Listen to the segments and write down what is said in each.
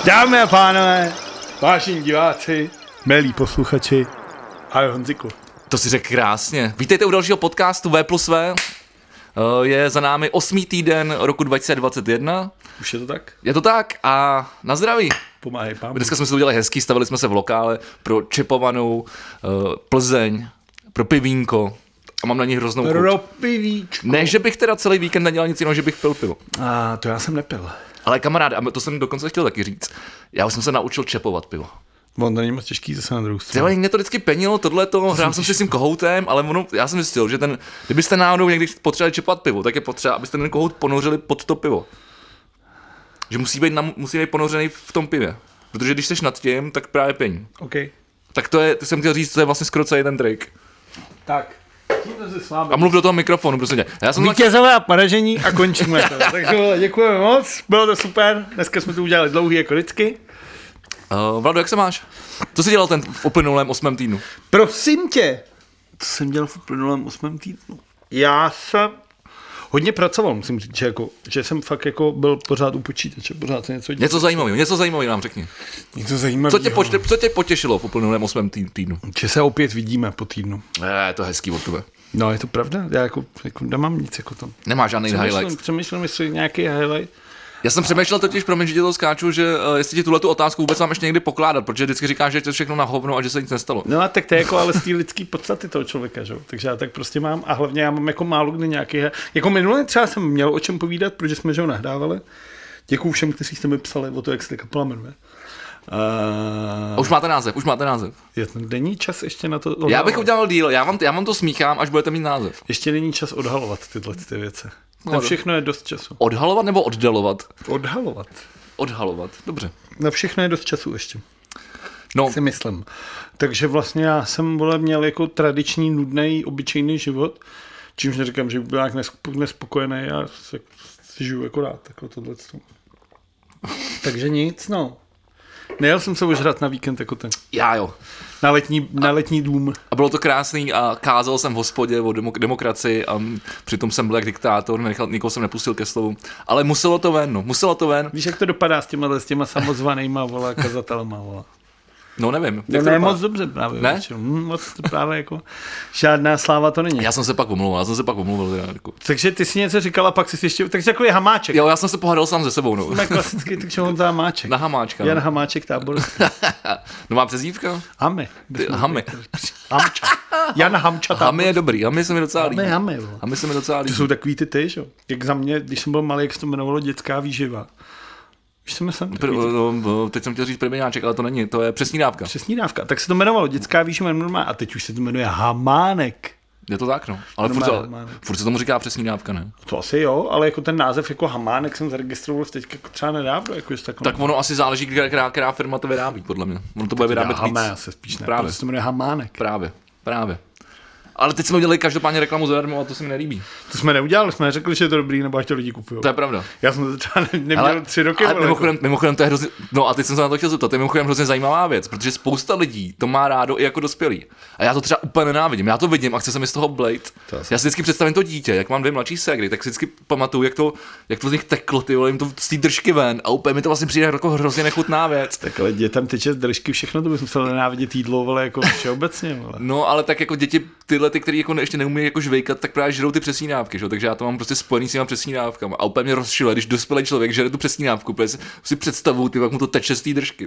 Dámy a pánové, vážení diváci, milí posluchači, ahoj Honziku. To si řekl krásně. Vítejte u dalšího podcastu V+V. Je za námi 8. týden roku 2021. Už je to tak? Je to tak a na zdraví. Pomáhej pán. Dneska jsme si udělali hezký, stavili jsme se v lokále pro čepovanou Plzeň, pro pivínko a mám na ní hroznou chuť. Pro pivíčko. Ne, že bych teda celý víkend nedělal nic jiného, že bych pil pivo. A to já jsem nepil. Ale kamarád, a to jsem dokonce chtěl taky říct, já už jsem se naučil čepovat pivo. On to není moc těžký zase na druhou stranu. Mě to vždycky penilo, tohleto, hrál jsem si s tím kohoutem, ale já jsem zjistil, že kdybyste náhodou někdy potřebovali čepat pivo, tak je potřeba, abyste ten kohout ponořili pod to pivo. Že musí být ponořený v tom pivě. Protože když jsi nad tím, tak právě pení. OK. Tak to jsem chtěl říct, to je vlastně skoro celý ten trik. Tak. Tímto se s vámi. A mluv do toho mikrofonu, prostě. Vítězové a poražení a končíme to. Takže děkujeme moc, bylo to super. Dneska jsme to udělali dlouhý jako vždycky. Vlado, jak se máš? Co jsi dělal v uplynulém 8. týdnu? Prosím tě. Co jsem dělal v uplynulém 8. týdnu? Já jsem hodně pracoval, musím říct, že jsem fakt jako byl pořád u počítače, pořád se něco dělal. Něco zajímavého nám řekni. Něco zajímavého. Co tě potěšilo v uplynulém 8. týdnu? Že se opět vidíme po týdnu. Je to hezký od tebe. No, je to pravda, já jako nemám nic jako tam. Nemáš žádný highlight. Přemýšlím, jestli nějaký highlight. Já jsem přemýšlel totiž, promiň, že ti to skáču, že jestli ti tuhletu otázku vůbec mám ještě někdy pokládat, protože vždycky říkáš, že to je všechno na hovno a že se nic nestalo. No a tak to je jako ale z té lidský podstaty toho člověka, že? Takže já tak prostě mám a hlavně já mám jako málo kdy nějaký, jako minule třeba jsem měl o čem povídat, protože jsme ho nahrávali. Děkuju všem, kteří jste mi psali o to, jak se ta kapela jmenuje. Už máte název. Je ten denní čas ještě na to odhalovat. Já bych udělal díl, já vám to smíchám, až budete mít název. Ještě není čas odhalovat tyhle ty věci. Na všechno je dost času. Odhalovat nebo oddalovat? Odhalovat, dobře. Na všechno je dost času ještě. No. Si myslím. Takže vlastně já jsem měl jako tradiční, nudný, obyčejný život, čímž neříkám, že byl nějak nespokojený, já si žiju jako rád, takhle tohleto. Takže nic, no. Nejel jsem se ožrat na víkend jako ten. Já jo. Na letní dům. A bylo to krásný a kázal jsem v hospodě o demokracii a přitom jsem byl jak diktátor, nikoho jsem nepustil ke slovu. Ale muselo to ven. Víš, jak to dopadá s těma samozvanýma kazatelema, vola? No nevím. To ne moc dobře právě. Ne? Moc to právě jako žádná sláva to není. Já jsem se pak omluvil. Takže ty si něco říkal a pak jsi ještě, takže takový hamáček. Jo, já jsem se pohádal sám se sebou. No. Jsme klasicky, takže on to hamáček. Na hamáčka. Jan Hamáček tábor. No má přezdívka? Hamy. Hamča. Jan Hamča tábor. Hamy je dobrý, Hamy se mi docela líbí. Hamy se mi docela líbí. To jsou takový ty, že jo. Jak za mě, když jsem byl malý, jak se to jmenovalo dětská výživa. Teď jsem chtěl říct prmeňáček, ale to není, to je přesní dávka. Přesní dávka, tak se to jmenovalo dětská výživa normálně a teď už se to jmenuje hamánek. Je to tak, no. Ale furt se tomu říká přesní dávka, ne? To asi jo, ale jako ten název jako hamánek jsem zaregistroval teď jako třeba nedávno. Jako tak ono asi záleží, která firma to vyrábí, podle mě. Ono to bude vyrábět víc. Hamé se spíš ne, právě. To se jmenuje hamánek. Právě. Ale teď jsme udělali každopádně reklamu zadarmo a to se mi nelíbí. To jsme neudělali, jsme neřekli, že je to dobrý, nebo ať to lidi kupují. To je pravda. Já jsem to třeba neměl 3 roky. Ale mimochodem to je hrozně, no a teď jsem se na to chtěl zeptat, to je mimochodem hrozně zajímavá věc, protože spousta lidí to má rádo i jako dospělí. A já to třeba úplně nenávidím, já to vidím a chce se mi z toho blejt. Já si vždycky představím to dítě, jak mám 2 mladší ségry, tak si vždycky pamatuju, jak to z nich teklo, ty vole, jim to z té držky ven a úplně mi to vlastně přijde jako hrozně nechutná věc. Tak ale dětem teče z držky všechno, to bych musel nenávidět jídlo, ale jako všeobecně. Vole. No, ale tak jako děti tyhle, ty jako ještě neumí jako žvejkat, tak právě žerou ty přesní dávky, že? Takže já to mám prostě spojený s těma přesní dávkama. A úplně mě rozčiluje, když dospělý člověk žere tu přesní dávku, protože si představuju, ty, jak mu to teče z té držky.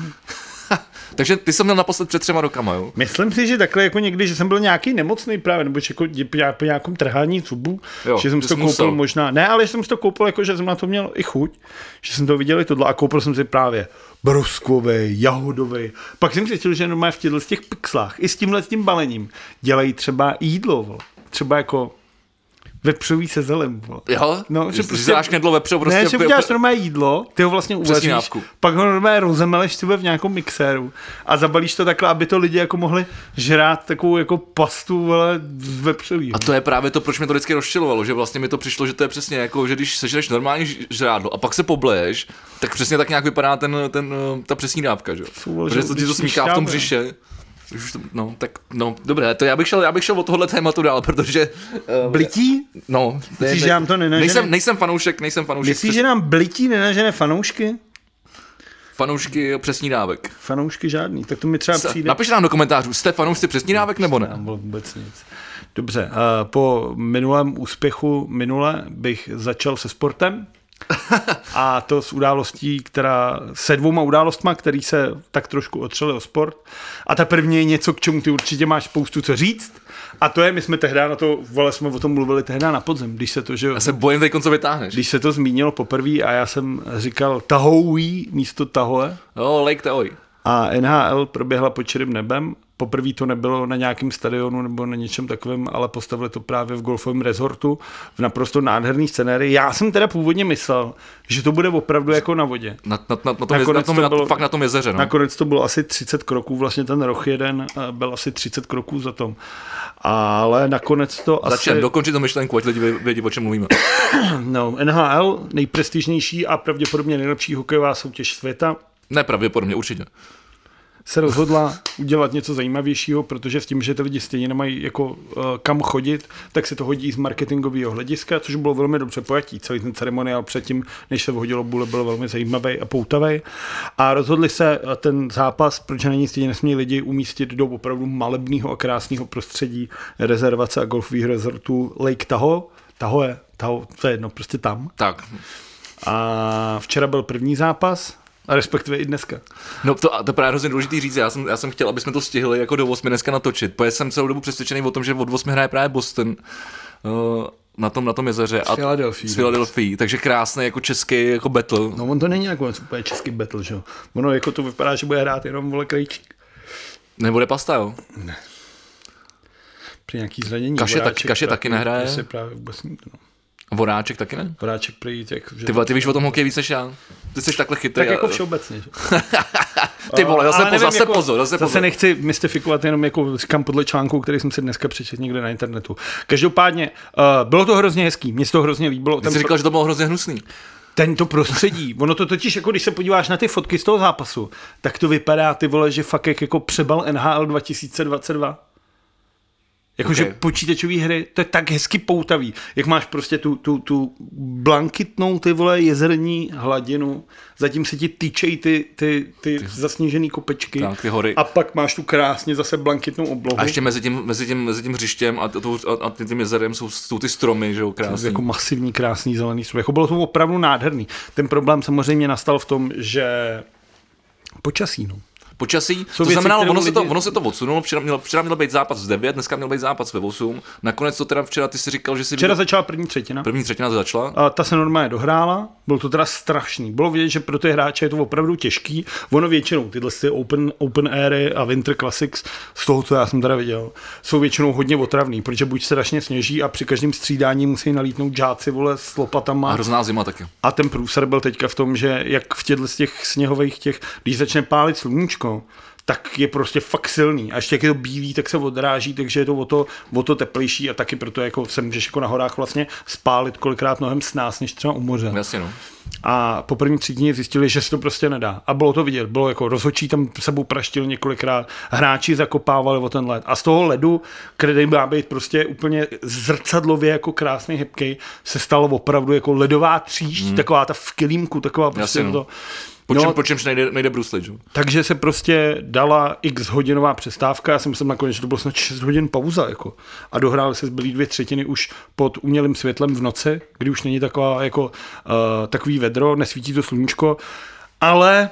Takže ty jsem měl naposled před 3 rokama, jo? Myslím si, že takhle jako někdy, že jsem byl nějaký nemocný právě, nebo jako po nějakém trhání zubu, že jsem si to koupil možná. Ne, ale jsem si to koupil jako, že jsem na to měl i chuť, že jsem to viděl i tohle a koupil jsem si právě bruskovej, jahodovej. Pak jsem zjistil, že normálně v těch pixlách i s tímhle balením dělají třeba jídlo, třeba jako vepřový se zelem. Jo? No, že prostě dáš knedlo vepřo prostě. Ne, že uděláš normálně jídlo, ty ho vlastně uvaříš, pak ho normálně rozemeleš v nějakom mixéru a zabalíš to takhle, aby to lidi jako mohli žrát takovou jako pastu z vepřovýho. A to je právě to, proč mě to vždycky rozčilovalo, že vlastně mi to přišlo, že to je přesně jako, že když sežereš normální žrádlo a pak se pobleješ, tak přesně tak nějak vypadá ta přesní dávka, že? Protože to ti to smíchá v tom břiše. No, tak, no, dobré, to já bych šel od tohohle tématu dál, protože... Blití? No. Myslíš, že nám to nenažene? Nejsem fanoušek. Myslíš, že nám blití nenažene fanoušky? Fanoušky přesnídávek. Fanoušky žádný, tak to mi třeba přijde. Napište nám do komentářů, jste fanoušci přesnídávek nebo ne? Tam bylo vůbec nic. Dobře, po minulém úspěchu bych začal se sportem. A to s událostí, se 2 událostma, který se tak trošku otřeli o sport. A ta první je něco, k čemu ty určitě máš spoustu co říct. A to je, my jsme tehdy jsme o tom mluvili tehdy na podzem, když se to, že... Já se bojím teď, co vytáhneš. Když se to zmínilo poprvé a já jsem říkal Tahoe místo Tahoe. Lake Tahoe. A NHL proběhla pod čirým nebem. Poprvé to nebylo na nějakém stadionu nebo na něčem takovém, ale postavili to právě v golfovém rezortu v naprosto nádherný scenérii. Já jsem teda původně myslel, že to bude opravdu jako na vodě. Fakt na tom jezeře. No. Nakonec to bylo asi 30 kroků, vlastně ten roh jeden byl asi 30 kroků za tom. Ale nakonec to dokončit to myšlenku, ať lidi vědí, o čem mluvíme. No, NHL, nejprestižnější a pravděpodobně nejlepší hokejová soutěž světa. Nepravděpodobně, určitě. Se rozhodla udělat něco zajímavějšího, protože s tím, že ty lidi stejně nemají jako kam chodit, tak se to hodí z marketingového hlediska, což bylo velmi dobře pojatí. Celý ten ceremoniál předtím, než se vhodilo bule, byl velmi zajímavý a poutavý. A rozhodli se ten zápas, protože na ní stejně nesmí lidi umístit do opravdu malebného a krásného prostředí rezervace a golfových rezortů Lake Tahoe, to je jedno, prostě tam. Tak. A včera byl první zápas, a respektive i dneska. No to právě hrozně důležitý říct, já jsem chtěl, aby jsme to stihli jako do 8 dneska natočit, protože jsem celou dobu přesvědčený o tom, že od 8 hraje právě Boston na tom jezeře a s Philadelphia, takže krásný jako český jako battle. No on to není jako úplně český battle, že jo. Ono jako to vypadá, že bude hrát jenom vole Krejčík. Nebude Pasta, jo? Ne. Při nějaký zranění. Kaše taky nehraje. Se právě vůbec nikdo, no. Voráček taky ne? Voráček prý, ty víš o tom hokej víc než já. Ty jsi takhle chytrý. Tak jako všeobecně. Ty vole, zase pozor. Zase nechci mystifikovat, jenom jako říkám podle článku, který jsem si dneska přečetl někde na internetu. Každopádně bylo to hrozně hezký, mně se to hrozně líbilo. Ty jsi říkal, že to bylo hrozně hnusný. Tento prostředí, ono to totiž, jako když se podíváš na ty fotky z toho zápasu, tak to vypadá, ty vole, že fakt jako přebal NHL 2022. Jakože počítačové hry, to je tak hezky poutavý, jak máš prostě tu blankitnou, ty vole, jezerní hladinu, zatím se ti týčejí ty zasněžený kopečky. Tak, ty hory. A pak máš tu krásně zase blankitnou oblohu. A ještě mezi tím hřištěm a tím jezerem jsou ty stromy, že jo, krásný. Jako masivní, krásný zelený strom. Jako bylo to opravdu nádherný. Ten problém samozřejmě nastal v tom, že počasí, no. Počasí, to znamená, ono se to odsunulo, včera měl být zápas v 9, dneska měl být zápas ve 8, nakonec to teda včera, ty si říkal, že si... Včera začala první třetina. První třetina to začala. A ta se normálně dohrála, bylo to teda strašný. Bylo vidět, že pro ty hráče je to opravdu těžký. Ono většinou, tyhle open airy a Winter Classics, z toho, co já jsem teda viděl, jsou většinou hodně otravný, protože buď strašně sněží a při každém střídání musí nalítnout žáci, vole, s lopatama. A hrozná zima taky. A ten průser byl teďka v tom, že jak v těchto těch sněhových když začne pálit sluníčko, tak je prostě fakt silný. A ještě jak je to bílý, tak se odráží, takže je to o to teplejší a taky proto jako se můžeš jako na horách vlastně spálit kolikrát mnohem snáz, než třeba u moře. Jasně, no. A po první 3 dní zjistili, že se to prostě nedá. A bylo to vidět, bylo jako rozhodčí tam sebou praštil několikrát, hráči zakopávali o ten led. A z toho ledu, který má být prostě úplně zrcadlově jako krásný hebkej, se stalo opravdu jako ledová tříšť, taková ta v kilímku, taková prostě jasně, to... Po čemž nejde Bruce Lee, že? Takže se prostě dala x hodinová přestávka, já jsem myslel nakonec, že to bylo snad 6 hodin pauza, jako. A dohráli se zbylý 2/3 už pod umělým světlem v noci, kdy už není taková jako takový vedro, nesvítí to sluníčko, ale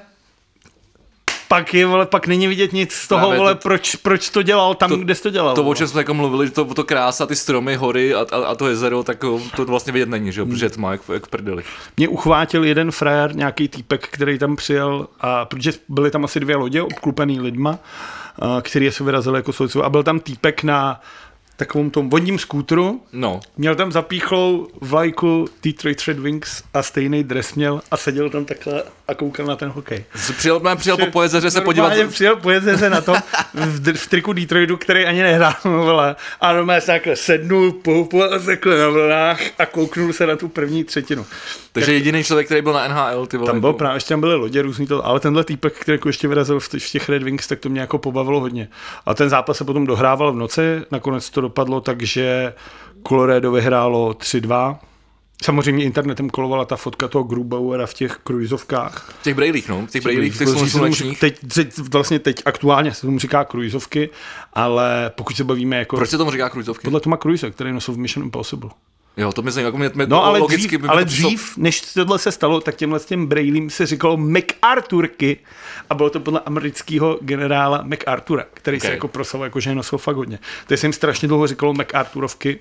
pak není vidět nic z toho, vole, proč to dělal tam, kde jsi to dělal. To, o čem jsme jako mluvili, že to krása, ty stromy, hory a to jezero, tak to vlastně vidět není, že jo, protože je tma jak v prdeli. Mě uchvátil jeden frajer, nějaký týpek, který tam přijel, a protože byly tam asi 2 lodě obklupený lidma, který se vyrazili jako soudců, a byl tam týpek na takovém tom vodním skútru, měl tam zapíchlou vlajku Detroit Red Wings a stejný dres měl a seděl tam takhle a koukal na ten hokej. Přijel po jezeře se podívat. Přijel po jezeře na to v triku Detroitu, který ani nehrál, a normálně se takhle sednul, poupal takhle na vlnách a kouknul se na tu první třetinu. Takže jediný člověk, který byl na NHL, ty vole. Tam byl právě, ještě tam byly lodě různý to, ale tenhle týpek, který jako ještě vyrazil v těch Red Wings, tak to mě jako pobavilo hodně. A ten zápas se potom dohrával v noci, nakonec to dopadlo tak, že Colorado vyhrálo 3-2 Samozřejmě internetem kolovala ta fotka toho Grubauera v těch kruizovkách. V těch brejlích, no. V těch brejlích, v těch slunečních. Teď aktuálně se tomu říká kruizovky, ale pokud se bavíme jako... Proč se tomu říká kruizovky? Podle Toma Cruise, který nosil v Mission Impossible. Jo, to myslím, jako mě no, ale logicky... ale dřív, než tohle se stalo, tak těm brejlím se říkalo MacArthurky a bylo to podle amerického generála MacArthura, který se jako proslavoval, jako že je nosil fakt hodně. To se jim strašně dlouho říkalo MacArthurovky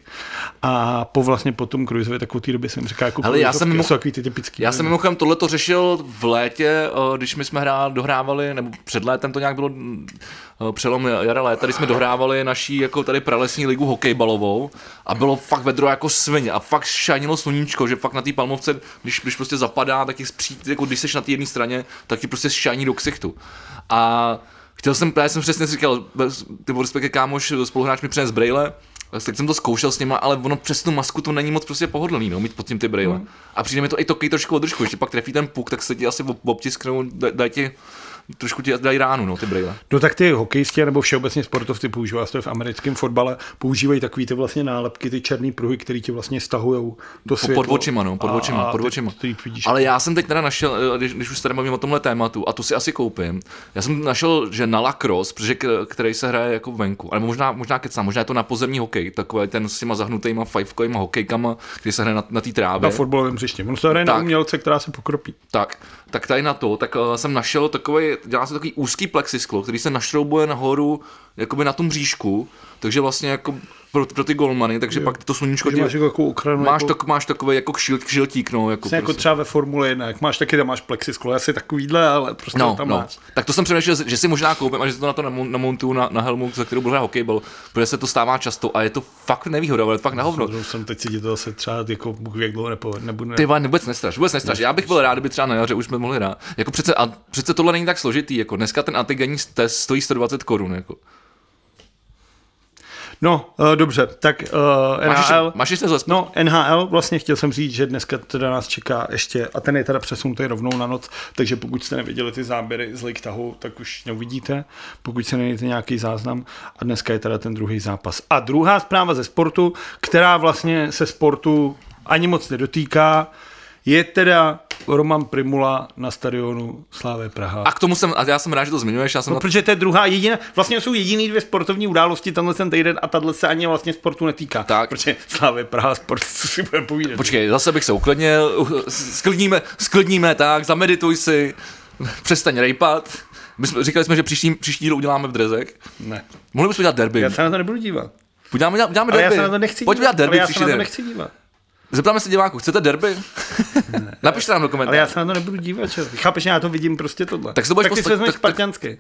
a po tom Cruiseovi tak od té doby se jim říká jako Cruiseovky, jsou takový ty typický. Já jsem mimochodem tohleto řešil v létě, když my jsme dohrávali, nebo před létem to nějak bylo přelom jara léta, když jsme dohrávali naší jako tady pralesní ligu hokejbalovou a bylo fakt vedro jako svině a fakt šajnilo sluníčko, že fakt na té Palmovce, když prostě zapadá, tak jako když seš na té jedné straně, tak ti prostě šajní do ksichtu. A jsem přesně říkal, ty respektive kámoš, spoluhráč mi přines brejle, tak jsem to zkoušel s nima, ale ono přes tu masku to není moc prostě pohodlný, no, mít pod tím ty brejle. A přijde mi to i trošku održku, ještě pak trefí ten puk, tak se ti asi obtisknou, trošku ti dají ránu, no, ty brejle. No tak ty hokejisti nebo všeobecně sportovci používají, to je v americkém fotbale, používají takový ty vlastně nálepky, ty černý pruhy, které ti vlastně stahujou do světla. Pod očima, no, pod očima. Ale já jsem teď teda našel, když už tady mluvím o tomhle tématu, a to si asi koupím, já jsem našel, že na lacrosse, protože který se hraje jako venku, ale možná kecám, možná je to na pozemní hokej, takový ten s těma zahnutýma fajfkovýma hokejkama, který se hraje na té trávě. Na fotbalovém hřiště. On se hraje na umělce, která se pokropí. Tak tady na to, tak jsem našel dělá se takový úzký plexisklo, který se našroubuje nahoru jakoby na tom bříšku, takže vlastně jako pro ty golmany, takže pak to sluníčko máš jako ochranu, máš takový jako žiltík, no, jako, prostě. Třeba ve Formule 1, jak máš taky, tam máš plexisklo, asi takovýhle, ale prostě tam máš. Tak to jsem přemýšlel, že si možná koupím a že to na to namontuju na helmu, za kterou budu hrát hokejbal, protože se to stává často a je to fakt nevýhoda, ale fakt na hovno. Jsem teď si to zase třeba jako jak dlouho nebudu. Ty vůbec nestraš. Já bych byl rád, kdyby třeba na jaře už jsme mohli hrát. Jako přece tohle není tak složitý, jako dneska ten antigenní test stojí 120 korun, jako. No, dobře, tak NHL... Máš ještě zase? No, NHL, vlastně chtěl jsem říct, že dneska teda nás čeká ještě, a ten je teda přesunutý rovnou na noc, takže pokud jste neviděli ty záběry z Lake Tahoe, tak už neuvidíte, pokud se nevidíte nějaký záznam, a dneska je teda ten druhý zápas. A druhá zpráva ze sportu, která vlastně se sportu ani moc nedotýká, je teda Roman Primula na stadionu Slavie Praha. A já jsem rád, že to zmiňuješ. Protože to je druhá jediná, vlastně jsou jediný dvě sportovní události tenhle ten týden a tahle se ani vlastně sportu netýká. Tak. Protože Slavie Praha sport, co si budeme povídat. Počkej, zase bych se uklidnil, sklidníme, tak, zamedituj si, přestaň rejpat. Říkali jsme, že příští díl uděláme v drezek. Ne. Mohli bychom udělat derby. Já se na to nebudu dívat. Uděláme derby. Ale já se na to nechci Pojď udělat derby příští den. Nechci dívat. Zeptáme se diváků, chcete derby? Ne, napište nám do komentářů. Ale já se na to nebudu dívat, čo? Chápeš, já to vidím prostě tohle. Tak ty si vezmeš spartiansky.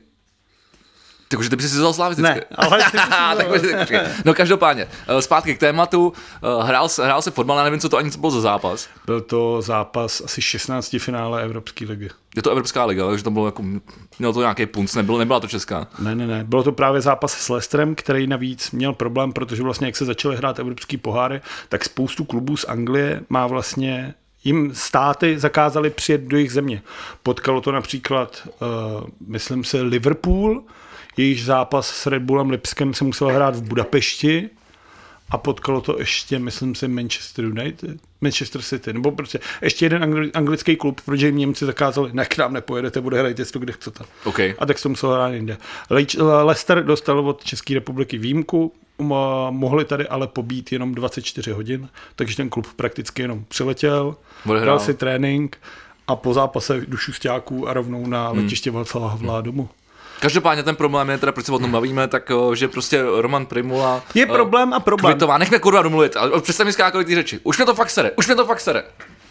Takže ty bys si vzal slavistické. Ne, ale ty No každopádně, zpátky k tématu, hrál se fotbal, já nevím, co to ani bylo za zápas. Byl to zápas asi 16 finále Evropské ligy. Je to Evropská liga, takže to bylo jako, mělo to nějaký punc, nebyla to česká. Ne, bylo to právě zápas s Leicesterem, který navíc měl problém, protože vlastně jak se začaly hrát evropský poháry, tak spoustu klubů z Anglie má vlastně jim státy zakázali přijet do jejich země. Potkalo to například, myslím si, Liverpool, jejíž zápas s Red Bullem Lipskem se musel hrát v Budapešti a potkalo to ještě, myslím si, Manchester City, nebo prostě ještě jeden anglický klub, protože jim Němci zakázali, ne, k nám nepojedete, bude hrajte si to, kde chcete. Okay. A tak se to musel hrát jinde. Leicester dostal od České republiky výjimku, mohli tady ale pobít jenom 24 hodin, takže ten klub prakticky jenom přiletěl, dal si trénink a po zápase do šustáků a rovnou na letiště Václava domů. Každopádně ten problém je teda, proč se o tom bavíme, tak že prostě Roman Primula je problém a problém. Kvitová, nechme kurva domluvit, ale přestaň mi skákat ty řeči. Už mě to fakt sere.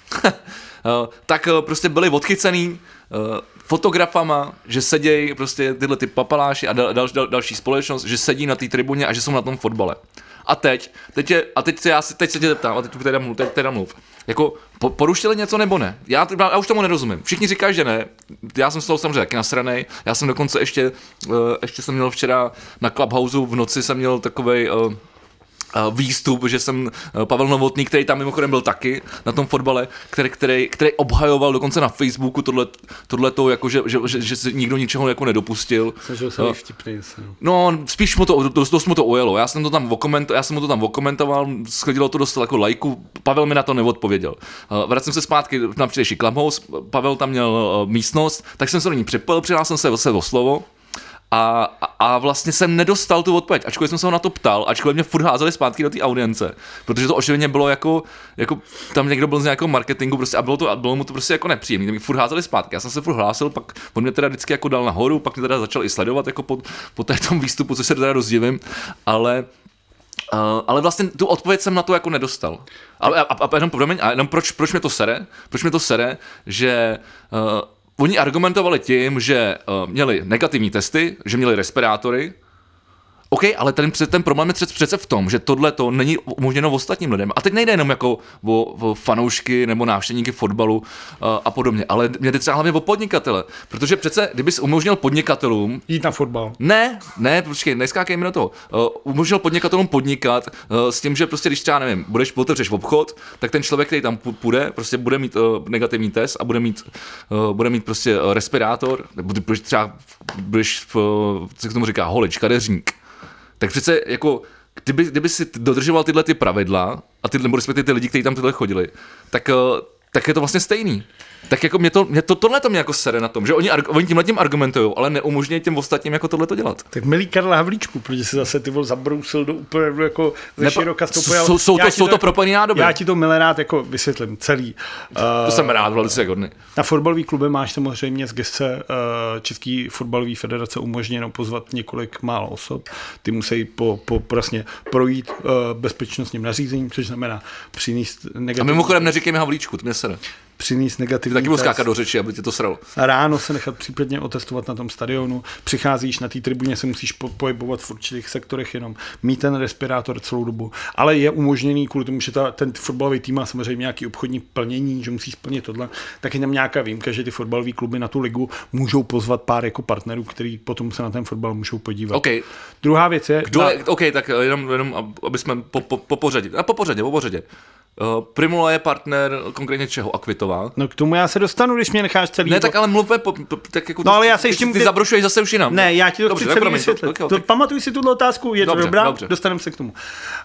Tak prostě byli odchycený fotografama, že sedějí prostě tyhle ty papaláši a další společnost, že sedí na té tribuně a že jsou na tom fotbale. A teď se tě zeptám, a teď teda mluv. Jako porušili něco nebo ne? Já už tomu nerozumím. Všichni říkají, že ne. Já jsem z toho samozřejmě taky nasranej. Já jsem dokonce ještě jsem měl včera na Clubhouse v noci jsem měl takovej výstup, že jsem Pavel Novotný, který tam mimochodem byl taky na tom fotbale, který obhajoval dokonce na Facebooku tohleto, jako že se nikdo ničeho jako nedopustil. Snažil se vtipný. No, spíš mu to, dost mu to ujelo. Já jsem mu to tam okomentoval, schodilo to dost jako lajku, Pavel mi na to neodpověděl. Vracím se zpátky na včerejší Clubhouse, Pavel tam měl místnost, tak jsem se do ní připojil, přihlásil jsem se o slovo. A vlastně jsem nedostal tu odpověď, ačkoliv jsem se ho na to ptal, ačkoliv mě furt házeli zpátky do té audience, protože to očividně bylo jako tam někdo byl z nějakého marketingu prostě a bylo mu to prostě jako nepříjemné, mě furt házeli zpátky, já jsem se furt hlásil, pak on mě teda vždycky jako dal nahoru, pak mě teda začal i sledovat jako po tom výstupu, což se teda rozdivím, ale vlastně tu odpověď jsem na to jako nedostal. A jenom proč mě to sere? Proč mě to sere, že oni argumentovali tím, že měli negativní testy, že měli respirátory. OK, ale ten problém je přece v tom, že tohle to není umožněno ostatním lidem. A teď nejde jenom jako o fanoušky nebo návštěvníky fotbalu a podobně, ale mě jde třeba hlavně o podnikatele. Protože přece, kdybys umožnil podnikatelům jít na fotbal. Ne, počkej, neskákej mi na to. Umožnil podnikatelům podnikat s tím, že prostě, když třeba, nevím, otevřeš obchod, tak ten člověk, který tam půjde, prostě bude mít negativní test a bude mít prostě respirátor, nebo třeba budeš, co k tomu říká, holič, kadeřník. Tak přece jako, kdyby si dodržoval tyhle ty pravidla a nebo respektive ty lidi, kteří tam tyhle chodili, tak je to vlastně stejný. Tak jako tohle to mě jako sere na tom, že oni tímhletím argumentujou, ale neumožňují těm ostatním jako tohle to dělat. Tak milý Karle Havlíčku, protože si zase ty zabrousil do úplně jako ze široka stoupil. Jsou to propojené nádoby. Já ti to milé rád jako vysvětlím celý. To jsem rád, velice hodný. Na fotbalový kluby máš samozřejmě z gesce České fotbalové federace umožněno pozvat několik málo osob. Ty musí vlastně projít bezpečnostním nařízením, což znamená přinést negativní. A mimochodem neříkej mi Havlíčku, to mě sere. Přinést negativní taky budu skákat do řeči, aby tě to sralo. A ráno se nechat případně otestovat na tom stadionu. Přicházíš na té tribuně, se musíš pohybovat v určitých sektorech jenom, mít ten respirátor celou dobu. Ale je umožněný kvůli tomu, že ten fotbalový tým má samozřejmě nějaký obchodní plnění, že musí splnit tohle. Tak je tam nějaká výjimka, že ty fotbalové kluby na tu ligu můžou pozvat pár jako partnerů, který potom se na ten fotbal můžou podívat. Okay. Druhá věc je... OK, tak jenom aby jsme po pořadě. Primula je partner konkrétně čeho? Akvitová? No k tomu já se dostanu, když mě necháš celý... Ne, tak ale mluvme, tak jako no, ale já se ještě ty zabrušuješ zase už jinam. Ne, já ti to chci celý vysvětlit. Okay. Pamatuj si tuto otázku, je to dobrá? Dostaneme se k tomu.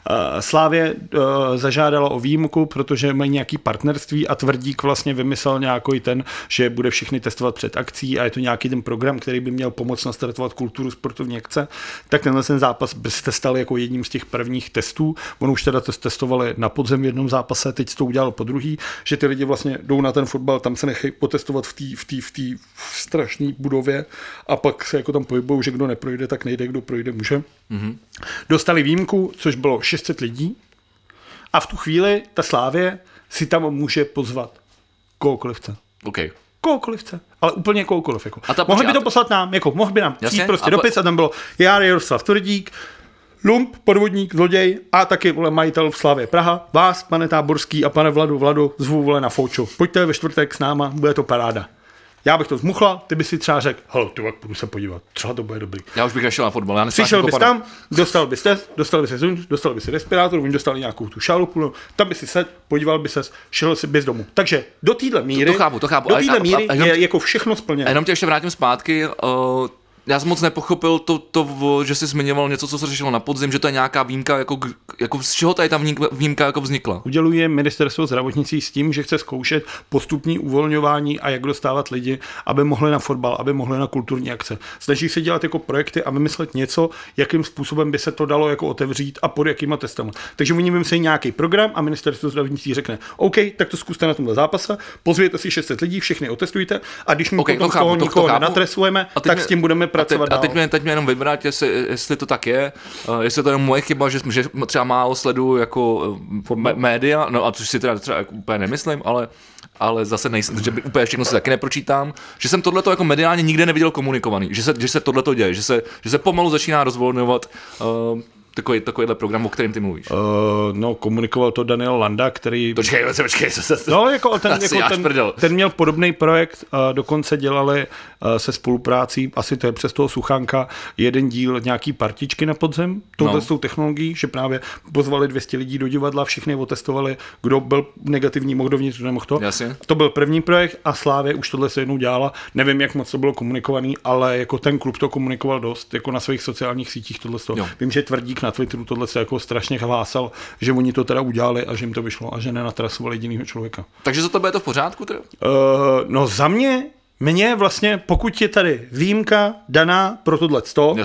Slávě zažádala o výjimku, protože mají nějaký partnerství a Tvrdík vlastně vymyslel nějaký ten, že bude všechny testovat před akcí a je to nějaký ten program, který by měl pomoct nastartovat kulturu sportovní akce. Tak tenhle ten zápas byste stali jako jedním z těch prvních testů. Ono už teda testovali na podzem v jednom zápase, teď to udělal po druhý, že ty lidi vlastně jdou na ten fotbal, tam se nechají potestovat v té strašné budově a pak se jako tam pohybujou, že kdo neprojde, tak nejde, kdo projde, může. Mm-hmm. Dostali výjimku, což bylo 600 lidí a v tu chvíli ta Slávě si tam může pozvat kohokoliv chce. Okay. Kohokoliv chce, ale úplně kohokoliv. Jako. Mohli by to poslat nám, jako mohl by nám přijít prostě dopis a tam bylo já Jaroslav Tvrdík, lump, podvodník, zloděj a taky majitel v Slavě Praha. Vás, pane Táborský a pane Vlado, zvu na fouču. Pojďte ve čtvrtek s náma, bude to paráda. Já bych to zmuchla, ty by si třeba řekl, hele, ty jak půjdu se podívat, třeba to bude dobrý. Já už bych nešel na fotbal, já přišel bys tam, dostal bys test, dostal bys respirátor, oni dostali nějakou tu šalupu, tam by si sedl, podíval by ses, šel si bys domů. Takže do téhle míry, to chápu. Do téhle míry je jako všechno splněno. A jenom tě ještě vrátím zpátky. Já jsem moc nepochopil to, že jsi zmiňoval něco, co se řešilo na podzim, že to je nějaká výjimka, jako z čeho tady ta výjimka jako vznikla? Uděluje ministerstvo zdravotnictví s tím, že chce zkoušet postupní uvolňování a jak dostávat lidi, aby mohli na fotbal, aby mohli na kulturní akce. Snaží se dělat jako projekty a vymyslet něco, jakým způsobem by se to dalo jako otevřít a pod jakýma testama. Takže oni vymyslí nějaký program a ministerstvo zdravotnictví řekne, OK, tak to zkuste na tomhle zápase, pozvěte si 600 lidí, všechny otestujte a když my potom nikoho nenatresujeme, tak s tím budeme pracovat dál. A teď mě jenom vybrát, jestli to tak je, jestli to je moje chyba, že třeba málo sleduju jako média, no a což si teda třeba jako úplně nemyslím, ale zase nejsem, že úplně všechno si taky nepročítám, že jsem tohleto jako mediálně nikde neviděl komunikovaný, že se tohleto děje, že se pomalu začíná rozvolňovat Takovýhle program, o kterém ty mluvíš? No, komunikoval to Daniel Landa, který... Počkej, co se... No, ten měl podobný projekt, dokonce dělali se spoluprácí, asi to je přes toho Suchánka, jeden díl nějaký partičky na podzem, tohle s tou technologií, že právě pozvali 200 lidí do divadla, všichni otestovali, kdo byl negativní, mohl dovnitř, nemohl to. Jasně. To byl první projekt a Slávě už tohle se jednou dělala. Nevím, jak moc to bylo komunikovaný, ale jako ten klub to komunikoval dost, jako na svých sociálních sítích tohle. Vím, že Tvrdík na Twitteru tohle se jako strašně hlásal, že oni to teda udělali a že jim to vyšlo a že nenatrasovali jedinýho člověka. Takže za to je to v pořádku teda? No za mě vlastně, pokud je tady výjimka daná pro tohleto,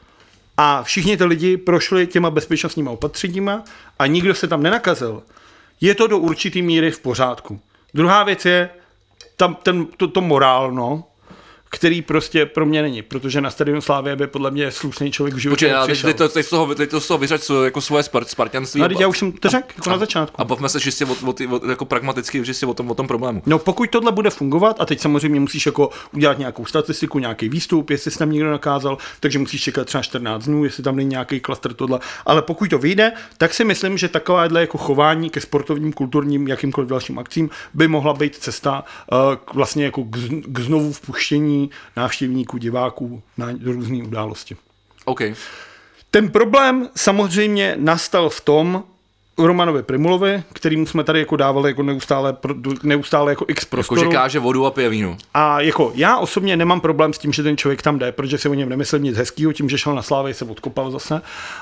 a všichni ty lidi prošli těma bezpečnostníma opatřeníma a nikdo se tam nenakazil, je to do určitý míry v pořádku. Druhá věc je tam to morálno, který prostě pro mě není, protože na stadionu Slávie by podle mě slušný člověk v životě přišel. Teď to z toho vyřaď jako svoje spartanství. Ale já už jsem to řekl jako na začátku. A bavme se čistě jako pragmaticky o tom problému. No pokud tohle bude fungovat, a teď samozřejmě musíš jako udělat nějakou statistiku, nějaký výstup, jestli se tam někdo nakázal, takže musíš čekat třeba 14 dnů, jestli tam není nějaký klaster tohle. Ale pokud to vyjde, tak si myslím, že takováhle jako chování ke sportovním, kulturním, jakýmkoliv dalším akcím by mohla být cesta vlastně jako k znovu vpuštění návštěvníků, diváků na různé události. Okay. Ten problém samozřejmě nastal v tom Romanovi Primulovi, kterýmu jsme tady jako dávali jako neustále jako x prostoru. Jako že káže vodu a pije víno. A jako já osobně nemám problém s tím, že ten člověk tam jde, protože si o něm nemyslím nic hezkýho, tím, že šel na Slávy, se odkopal zase.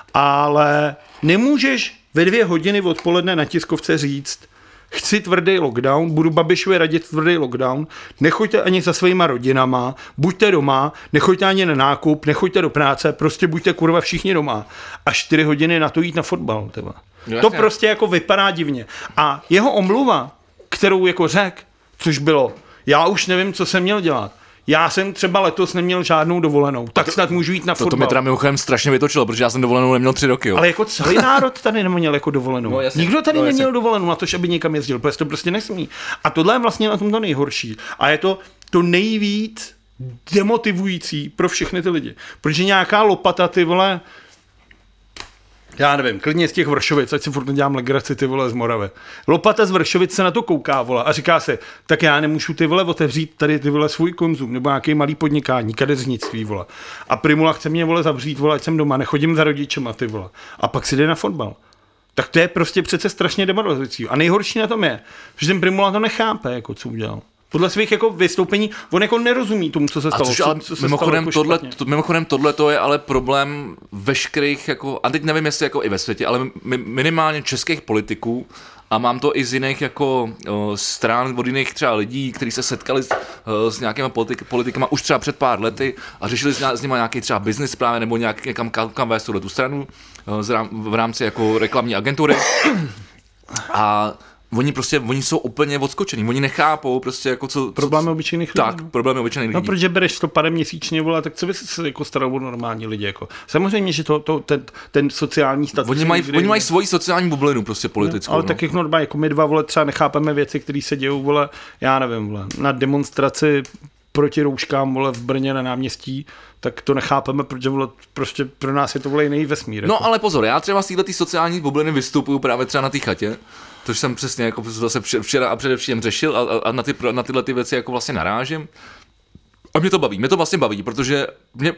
Ale nemůžeš ve 2 hodiny odpoledne na tiskovce říct, chci tvrdý lockdown, budu Babišovi radit tvrdý lockdown, nechoďte ani za svýma rodinama, buďte doma, nechoďte ani na nákup, nechoďte do práce, prostě buďte kurva všichni doma. A 4 hodiny na to jít na fotbal. To prostě jako vypadá divně. A jeho omluva, kterou jako řekl, což bylo, já už nevím, co jsem měl dělat. Já jsem třeba letos neměl žádnou dovolenou, tak snad můžu jít na fotbal. To mi teda mimochodem strašně vytočilo, protože já jsem dovolenou neměl 3 roky. Jo. Ale jako celý národ tady neměl jako dovolenou. No, nikdo tady neměl dovolenou na to, aby někam jezdil, protože to prostě nesmí. A tohle je vlastně na tom to nejhorší. A je to nejvíc demotivující pro všechny ty lidi. Protože nějaká lopata, ty vole, já nevím, klidně z těch Vršovic, ať si furt nedělám legraci, ty vole, z Moravy. Lopata z Vršovic se na to kouká, vole, a říká se, tak já nemůžu, ty vole, otevřít tady, ty vole, svůj konzum, nebo nějaký malý podnikání, kadeřnictví, vole. A Primula chce mě, vole, zavřít, vole, ať jsem doma, nechodím za rodičema, ty vole. A pak si jde na fotbal. Tak to je prostě přece strašně demoralizující. A nejhorší na tom je, že ten Primula to nechápe, jako co udělal. Podle svých jako vystoupení, on jako nerozumí tomu, co se stalo. Mimochodem tohle to je ale problém veškerých, jako, a teď nevím, jestli jako i ve světě, ale minimálně českých politiků, a mám to i z jiných jako stran od jiných třeba lidí, kteří se setkali s nějakými politikama už třeba před pár lety a řešili s nimi nějaký třeba business právě nebo někam kam vést tu stranu v rámci jako reklamní agentury. A oni jsou úplně odskočení, oni nechápou prostě jako co... Problémy obyčejných lidí. Tak, problémy obyčejných lidí. No, protože bereš 100 měsíčně, vole, tak co by se jako staral o normální lidi, jako. Samozřejmě, že ten sociální status... Oni mají svoji sociální bublinu prostě politickou. Ale tak jako normálně, jako my dva, vole, třeba nechápeme věci, které se dějou, vole, já nevím, vole, na demonstraci proti rouškám, vole, v Brně na náměstí, tak to nechápeme, protože vole, prostě pro nás je to, vole, jiný vesmír. Jako. No ale pozor, já třeba z této sociální bubliny vystupuju právě třeba na té chatě, což jsem přesně jako zase včera a především řešil a na tyhle ty věci jako vlastně narážím. A mě to vlastně baví, protože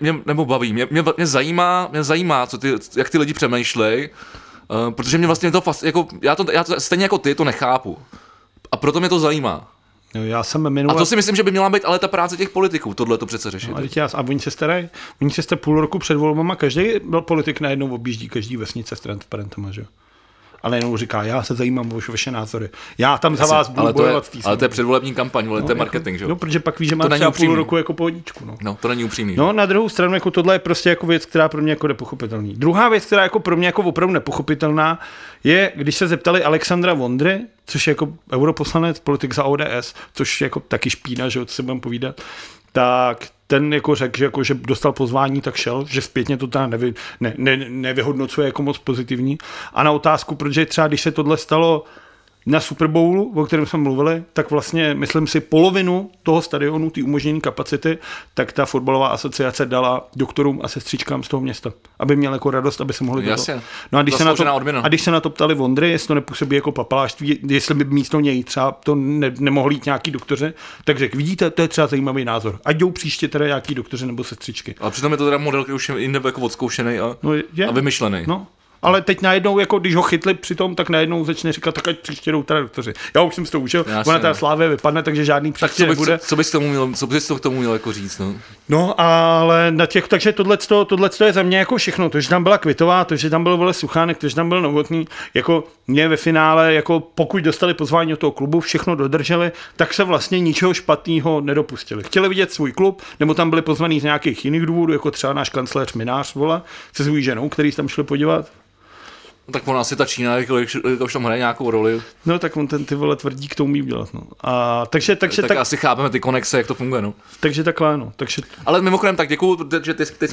mě zajímá, jak ty lidi přemýšlej, protože mě vlastně to jako, já to stejně jako ty to nechápu. A proto mě to zajímá. No, já jsem minule... A to si myslím, že by měla být ale ta práce těch politiků, tohle to přece řešit. No, a oni se starají. Oni se půl roku před volbama, každý politik najednou objíždí každý vesnice s transparentama, že jo. Ale jenom říká, já se zajímám o vaše názory. Já tam za vás budu bojovat. Ale to je předvolební kampaň, ale to je marketing, že jo? No, protože pak víš, že má třeba půl roku jako pohodičku. No, to není upřímný. No, na druhou stranu, jako tohle je prostě jako věc, která pro mě jako nepochopitelný. Druhá věc, která jako pro mě jako opravdu nepochopitelná, je, když se zeptali Alexandra Vondry, což je jako europoslanec, politik za ODS, což je jako taky špína, že jo, co se budeme povídat, tak ten jako řekl, že dostal pozvání, tak šel, že zpětně to teda nevyhodnocuje jako moc pozitivní. A na otázku, protože třeba když se tohle stalo na Super Bowlu, o kterém jsme mluvili, tak vlastně, myslím si, polovinu toho stadionu, ty umožněné kapacity, tak ta fotbalová asociace dala doktorům a sestřičkám z toho města, aby měli jako radost, aby se mohli Jasně. No a když se na to ptali Vondry, jestli to nepůsobí jako papalášství, jestli by místo něj třeba to nemohli jít nějaký doktoři, tak řekl, vidíte, to je třeba zajímavý názor. Ať jdou příště teda nějaký doktoři nebo sestřičky. A přitom je to teda model, který už je jinde jako odzkoušený a vymyšlený. No. Ale teď najednou, jako když ho chytli přitom, tak najednou začne říkat, tak ať příště jdou teda doktoři. Já už jsem si to učil, ona ta Slávě vypadne, takže žádný příště nebude. Co bys k tomu měl jako říct, no? No, ale takže tohleto je za mě jako všechno. To, že tam byla Kvitová, to, že tam byl Vole Suchánek, to, že tam byl Novotný, jako mě ve finále, jako pokud dostali pozvání od toho klubu, všechno dodrželi, tak se vlastně ničeho špatného nedopustili. Chtěli vidět svůj klub, nebo tam byli pozvaní z nějakých jiných důvodů, jako třeba náš kancléř Minář, Vole, se svou ženou, který tam šli podívat. No, tak ona asi ta Čína, jako už tam hraje nějakou roli. No tak on ten ty vole tvrdík to umí udělat, no. A takže asi chápeme ty konexe, jak to funguje, no. Takže takhle, no. Ale mimochodem, tak děkuju, že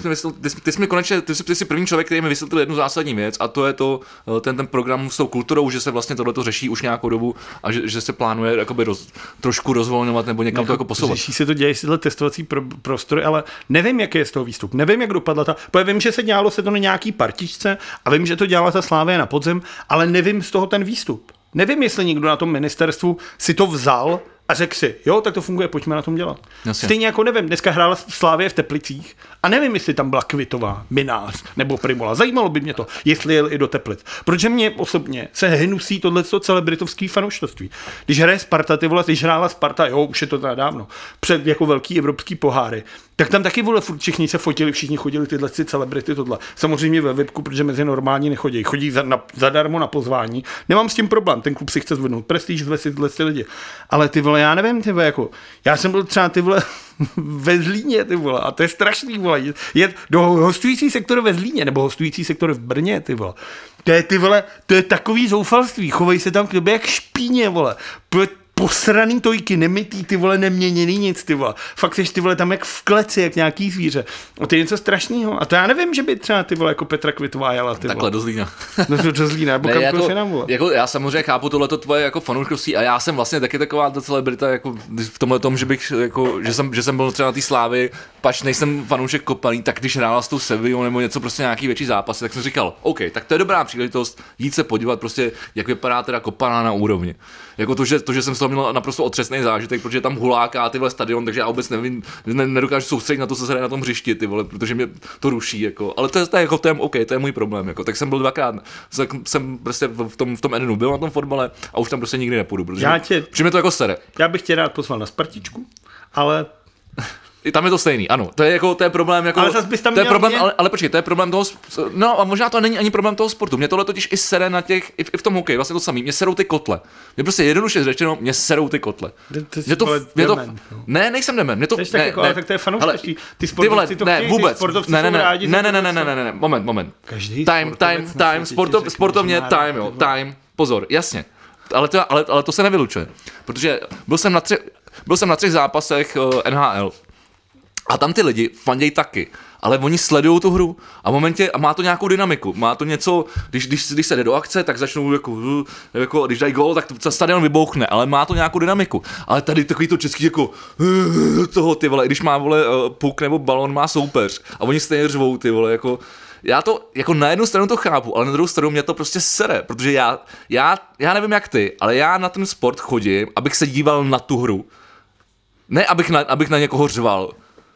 ty jsi první člověk, který mi vysvětlil jednu zásadní věc, a to je ten program s tou kulturou, že se vlastně tohleto řeší už nějakou dobu a že se plánuje jakoby trošku rozvolňovat nebo někam to jako posouvat. Řeší se to, dějí si testovací prostory, ale nevím, jaký je z toho výstup. Nevím, jak dopadla vím, že se dělalo to na nějaký partičce a vím, že to dělala ta Slávě na podzem, ale nevím z toho ten výstup. Nevím, jestli někdo na tom ministerstvu si to vzal a řekl si, jo, tak to funguje, pojďme na tom dělat. Jasně. Stejně jako nevím, dneska hrála Slávě v Teplicích a nevím, jestli tam byla Kvitová, Minář nebo Primola. Zajímalo by mě to, jestli jel i do Teplic. Protože mě osobně se hnusí tohleto celebritovský fanouštovství. Když hraje Sparta, ty vole, když hrála Sparta, jo, už je to teda dávno, před jako velký evropský poháry, tak tam taky vole furt všichni se fotili, všichni chodili tyhle celebrity tohle. Samozřejmě ve VIPku, protože mezi normální nechodí. Chodí zadarmo na pozvání. Nemám s tím problém, ten klub si chce zvednout prestiž, zveš si tyhle lidi. Ale ty vole, já nevím, ty vole, jako já jsem byl třeba ty vole ve Zlíně, ty vole, a to je strašný, vole, jet do hostující sektor ve Zlíně nebo hostující sektor v Brně, ty vole. To je takový zoufalství, chovej se tam k tobě jak špíně, vole. Posraný tojky, nemytý, ty vole, neměněný nic, ty vole. Fakt jsi ty vole tam jak v kleci, jak nějaký zvíře. A to je něco strašného. A to já nevím, že by třeba ty vole jako Petra Kvitová jela, ty vole. Takhle do Zlína. Do Zlína, nebo kamkoliv se nám vole. Jako já samozřejmě chápu tohleto tvoje jako fanouškovství a já jsem vlastně taky taková ta celebrita jako v tomhle tom, že bych jako, že jsem byl třeba na té Slávy, pač nejsem fanoušek Kopaný, tak když hrála s tou Sevillou nebo něco prostě nějaký větší zápas, tak jsem říkal, OK, tak to je dobrá příležitost jít se podívat prostě, jak vypadá teda Kopaná na úrovni. Jako to, že jsem z toho měl naprosto otřesný zážitek, protože tam huláká ty vole stadion, takže já vůbec nevím, nedokážu soustředit na to, co se hraje na tom hřišti, ty vole, protože mě to ruší, jako. Ale to je OK, to je můj problém, jako. Tak jsem byl dvakrát, jsem prostě v tom Edenu byl na tom fotbale a už tam prostě nikdy nepůjdu, protože mě to jako sere. Já bych tě rád pozval na Spartičku, ale i tam je to stejný, ano. To je problém, jako, ale zas bys tam to je problém, ale počkej, to je problém toho, no a možná to není ani problém toho sportu. Mě tohle totiž i sere na těch, i v tom hokeji, vlastně to samý. Mě serou ty kotle. Mě prostě jednoduše řečeno, mě serou ty kotle. Ne, nejsem demen. Mě to, tak jako, ale tak to je fanouštěství. Ty sportovci to chtějí, ty sportovci jsou rádi. Ne, moment. Time, time, pozor, jasně. Ale to se nevylučuje, protože byl jsem na 3 zápasech NHL a tam ty lidi fandějí taky, ale oni sledují tu hru a v momentě a má to nějakou dynamiku, má to něco, když se jde do akce, tak začnou jako když dají gól, tak to stadion vybouchne, ale má to nějakou dynamiku. Ale tady takový to český jako toho ty vole, když má vole puk nebo balon má soupeř a oni stejně řvou ty vole jako. Já to, jako na jednu stranu to chápu, ale na druhou stranu mě to prostě sere, protože já nevím jak ty, ale já na ten sport chodím, abych se díval na tu hru. Ne, abych na někoho řval.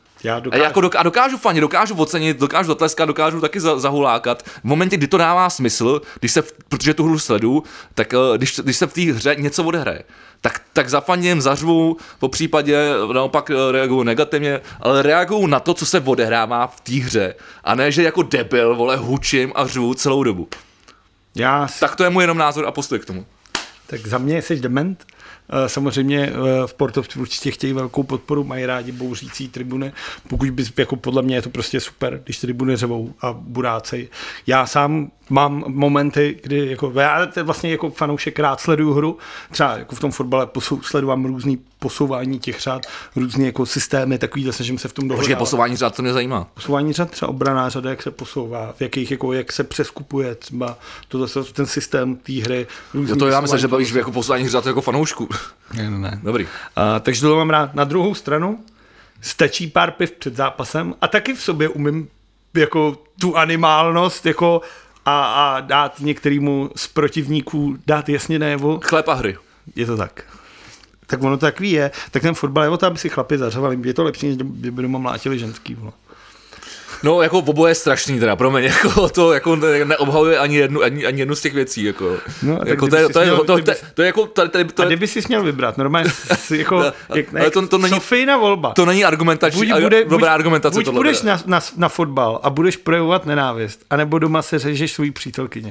A dokážu fanit, dokážu ocenit, dokážu zatleskat, dokážu taky zahulákat. V momentě, kdy to dává smysl, protože tu hru sledu, tak když se v té hře něco odehraje, tak zafaním, zařvu, po případě naopak reaguju negativně, ale reaguju na to, co se odehrává v té hře. A ne, že jako debil, vole, hučím a řvu celou dobu. Tak to je můj jenom názor a postoj k tomu. Tak za mě jsi dement. Samozřejmě sportovci určitě chtějí velkou podporu, mají rádi bouřící tribuny. Pokud bys, jako podle mě je to prostě super, když tribuny řevou a burácej. Já sám mám momenty, kdy jako, já vlastně jako fanoušek rád sleduju hru, třeba jako v tom fotbale sleduju různý posouvání těch řád, různý jako systémy, takový, snažím se v tom dohledávat. Počkej, posouvání řád, to mě zajímá. Posouvání řád, třeba obranná řada, jak se posouvá, v jakých, jako, jak se přeskupuje třeba ten systém té hry. To já myslím, že bavíš jako poslání hřátu jako fanoušku. Ne. Dobrý. Takže to mám rád. Na druhou stranu stačí pár piv před zápasem a taky v sobě umím jako tu animálnost jako a dát některýmu z protivníků dát jasně najevo. Chléb a hry. Je to tak. Tak ono to takový je. Tak ten fotbal je o to, aby si chlapi zařavali. Je to lepší, než kdyby doma mlátili ženský. Vole. No, jako oboje je strašný teda, pro mě, jako to jako neobhajuje ani jednu z těch věcí, jako. No, jako to je jako tady. A kdyby si měl vybrat, normálně jako, to není Sofijina volba. To není argumentační, dobrá argumentace. Buď budeš na fotbal a budeš projevovat nenávist, anebo doma se řežeš svou přítelkyni.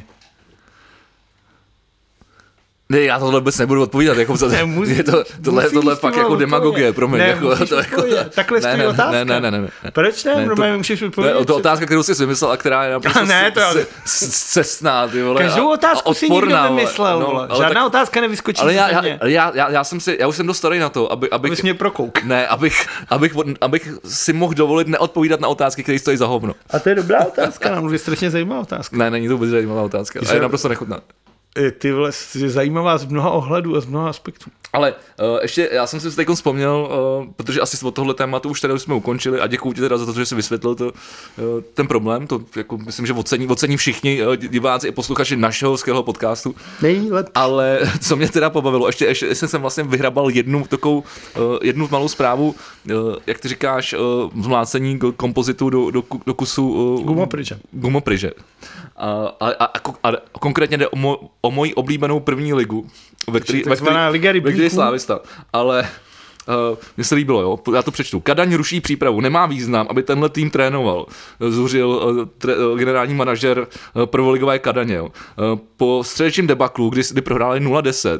Ne, já tohle vůbec nebudu odpovídat, jako tohle fakt jako demagogie, promiň. Ne, jako, to jako, takhle stojí otázka. Ne. Proč ne? Můžeš odpovědět. To je otázka, kterou jsi vymyslel a která je naprosto cestná, ty vole. Každou otázku si někdo vymyslel, vole. Žádná otázka nevyskočí. Ale já už jsem dost starý na to, abych mě prokouk. Ne, abych si mohl dovolit neodpovídat na otázky, které stojí za hovno. A to je dobrá otázka, nám je strašně zajímavá otázka. Ne, není to vůbec zajímavá otázka. A je naprosto nechutná. Ty vole, je zajímavá z mnoha ohledů a z mnoha aspektů. Ale ještě, já jsem si teď vzpomněl, protože asi od tohle tématu už tady jsme ukončili a děkuju ti teda za to, že jsi vysvětlil ten problém, to jako myslím, že ocení všichni diváci i posluchači našeho skvělého podcastu. Nejlepší. Ale co mě teda pobavilo, ještě jsem vlastně vyhrabal jednu jednu malou zprávu, jak ty říkáš, vmlácení kompozitu do kusu gumopryže. A konkrétně jde o moji oblíbenou první ligu, ve který je Slávista, ale mně se líbilo, jo, já to přečtu. Kadaň ruší přípravu, nemá význam, aby tenhle tým trénoval, zuřil generální manažer prvoligové Kadaně. Jo. Po středečním debaklu, kdy prohráli 0-10,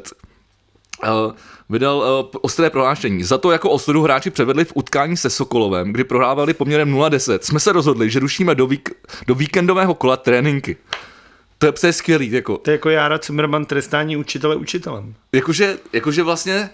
vydal ostré prohlášení. Za to jako ostudu hráči převedli v utkání se Sokolovem, kdy prohrávali poměrem 0-10. Jsme se rozhodli, že rušíme do víkendového kola tréninky. To je skvělý, jako. To je jako Jára Cimrman trestání učitele učitelem. Jakože vlastně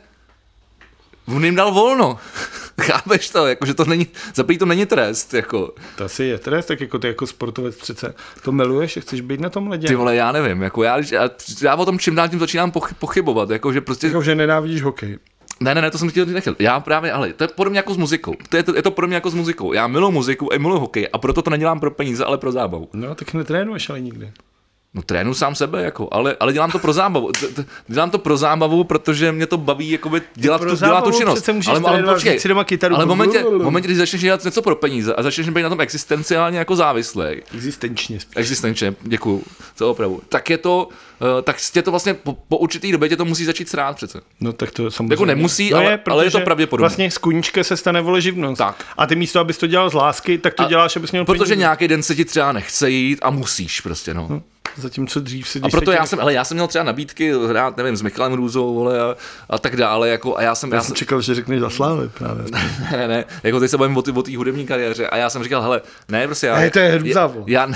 on jim dal volno. Chápeš to? Jakože to není, zaprý to není trest, jako. To asi je trest, tak jako ty jako sportovec přece to miluješ, chceš být na tom ledě. Ty vole, já nevím, jako já o tom čím dál tím začínám pochybovat, jakože prostě. Jakože nenávidíš hokej. Ne, to jsem chtěl nechtěl. Já právě, ale to je podobně jako s muzikou. Je to podobně jako s muzikou. Já miluji muziku a miluji hokej a proto to nedělám pro peníze, ale pro zábavu. No, tak netrénuješ ale nikdy. No trénu sám sebe, jako, ale dělám to pro zábavu. Dělám to pro zábavu, protože mě to baví jakoby dělat tu činnost. Ale počkej, ale v momentě, když začneš dělat něco pro peníze a začneš být na tom existenciálně jako závislý. Existenčně, děkuju, za opravu. Tak je to, tak tě to vlastně po určitý době tě to musí začít srát přece. No tak to samozřejmě. Jako nemusí, ale je to pravděpodobné. Vlastně z kůničky se stane vole živnost. Tak. A ty místo, abys to dělal z lásky, tak to děláš, abys měl protože nějaký den se ti třeba nechce jít a musíš prostě, no. Zatímco dřív si... A proto já jsem měl třeba nabídky hrát, nevím, s Michalem Růzou, vole, a tak dále, jako, a já jsem čekal, že řekneš za Slávy právě. ne, jako teď se bavím o té hudební kariéře a já jsem říkal, hele, ne, prostě já... to je Hrůza,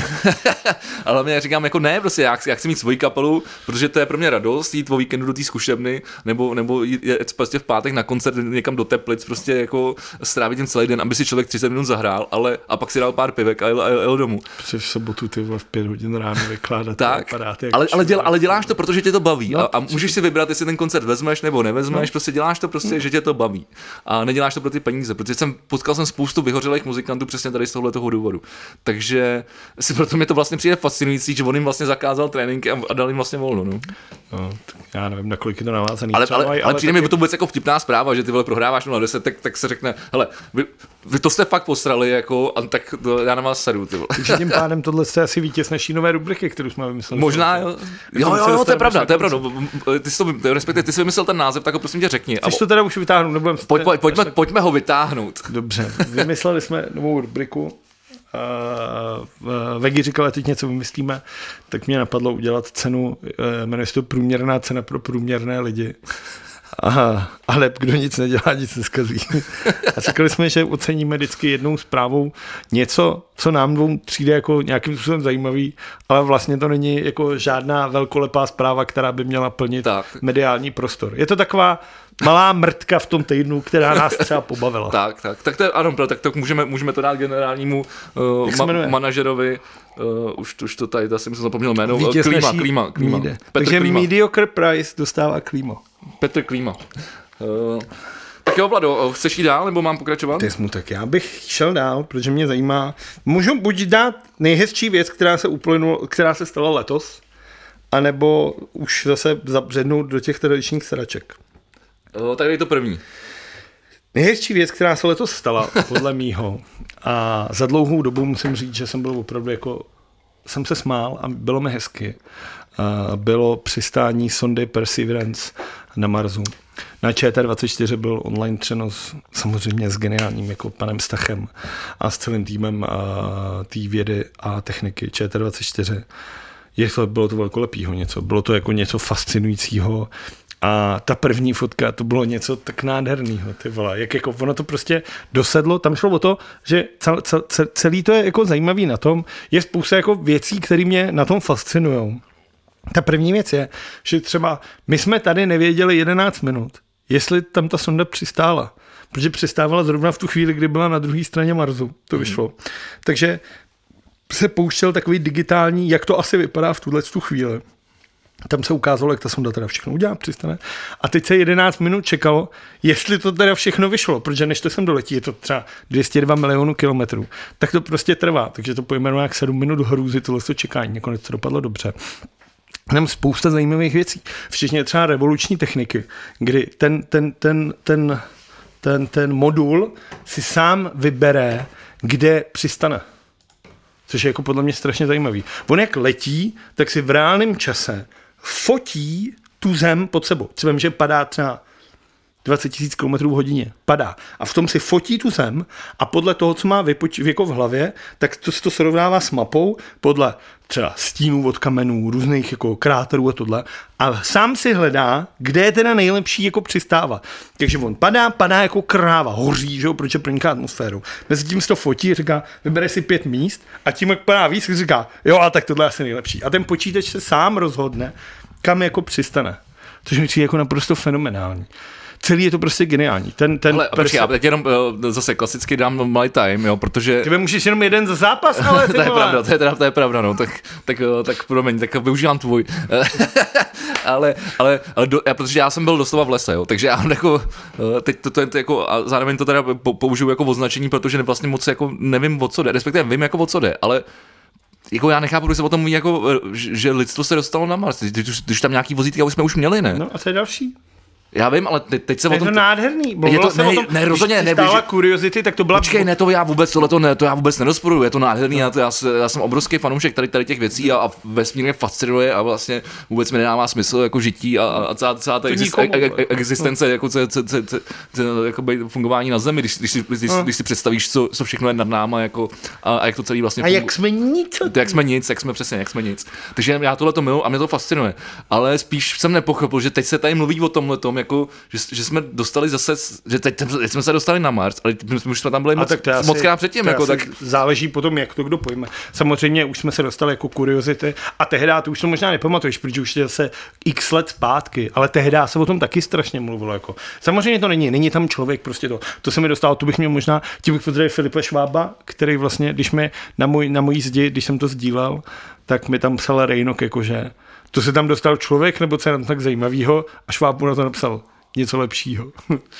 ale mě říkám, jako ne, prostě já chci mít svoji kapelu, protože to je pro mě radost jít o víkendu do té zkušebny, nebo jít prostě v pátek na koncert někam do Teplic, prostě jako strávit ten celý den, aby si člověk 30 minut zahrál, a pak si dal pár pivek a jel domů. Protože v sobotu ty vole v 5 hodin ráno vykládat tak, aparáty. Ale děláš to, protože tě to baví. No, a můžeš si vybrat, jestli ten koncert vezmeš nebo nevezmeš, prostě děláš to prostě, že tě to baví. A neděláš to pro ty peníze, protože potkal jsem spoustu vyhořelých muzikantů přesně tady z tohoto důvodu. Takže proto mě to vlastně přijde fascinující, že on jim vlastně zakázal tréninky a dal jim vlastně volno. No, já nevím, nakolik je to navázaný. Ale přijde mi to vůbec jako vtipná zpráva, že ty vole prohráváš 0-10, tak se řekne, hele, vy to jste fakt posrali, jako, a tak já na vás sedu, ty vole. Takže tím pádem tohle je asi vítěz naší nové rubriky, kterou jsme vymysleli. Možná, jo, to je pravda. Ty jsi vymyslel ten název, tak ho prosím tě řekni. Chceš to teda už vytáhnout? Pojďme ho vytáhnout. Dobře, vymysleli jsme novou rubriku. Vegi říkal, teď něco vymyslíme, tak mě napadlo udělat cenu, jmenuje se to průměrná cena pro průměrné lidi. Aha, ale kdo nic nedělá, nic neskazí. A říkali jsme, že oceníme vždycky jednou zprávou něco, co nám dvou přijde jako nějakým způsobem zajímavý, ale vlastně to není jako žádná velkolepá zpráva, která by měla plnit mediální prostor. Je to taková malá mrtka v tom týdnu, která nás třeba pobavila. Tak to je, ano, tak to můžeme to dát generálnímu manažerovi, už to tady, jsem se zapomněl jméno, Klíma. Takže mediocre price dostává Klíma. Petr Klíma. Tak jo, Vlado, chceš jít dál, nebo mám pokračovat? To je smutek, já bych šel dál, protože mě zajímá, můžu buď dát nejhezčí věc, která se stala letos, anebo už zase zabřednout do těch tradičních sedaček. Tak je to první. Nejhezčí věc, která se letos stala, podle mýho, a za dlouhou dobu musím říct, že jsem byl opravdu jako, jsem se smál a bylo mi hezky. Bylo přistání sondy Perseverance na Marsu. Na ČT24 byl online přenos samozřejmě s geniálním jako panem Stachem a s celým týmem té vědy a techniky ČT24. Bylo to velkolepýho něco, bylo to jako něco fascinujícího. A ta první fotka, to bylo něco tak nádherného, ty vole, jak jako ono to prostě dosedlo, tam šlo o to, že celý to je jako zajímavý na tom, je spousta jako věcí, které mě na tom fascinujou. Ta první věc je, že třeba my jsme tady nevěděli 11 minut, jestli tam ta sonda přistála, protože přistávala zrovna v tu chvíli, kdy byla na druhé straně Marsu, to vyšlo. Takže se pouštěl takový digitální, jak to asi vypadá v tu chvíli. Tam se ukázalo, jak ta sonda teda všechno udělá, přistane. A teď se 11 minut čekalo, jestli to teda všechno vyšlo, protože než to sem doletí, je to třeba 202 milionů kilometrů, tak to prostě trvá. Takže to pojmenuje jak 7 minut hrůzy, tohle čekání. Nakonec to dopadlo dobře. Tam spousta zajímavých věcí, včetně třeba revoluční techniky, kdy ten modul si sám vybere, kde přistane. Což je jako podle mě strašně zajímavý. On jak letí, tak si v reálném čase fotí tu zem pod sebou. Třeba vím, že padá třeba 20 000 km hodině. Padá. A v tom si fotí tu zem a podle toho, co má jako v hlavě, tak to srovnává s mapou podle třeba stínů od kamenů, různých jako kráterů a tohle. A sám si hledá, kde je teda nejlepší jako přistávat. Takže on padá jako kráva, hoří, že jo, protože proniká atmosféru. Mezitím se to fotí, říká, vybere si 5 míst a tím, jak padá víc, říká, jo, a tak tohle je asi nejlepší. A ten počítač se sám rozhodne, kam jako přistane. Což mi přijde jako naprosto fenomenální. Celý je to prostě geniální. Ale počkej, já teď jenom zase klasicky dám malý time, jo, protože... Ty můžeš jenom jeden za zápas, ale to je pravda, to je pravda, no, tak promiň, tak využívám tvůj. ale protože já jsem byl doslova v lese, jo, takže já jako, teď to jako, a zároveň to teda použiju jako označení, protože vlastně moc jako nevím, o co jde, respektive vím, jako o co jde, ale jako já nechápu, když se o tom mluví, jako, že lidstvo se dostalo na Mars, když tam nějaký vozítka už jsme už měli, ne? No a co je další? Já vím, ale teď se o tom... Je to nádherný. Je to, ne, rozhodně ne. Stála Curiosity, tak to byla... Počkej, ne, to já vůbec nerozporuju, je to nádherný, já jsem obrovský fanoušek tady těch věcí a vesmír mě fascinuje a vlastně vůbec mi nedává smysl jako žití a celá ta existence, jako fungování na Zemi, když si představíš, co všechno je nad náma, jako, a jak to celý vlastně funguje. A jak jsme nic. Jak jsme nic. Takže já tohle to miluji a mě to fascinuje. Ale spíš jsem nepochopil, že teď se tady mluví o tomhletom, jako, že jsme dostali zase, že teď jsme se dostali na Mars, ale my už jsme tam byli moc krát předtím. Jako, tak... Záleží potom, jak to kdo pojme. Samozřejmě už jsme se dostali jako Curiosity a tehdy, to už to možná nepamatuješ, protože už je zase x let zpátky, ale tehdy se o tom taky strašně mluvilo. Jako. Samozřejmě to není tam člověk, prostě to se mi dostalo, to bych měl možná, tím bych pozdravil Filipa Švába, který vlastně, když mi na mojí zdi, když jsem to sdílel, tak mi tam psal Rejnok, jakože to se tam dostal člověk, nebo co je tam tak zajímavýho a Šváb na to napsal něco lepšího.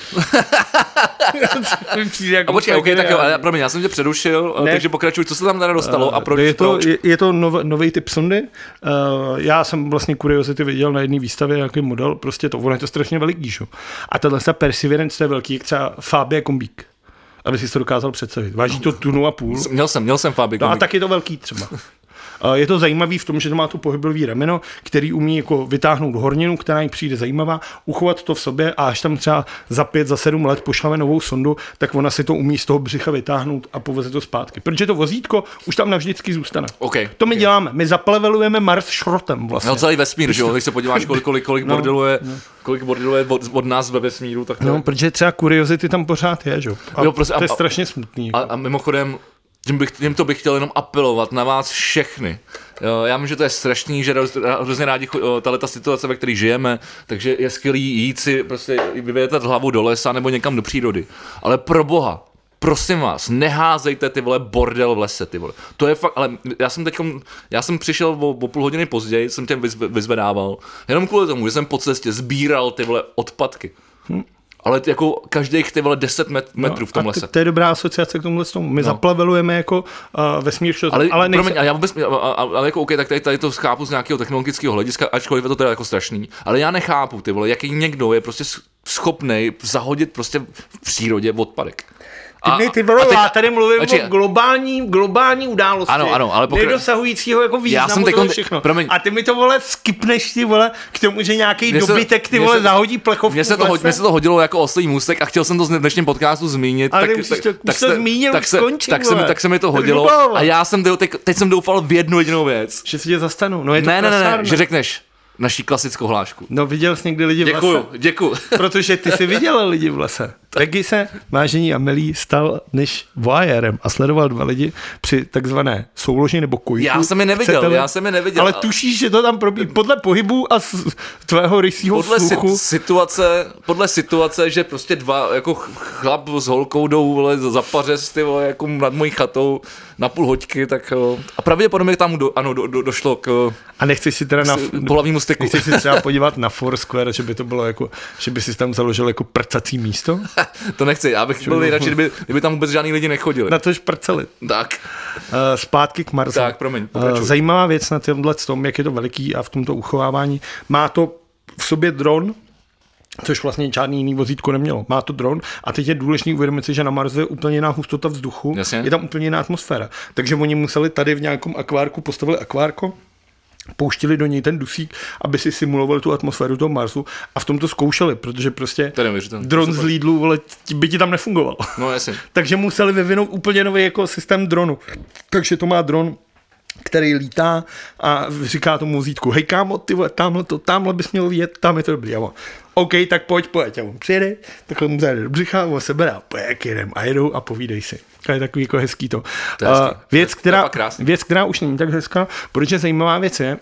A počkej, okay, tak jo, ale promiň, já jsem tě přerušil, takže pokračuj, co se tam teda dostalo a proč? Je to nový typ sondy. Já jsem vlastně Curiosity viděl na jedné výstavě nějaký model, prostě ono je to strašně veliký, šo? A tahle Perseverance, to je velký, jak třeba Fabie kombík. Aby si to dokázal představit. Váží to 1,5 tunu. Měl jsem Fabie kombík. No a tak je to velký třeba. Je to zajímavý v tom, že to má to pohybový rameno, který umí jako vytáhnout horninu, která jí přijde zajímavá, uchovat to v sobě a až tam třeba za 5, za 7 let pošleme novou sondu, tak ona si to umí z toho břicha vytáhnout a poveze to zpátky. Protože to vozítko už tam navždycky zůstane. To my děláme. My zaplevelujeme Mars šrotem vlastně. No celý vesmír, že jo? Když se podíváš, kolik bordelů je od nás ve vesmíru, tak to... No, protože třeba kuriozity tam pořád je, že jo? To je strašně smutný. A mimochodem, tímto bych chtěl jenom apelovat na vás všechny. Já vím, že to je strašný, že hrozně rádi tato situace, ve které žijeme, takže je skvělý jít si prostě vyvětat hlavu do lesa nebo někam do přírody. Ale pro Boha, prosím vás, neházejte ty vole bordel v lese, ty vole. To je fakt, ale já jsem přišel o půl hodiny později, jsem tě vyzvedával, jenom kvůli tomu, že jsem po cestě sbíral ty vole odpadky. Ale jako každých ty vole 10 metrů v tom lese. To je dobrá asociace k tomuhle tomu. My zaplevelujeme jako vesmír. Ale promiň, ale jako OK, tak tady to chápu z nějakého technologického hlediska, ačkoliv je to teda jako strašný. Ale já nechápu, ty vole, jaký někdo je prostě schopnej zahodit prostě v přírodě odpadek. Já tady mluvím o globální události. Ano, ale nedosahujícího jako významu toho všechno. Promiň. A ty mi to vole skipneš ty vole k tomu, že nějaký dobytek ty vole zahodí plechovku. Mně se to hodilo jako oslý můstek a chtěl jsem to v dnešním podcastu zmínit. Ale tak se mi to hodilo a já jsem teď jsem doufal v jednu jedinou věc. Že si tě zastanu. No je to ne, že řekneš naší klasickou hlášku. No viděl jsi někdy lidi v lese? Děkuju. Protože ty jsi viděl lidi v lese. Taky se vážení a milí stal než voyérem a sledoval 2 lidi při takzvané souloži nebo kojku. Já jsem je neviděl. Ale tušíš, že to tam probíhá podle pohybu a tvého rysího sluchu. Podle situace, že prostě 2 jako chlap s holkou jdou vole, za pařez ty vole, jako nad mojí chatou na půl hoďky, tak a pravděpodobně tam došlo k a nechceš si teda pohlavnímu styku. Nechceš si třeba podívat na Foursquare, že by to bylo jako, že by si tam založil jako prcací místo? To nechci, já bych byl nejradši, kdyby tam vůbec žádný lidi nechodili. Na to šprceli. Tak. Zpátky k Marsu. Tak, promiň, pokračuj. Zajímavá věc na tomhle tom, jak je to veliký a v tomto uchovávání. Má to v sobě dron, což vlastně žádný jiný vozítko nemělo. Má to dron a teď je důležité uvědomit si, že na Marsu je úplně jiná hustota vzduchu, Jasně. Je tam úplně jiná atmosféra. Takže oni museli tady v nějakém akvárku postavili akvárko, pouštili do něj ten dusík, aby si simulovali tu atmosféru toho Marsu a v tom to zkoušeli, protože prostě dron z Lidlu, vole, by ti tam nefungoval. No jasně. Takže museli vyvinout úplně nový jako systém dronu. Takže to má dron, který lítá a říká tomu vozítku, hej kámo, ty vole, tamhle bys měl jet, tam je to dobrý. A on, OK, tak pojď. A on přijede, takhle mu zajde do břicha, on se bere a pojď, jedem a jedou a povídej si. To je takový jako hezký to. Věc, která už není tak hezká, protože zajímavá věc je,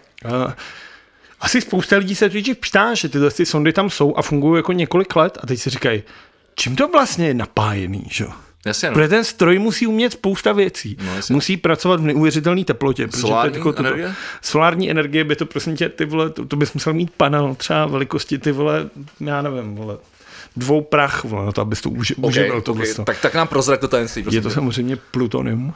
asi spousta lidí se totiž ptá, že tyhle sondy tam jsou a fungují jako několik let a teď si říkají, čím to vlastně je napájený, že? Jasně, no. Protože ten stroj musí umět spousta věcí. No, musí pracovat v neuvěřitelné teplotě. Solární energie by to prosím tě, ty vole, to bys musel mít panel třeba velikosti, ty vole, já nevím, vole, 2 prach, vole, na to, abys to uživil. Okay. Tak nám prozrať to tajemství. Je to samozřejmě plutonium.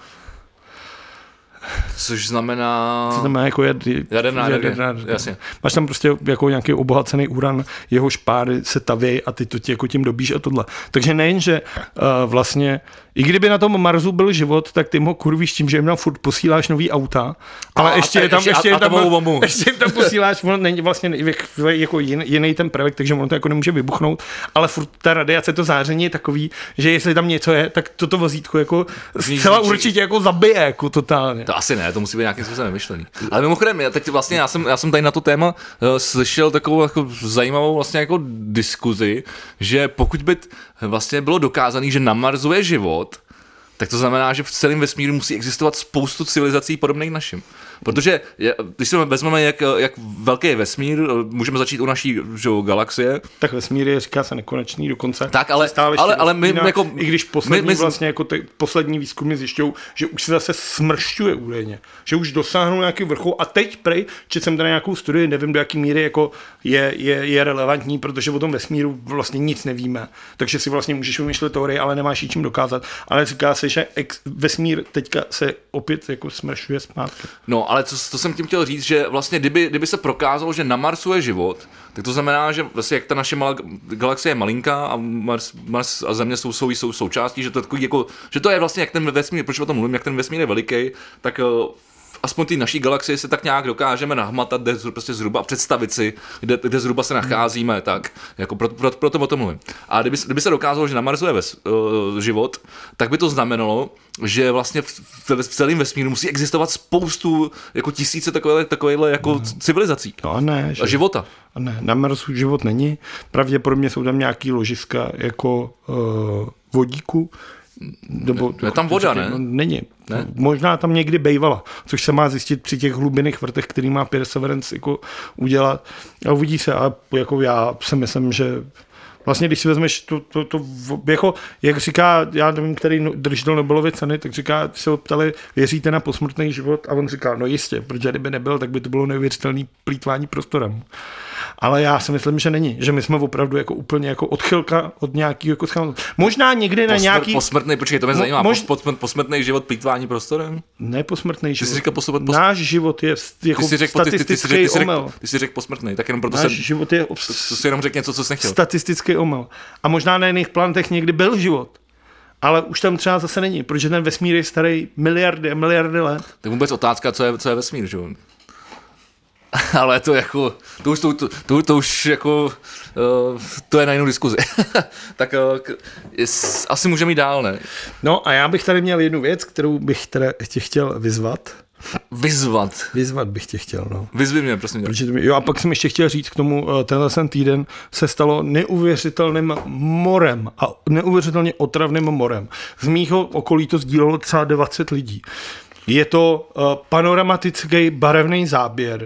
Což znamená jako jaderná energie. Jasně. Máš tam prostě jako nějaký obohacený uran, jehož páry se tavějí a ty to ti jako tím dobíš a tohle. Takže nejen, že vlastně, i kdyby na tom Marsu byl život, tak ty ho kurvíš tím, že jim tam furt posíláš nový auta, ale ještě jim tam posíláš, není vlastně jako jiný ten prvek, takže ono to jako nemůže vybuchnout, ale furt ta radiace, to záření je takový, že jestli tam něco je, tak toto vozítko jako zcela určitě jako zabije jako totálně. To asi ne, to musí být nějakým způsobem vymyšlený. Ale mimochodem, já jsem tady na to téma slyšel takovou jako zajímavou vlastně jako diskuzi, že pokud by vlastně bylo dokázané, že na Marsu je život, tak to znamená, že v celém vesmíru musí existovat spoustu civilizací podobných našim. Protože když si vezmeme, jak velký je vesmír, můžeme začít u naší galaxie. Tak vesmír je, říká se, nekonečný dokonce. Tak, ale my jako... I když vlastně jako poslední výzkumy zjišťují, že už se zase smršťuje údajně. Že už dosáhnou nějaký vrchol a teď četl jsem tady nějakou studii, nevím do jaký míry jako je relevantní, protože o tom vesmíru vlastně nic nevíme. Takže si vlastně můžeš vymýšlet teorie, ale nemáš čím dokázat. Ale říká se, že vesmír teďka se opět jako smršťuje zpátky. No, ale to jsem tím chtěl říct, že vlastně kdyby se prokázalo, že na Marsu je život, tak to znamená, že vlastně jak ta naše galaxie je malinká a Mars a Země jsou součástí, že to je takový jako, že to je vlastně jak ten vesmír, proč o tom mluvím, jak ten vesmír je veliký, tak aspoň ty naší galaxie se tak nějak dokážeme nahmatat, kde prostě zhruba představit si, kde zhruba se nacházíme, tak jako proto o tom mluvím. A kdyby se dokázalo, že na Marsu je život, tak by to znamenalo, že vlastně v celém vesmíru musí existovat spoustu, jako tisíce takovéhle jako civilizací. No a ne. A života. A ne, na Marsu život není. Pravděpodobně jsou tam nějaký ložiska jako vodíku. Je tam voda, ne? No, není. Ne? Možná tam někdy bejvala, což se má zjistit při těch hlubinných vrtech, který má Perseverance jako udělat. A uvidí se. A jako já si myslím, že vlastně, když si vezmeš to jako, jak říká, já nevím, který držitel Nobelovy ceny, tak říká, se ho ptali, věříte na posmrtný život? A on říká, no jistě, protože kdyby nebyl, tak by to bylo neuvěřitelné plýtvání prostorem. Ale já si myslím, že není, že my jsme opravdu jako úplně jako odchylka od nějakého jako schématu. Možná někdy na nějaký... Posmrtný, počkej, to mě zajímá, posmrtný život plýtvání prostorem? Ne posmrtný život. Ty jsi říkal náš život je jako statistický omyl. Ty jsi řekl posmrtný, tak jenom proto náš život je... To si jenom řekl něco, co jsi nechtěl. Statistický omyl. A možná na jiných planetech někdy byl život. Ale už tam třeba zase není, protože ten vesmír je starý miliardy a miliardy let. To je vůbec otázka, co je vesmír, že jo? Ale to jako, to už jako, to je na jinou diskuzi. Tak asi můžeme jít dál, ne? No a já bych tady měl jednu věc, kterou bych teda tě chtěl vyzvat. Vyzvat bych tě chtěl, no. Vyzvi mě, prosím. Jo, a pak jsem ještě chtěl říct k tomu, tenhle týden se stalo neuvěřitelným morem a neuvěřitelně otravným morem. Z mýho okolí to sdílelo třeba 20 lidí. Je to panoramatický barevný záběr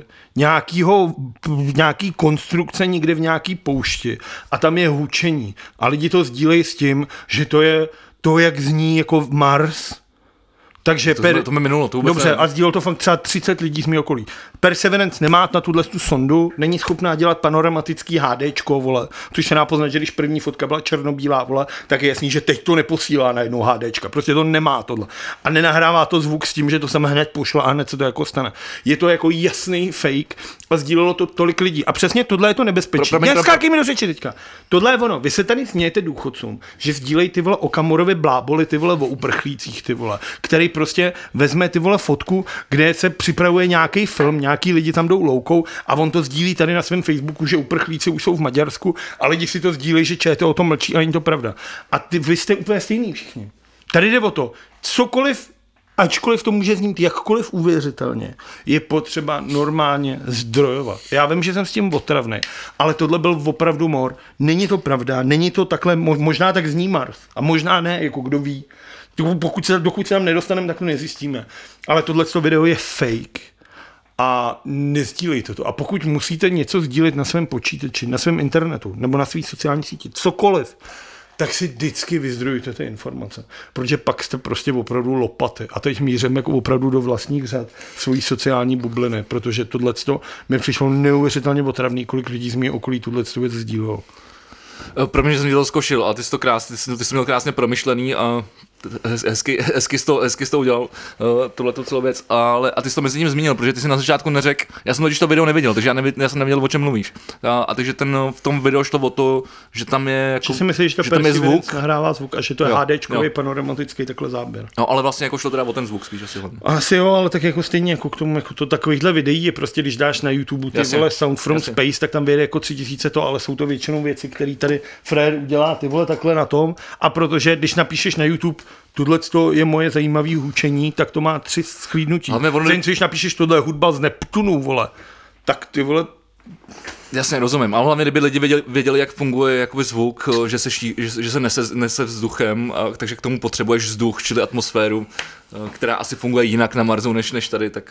nějaký konstrukce někde v nějaký poušti a tam je hučení. A lidi to sdílejí s tím, že to je to, jak zní jako Mars. Takže to mi minulo. To dobře, a sdílelo to fakt třeba 30 lidí z mého okolí. Perseverance nemá na tuhle sondu, není schopná dělat panoramatický HDčko, vole, což se dá poznat, že když první fotka byla černobílá, vole, tak je jasný, že teď to neposílá na jednou HDčka. Prostě to nemá tohle. A nenahrává to zvuk s tím, že to sem hned pošle a hned se to jako stane. Je to jako jasný fake a sdílelo to tolik lidí. A přesně tohle je to nebezpečí. Neskákej mi do řeči teďka. Tohle je ono. Vy se tady smějete důchodcům, že sdílejí ty vole Okamurovi bláboli, ty vole o uprchlících, ty vole, který prostě vezme ty vole fotku, kde se připravuje nějaký film, nějaký lidi tam jdou loukou a on to sdílí tady na svém Facebooku, že uprchlíci už jsou v Maďarsku a lidi si to sdílejí, že ČT o tom mlčí a není to pravda. A vy jste úplně stejný všichni. Tady jde o to, cokoliv, ačkoliv to může znít jakkoliv uvěřitelně, je potřeba normálně zdrojovat. Já vím, že jsem s tím otravný, ale tohle byl opravdu mor. Není to pravda, není to takhle, možná tak zní Mars a možná ne, jako kdo ví. Dokud se tam nedostaneme, tak to nezjistíme. Ale tohleto video je fake a nesdílejte to. A pokud musíte něco sdílet na svém počítači, na svém internetu nebo na svých sociálních sítích, cokoliv, tak si vždycky vyzdrojujte ty informace. Protože pak jste prostě opravdu lopaty. A teď mířím jako opravdu do vlastních řad svojí sociální bubliny, protože tohleto mi přišlo neuvěřitelně otravný, kolik lidí z mého okolí tohleto věc sdílelo. Pro mě, že jsem dělal zkošil a ty jsi měl krásně promyšlený a hezky jsi to udělal, tuhleto celou věc, a ty jsi to mezi ním zmínil, protože ty jsi na začátku neřekl, já jsem totiž to video neviděl, takže já jsem nevěděl, o čem mluvíš. A takže v tom videu šlo o to, že tam je jako, že si myslíš, že tam je zvuk, nahrává zvuk a že to je HDčkový panoramatický takhle záběr. No, ale vlastně jako šlo teda o ten zvuk spíš asi hlavně. Asi jo, ale tak jako stejně jako k tomu, jako to takovýchhle videí je prostě, když dáš na YouTube ty vole Sound from Space, tak tam vyjde jako 3000 to, ale jsou to většinou věci, které tady Fred udělá ty vole takhle na tom, a protože když napíšeš na YouTube tohleto je moje zajímavé hučení, tak to má 3 schlídnutí. Když napíšeš tohle hudba z Neptunu, vole, tak ty vole... Jasně, rozumím. Ale hlavně, kdyby lidi věděli, jak funguje jakoby zvuk, že se nese vzduchem, takže k tomu potřebuješ vzduch, čili atmosféru, která asi funguje jinak na Marsu než tady, tak...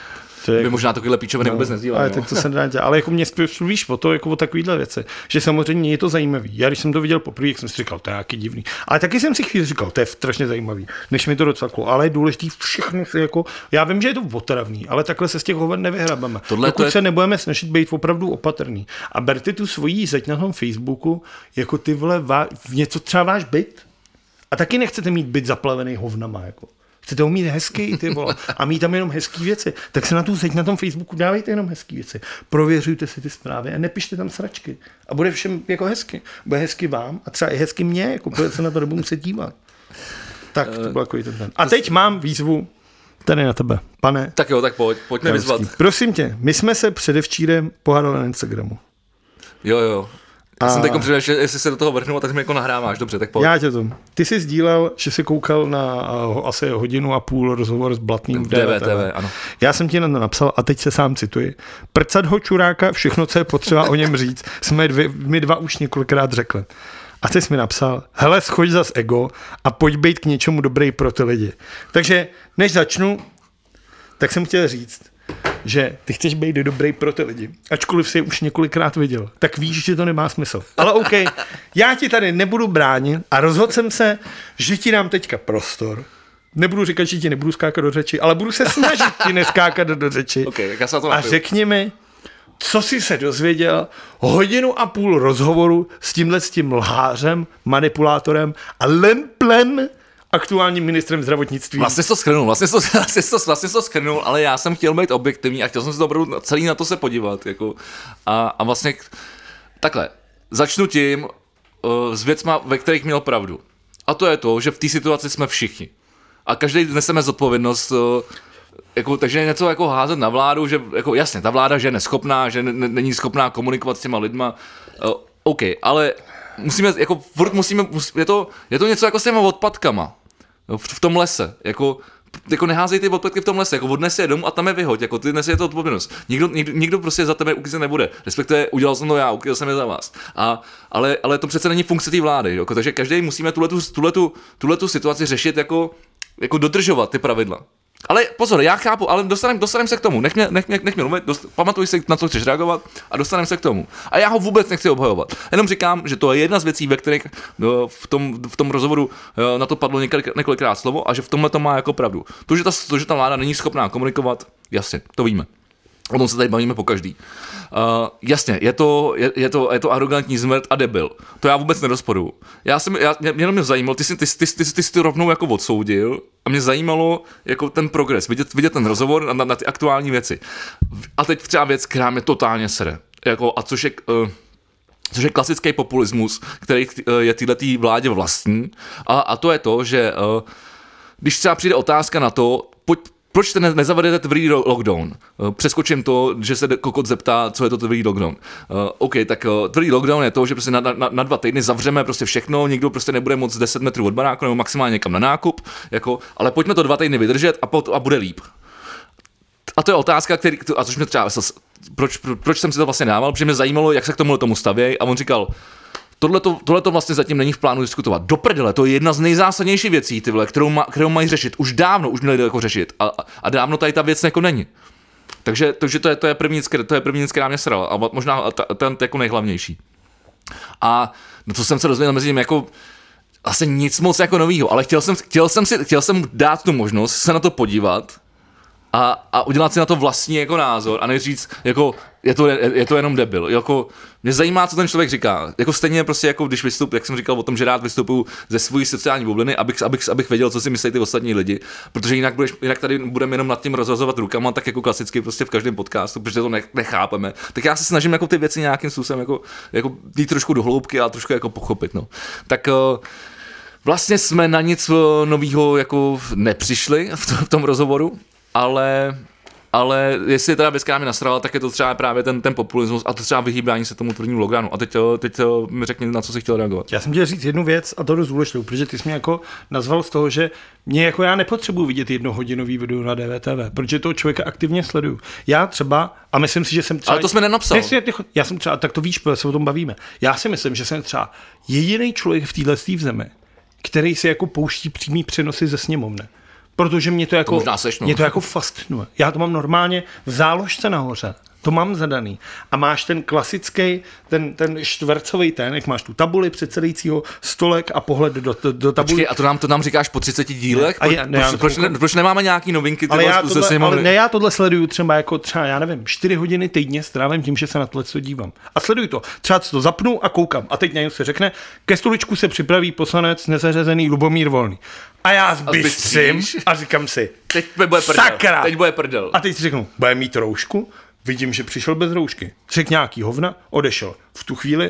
by možná takovýhle píčoviny vůbec nezdílel. Ale tak to se nedá dělat. Ale jako mě víš o to, jako o takovýhle věci, že samozřejmě je to zajímavý. Já když jsem to viděl poprvé, jak jsem si říkal, to je nějaký divný. Ale taky jsem si chvíli říkal, to je strašně zajímavý, než mi to docvaklo. Ale je důležitý všechno si jako, já vím, že je to otravný, ale takhle se z těch hovor nevyhrabeme. Dokud se nebudeme snažit být opravdu opatrný. A berte tu svoji zeď na tom Facebooku, jako ty vole, něco třeba váš byt. A taky nechcete mít byt zaplavený hovnama, jako. Chcete ho mít hezký, ty vole, a mít tam jenom hezký věci, tak se na tu zeď na tom Facebooku dávejte jenom hezký věci. Prověřujte si ty zprávy a nepište tam sračky. A bude všem jako hezky. Bude hezky vám a třeba i hezky mě, jako se na to nebudu muset dívat. Tak to byl takový ten. A teď mám výzvu Tady na tebe, pane. Tak jo, tak pojď mě vyzvat. Prosím tě, my jsme se předevčírem pohádali na Instagramu. Jo. Já jsem teď přemýšlel, jestli se do toho vrhnu a tak mi jako nahráváš. Dobře, tak pojď. Já tě to. Ty jsi sdílel, že jsi koukal na asi 1.5 hodiny rozhovor s Blatným v DVTV. Ano. Já jsem ti na to napsal a teď se sám cituji. Prcat ho čuráka, všechno, co je potřeba o něm říct, jsme my dva už několikrát řekli. A ty jsi mi napsal, hele, schoď zas ego a pojď být k něčemu dobrý pro ty lidi. Takže než začnu, tak jsem chtěl říct, že ty chceš být dobrý pro ty lidi, ačkoliv jsi je už několikrát viděl, tak víš, že to nemá smysl. Ale OK, já ti tady nebudu bránit a rozhodl jsem se, že ti dám teďka prostor. Nebudu říkat, že ti nebudu skákat do řeči, ale budu se snažit ti neskákat do řeči. Okay, tak já se to a řekni mi, co jsi se dozvěděl 1.5 hodiny rozhovoru s tím lhářem, manipulátorem a lemplem, aktuálním ministrem zdravotnictví. Vlastně to skrnul, ale já jsem chtěl být objektivní a chtěl jsem se to opravdu celý na to se podívat. Jako, a vlastně takhle, začnu tím s věcma, ve kterých měl pravdu. A to je to, že v té situaci jsme všichni. A každý neseme zodpovědnost, jako, takže něco jako házet na vládu, že jako, jasně, ta vláda, že je neschopná, že není schopná komunikovat s těma lidma, OK, ale musíme, jako, je to něco jako s těma odpadkama. V tom lese, jako neházej ty odpadky v tom lese, jako odnes je domů a tam je vyhoď, jako ty nesi je to odpovědnost. Nikdo prostě za tebe uklízet nebude, respektive udělal jsem to já, uklízel jsem je za vás. Ale to přece není funkce té vlády, jako, takže každý musíme tuhletu situaci řešit jako dodržovat ty pravidla. Ale pozor, já chápu, ale dostaneme se k tomu, nech mě mluvit, pamatuj si, na co chceš reagovat a dostaneme se k tomu. A já ho vůbec nechci obhajovat. Jenom říkám, že to je jedna z věcí, ve kterých v tom rozhovoru na to padlo několikrát slovo a že v tomhle to má jako pravdu. To, že ta vláda není schopná komunikovat, jasně, to víme. O tom se tady bavíme pokaždý. Jasně, je to arrogantní zmrt a debil. To já vůbec nerozporuju. Jenom mě zajímalo, ty jsi to rovnou jako odsoudil a mě zajímalo jako ten progres, vidět ten rozhovor na ty aktuální věci. A teď třeba věc, která mě totálně sere. Jako, a což je klasický populismus, který je téhletý vládě vlastní. A to je to, že když třeba přijde otázka na to, proč nezavedete tvrdý lockdown? Přeskočím to, že se kokot zeptá, co je to tvrdý lockdown. OK, tak tvrdý lockdown je to, že prostě na 2 týdny zavřeme prostě všechno, nikdo prostě nebude moc 10 metrů od baráku nebo maximálně někam na nákup, jako, ale pojďme to 2 týdny vydržet a bude líp. A to je otázka, a což mě třeba, proč jsem si to vlastně dával, protože mě zajímalo, jak se k tomu stavějí a on říkal, tohleto vlastně zatím není v plánu diskutovat. Do prdele, to je jedna z nejzásadnějších věcí, ty vole, kterou mají řešit. Už měli jako řešit. A dávno tady ta věc jako není. Takže to je první věc, která mě srala. A možná ten jako nejhlavnější. A no to jsem se dozvěděl mezi tím jako asi nic moc jako novýho, ale chtěl jsem dát tu možnost se na to podívat a udělat si na to vlastní jako názor a než říct, jako je to jenom debil. Jako, mě zajímá, co ten člověk říká. Jako stejně prostě, jako když vystupuji, jak jsem říkal o tom, že rád vystupuju ze svojí sociální bubliny, abych věděl, co si myslí ty ostatní lidi, protože jinak tady budeme jenom nad tím rozhazovat rukama, tak jako klasicky prostě v každém podcastu, protože to nechápeme. Tak já se snažím jako ty věci nějakým způsobem jako jít trošku do hloubky a trošku jako pochopit, no. Tak vlastně jsme na nic novýho jako nepřišli v tom rozhovoru. Ale jestli je teda věc, která mě nasrala, tak je to třeba právě ten populismus a to třeba vyhýbání se tomu tvrdému lockdownu. A teď mi řekni, na co jsi chtěl reagovat. Já jsem chtěl říct jednu věc a to dost důležitou, protože ty jsi mě jako nazval z toho, že já nepotřebuji vidět 1hodinový video na DVTV, protože toho člověka aktivně sleduju. Já třeba, a myslím si, že jsem třeba... Ale to jsme nenapsal. Já jsem třeba, tak to víš, protože se o tom bavíme. Já si myslím, že jsem třeba jediný člověk v téhle zemi, který si jako pouští přímý přenosy ze sněmovny. Protože mě to jako fascinuje. Já to mám normálně v záložce nahoře. To mám zadaný. A máš ten klasický, ten čtvercový jak máš tu tabuli předsedajícího, stolek a pohled do tabuli. Počkej, a to nám říkáš po 30 dílech? Proč nemáme nějaký novinky? Ale já tohle sleduju třeba, já nevím, 4 hodiny týdně strávím tím, že se na tohle dívám. A sleduju to. Třeba to zapnu a koukám. A teď někdo se řekne, ke stoličku se připraví poslanec nezařazený Lubomír Volný. A já zbystřím a říkám si, teď bude prdel. Sakra! Teď bude prdel. A teď si řeknu, bude mít roušku? Vidím, že přišel bez roušky. Řekl nějaký hovna, odešel. V tu chvíli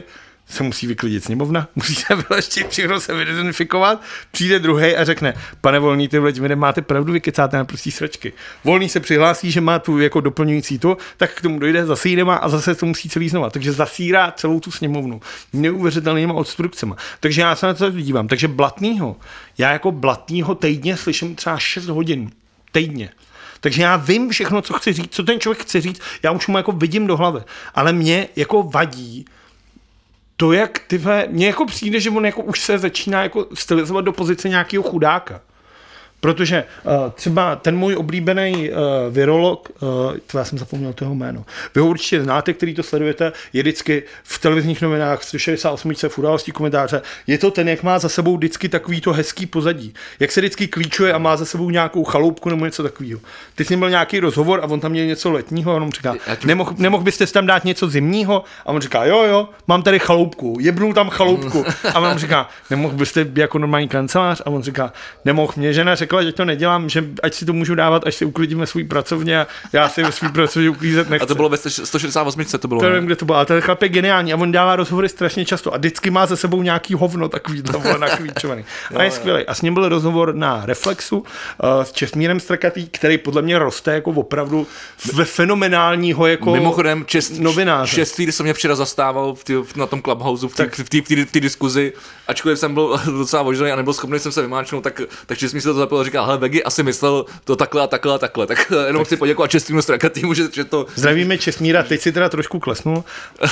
se musí vyklidit sněmovna, musí se vyleštit, všechno se vydezinfikovat, přijde druhej a řekne, pane Volný, ty vy nemáte pravdu, vy kecáte na prostý sračky. Volný se přihlásí, že má tu jako doplňující to, tak k tomu dojde, zase ji nemá a zase to musí celý znova. Takže zasírá celou tu sněmovnu neuvěřitelnýma obstrukcemi. Takže já se na to dívám. Takže Blatnýho, já jako Blatnýho týdně slyším třeba 6 hodin týdně. Takže já vím všechno, co chci říct, co ten člověk chce říct, já už mu jako vidím do hlavy. Ale mě jako vadí to, jak mně jako přijde, že on jako už se začíná jako stylizovat do pozice nějakého chudáka. Protože třeba ten můj oblíbený virolog, já jsem zapomněl toho jméno, vy ho určitě znáte, který to sledujete, je vždycky v televizních novinách 168 v události komentáře, je to ten, jak má za sebou vždycky takový to hezký pozadí, jak se vždycky klíčuje a má za sebou nějakou chaloupku nebo něco takového. Teď s ním byl nějaký rozhovor a on tam měl něco letního a on mu říká, nemohl byste tam dát něco zimního? A on říká, jo, mám tady chaloupku, jebnul tam chaloupku. A on říká, nemohl byste jako normální kancelář? A on říká, nemohl, mě žena řekla, že to nedělám, že ať si to můžu dávat, až si uklidíme svůj pracovně a já si ve svůj pracovně uklízet nechci. A to bylo ve 168, to bylo. To nevím, kde to bylo, ale ten chlap je geniální a on dává rozhovory strašně často a vždycky má za sebou nějaký hovno takový naklíčovaný. A je skvělý. A s ním byl rozhovor na Reflexu s Čestmírem Strkatý, který podle mě roste jako opravdu ve fenomenálního jako mimochodem novináře. Čestmír se mě včera zastával na tom Clubhouse v té diskuzi, ačkoliv jsem byl docela možný a nebyl schopný jsem se vymáčknout, tak Čestmír se to zapojil a říkal, hele, Vegi asi myslel to takhle a takhle a takhle. Tak jenom chci poděkovat Čestmíru Strakatýmu, že to... Zdravíme Čestmíra, teď si teda trošku klesnul.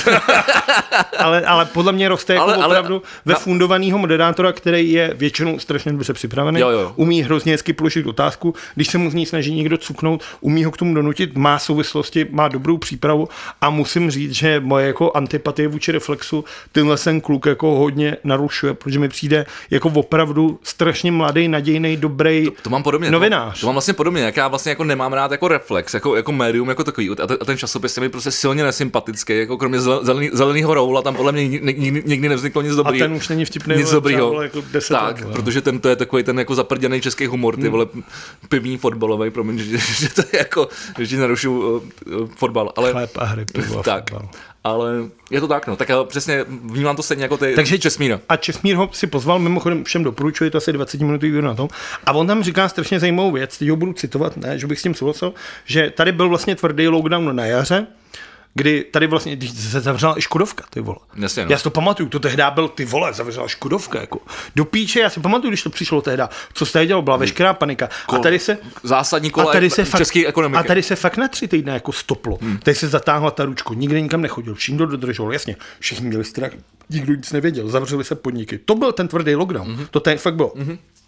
ale podle mě roste jako opravdu ve fundovanýho moderátora, který je většinou strašně dobře připravený, umí hrozně hezky položit otázku, když se mu z ní snaží někdo cuknout, umí ho k tomu donutit, má souvislosti, má dobrou přípravu a musím říct, že moje jako antipatie vůči Reflexu tenhle ten kluk jako hodně narušuje, protože mi přijde jako opravdu strašně mladý, nadějný, dobrý to mám podobně, novinář. To mám vlastně podobně, jak já vlastně jako nemám rád jako Reflex, jako médium, jako takový. A ten časopis je mi prostě silně nesympatický, jako kromě zeleného roula, tam podle mě nikdy nevzniklo nic dobrýho. A ten už není vtipný, nic dobrýho. Jako 10 tak, let, protože to je takový ten jako zaprděný český humor, ty vole pivní fotbalový, promiň, že to je jako, že ti narušu fotbal, ale chléb a hry, pivo a fotbal. Ale je to tak, no. Tak přesně vnímám to stejně jako ty. Takže Čestmíra. A Čestmír ho si pozval, mimochodem všem doporučuje, to asi 20 minutový video na tom. A on tam říká strašně zajímavou věc, teď ho budu citovat, ne, že bych s tím souhlasil, že tady byl vlastně tvrdý lockdown na jaře, kdy tady vlastně, když se zavřela i Škodovka, ty vole. Jasně, no. Já si to pamatuju, to tehdy byl, ty vole, zavřela Škodovka, jako. Do píče, já si pamatuju, když to přišlo tehdy, co se tady dělalo, byla veškerá panika. A tady se zásadní kola české ekonomiky. A tady se fakt na 3 týdny jako stoplo. Tady se zatáhla ta ručko, nikde nikam nechodil, všichni dodržoval, jasně, všichni měli strach, nikdo nic nevěděl, zavřeli se podniky. To byl ten tvrdý lockdown, to ten fakt bylo.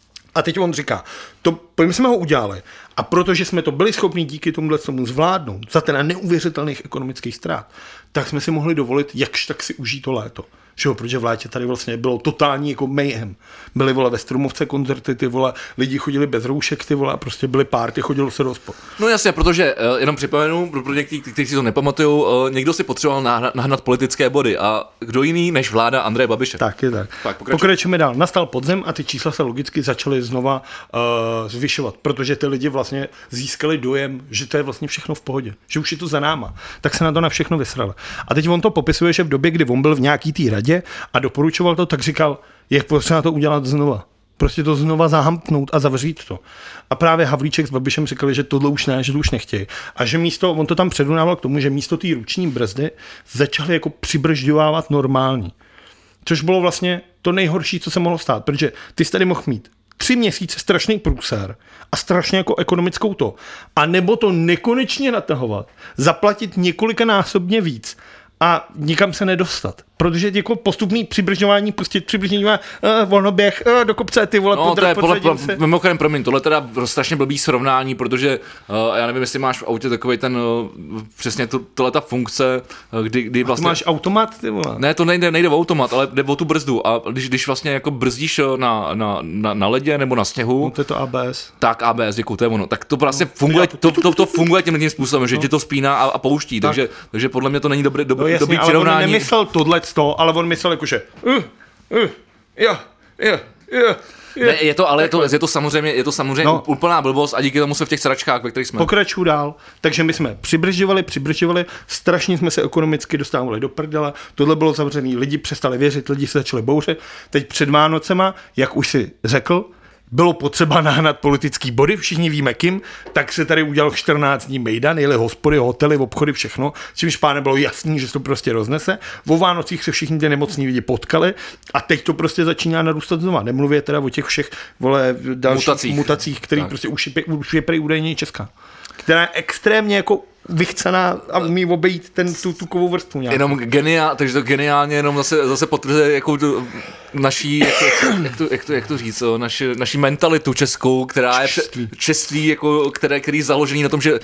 A teď on říká, my jsme ho udělali a protože jsme to byli schopni díky tomuhle tomu zvládnout za ten neuvěřitelných ekonomických ztrát, tak jsme si mohli dovolit, jakž tak si užít to léto. Že jo, protože v létě tady vlastně bylo totální jako mayhem. Byly, vole, ve Stromovce koncerty, ty vole, lidi chodili bez roušek, ty vole, a prostě byly párty, chodilo se do hospod. No jasně, protože jenom připomenu, pro někteří, kteří si to nepamatujou, někdo si potřeboval nahnat politické body a kdo jiný než vláda Andreje Babiše. Tak je tak. Pokračujeme dál. Nastal podzim a ty čísla se logicky začaly znova zvyšovat, protože ty lidi vlastně získali dojem, že to je vlastně všechno v pohodě, že už je to za náma. Tak se na to na všechno vysrali. A teď on to popisuje, že v době, kdy on byl v nějaký té radě a doporučoval to, tak říkal, je potřeba to udělat znova. Prostě to znova zahampnout a zavřít to. A právě Havlíček s Babišem říkali, že tohle už ne, že to už nechtějí. A že místo, on to tam předunával k tomu, že místo té ruční brzdy začali jako přibržďovávat normální. Což bylo vlastně to nejhorší, co se mohlo stát, protože ty jsi tady mohl mít 3 měsíce strašný průser a strašně jako ekonomickou to. A nebo to nekonečně natahovat, zaplatit několikanásobně víc a nikam se nedostat. Protože jako postupný přibržďování, pustit přibržďování, volnoběh, do kopce, ty vole, no, mimochodem, promiň, tohle teda strašně blbý srovnání, protože já nevím, jestli máš v autě takovej ten, přesně tohle ta funkce, kdy vlastně... A máš automat, ty vole? Ne, to nejde o automat, ale jde o tu brzdu a když vlastně jako brzdíš na ledě nebo na sněhu... No, to je to ABS. Tak ABS, děkuji, to je ono. Tak to vlastně funguje, to funguje tím způsobem, že tě to spíná a pouští, takže podle mě to není dobrý přirovnání. Nemyslel tohle, ale on myslel jakože Ne, je to samozřejmě no. Úplná blbost a díky tomu se v těch sračkách, ve kterých jsme. Pokračuju dál. Takže my jsme přibržďovali, strašně jsme se ekonomicky dostávali do prdele, tohle bylo zavřený, lidi přestali věřit, lidi se začali bouřit. Teď před Vánocema, jak už si řekl, bylo potřeba nahnat politický body, všichni víme kým, tak se tady udělal 14 dní mejdan, jeli hospody, hotely, obchody, všechno, čímž páne bylo jasný, že se to prostě roznese. O Vánocích se všichni ty nemocní lidi potkali a teď to prostě začíná narůstat znova. Nemluvě teda o těch všech dalších mutacích, který prostě už je prý údajně Česká, která je extrémně jako vychcená a umí obejít tu tukovou vrstvu nějak. Jenom takže to geniálně jenom zase potvrzuje jako naší, jak to říct, naši mentalitu českou, která je čeství, jako, který je založený na tom, že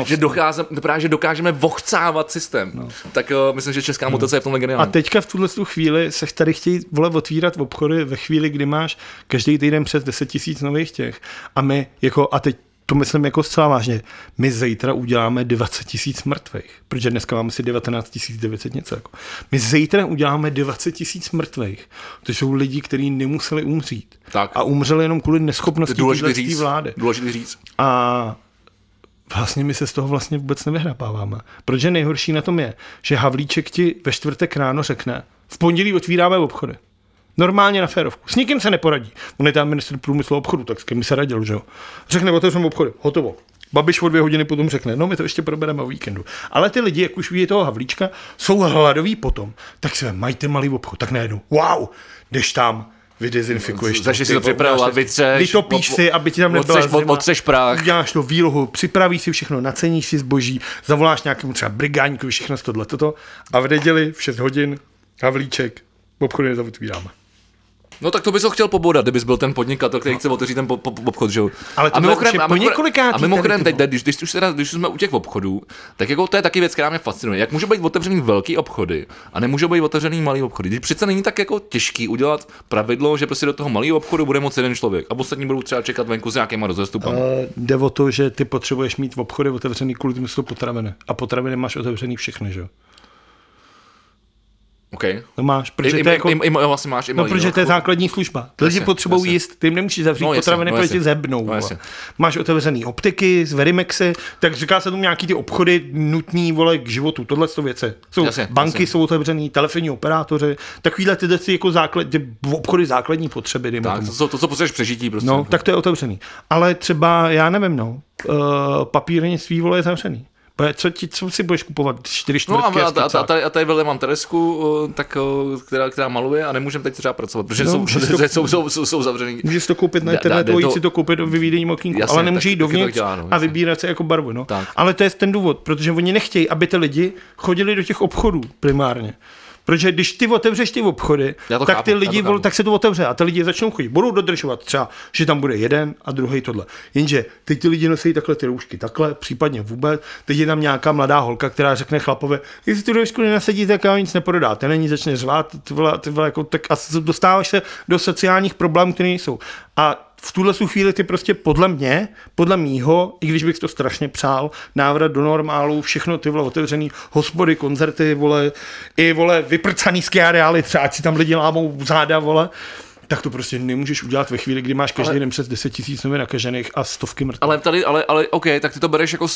dokážeme vochcávat systém. No. Tak myslím, že česká mutace je v tomhle geniální. A teďka v tuhle chvíli se tady chtějí otvírat obchody ve chvíli, kdy máš každý týden přes 10 000 nových těch. A my jako, a teď to myslím jako zcela vážně. My zítra uděláme 20 000 mrtvých, protože dneska máme si 19 900 něco. Jako. My zítra uděláme 20 000 mrtvých. To jsou lidi, kteří nemuseli umřít. Tak. A umřeli jenom kvůli neschopnosti té vlády. Důležitý říct. A vlastně my se z toho vlastně vůbec nevyhrapáváme. Protože nejhorší na tom je, že Havlíček ti ve čtvrtek ráno řekne, v pondělí otvíráme obchody. Normálně na férovku. S nikým se neporadí. On je tam ministr průmyslu a obchodu, tak s kým se radil, že jo. Řekne, otevřeme obchody, hotovo. Babiš o 2 hodiny potom řekne, no my to ještě probereme o víkendu. Ale ty lidi, jak už vidí toho Havlíčka, jsou hladoví potom. Tak si mají ten malý obchod, tak najednou, wow, jdeš tam, vydezinfikuješ. Začneš si to připravovat, vytopíš si, aby ti tam nebyla zima. Otřeš prach. Uděláš to výlohu, připravíš si všechno, naceníš si zboží, zavoláš nějakému třeba brigádníkovi, všechno z tohle. A v neděli v 6 hodin Havlíček, obchody nezavotvíráme. No tak to bys ho chtěl poboudat, kdybys byl ten podnikatel, který chce otevřít ten obchod, že jo. Ale a mimochodem teď, když jsme u těch obchodů, tak jako to je taky věc, která mě fascinuje. Jak může být otevřený velký obchody a nemůže být otevřený malý obchody? Když přece není tak jako těžký udělat pravidlo, že prostě do toho malého obchodu bude moc jeden člověk a ostatní budou třeba čekat venku s nějakýma rozestupama. Jde o to, že ty potřebuješ mít v obchody otevřený kvůli tomu, jsou potraviny. A potraviny máš otevřený všechny, že jo. Okay. No máš, protože to je jako, vlastně máš protože to je základní služba. Lidi potřebují jíst, ty jim nemusíš zavřít potraviny, protože ti zebnou. Máš otevřený optiky z Verimexy, tak říká se tomu nějaký ty obchody nutný, vole, k životu, tohle věci. Banky jsou otevřený, telefonní operátoři, takovýhle ty jako obchody základní potřeby. Tak, to, co potřebuješ přežití prostě. No, tak to je otevřený. Ale třeba, já nevím, papírnictví, vole, je zavřený. Co si budeš kupovat? 4 čtvrtky? No a tady vedle mám Teresku, která maluje a nemůžeme teď třeba pracovat, protože jsou zavřený. Můžeš to koupit na internetu, jít si to koupit do vyvíjení okýnku, ale nemůže jít dovnitř a vybírat se jako barvu. No. Ale to je ten důvod, protože oni nechtějí, aby ty lidi chodili do těch obchodů primárně. Protože když ty otevřeš ty obchody, tak ty lidi, tak se to otevře a ty lidi začnou chodit. Budou dodržovat třeba, že tam bude jeden a druhý tohle. Jenže teď ty lidi nosí takhle ty roušky, takhle, případně vůbec. Teď je tam nějaká mladá holka, která řekne chlapovi, jestli tu roušku nenasadíte, tak vám nic neprodá. Ten není začne řvát, jako, tak a dostáváš se do sociálních problémů, které nejsou. A v tuhle chvíli ty prostě podle mýho, i když bych to strašně přál, návrat do normálu, všechno ty otevřený hospody, koncerty, i vyprcaný skiareály, třeba si tam lidi lámou záda, tak to prostě nemůžeš udělat ve chvíli, kdy máš každý den přes 10 000 nově nakažených a stovky mrtvých. Ale OK, tak ty to bereš jako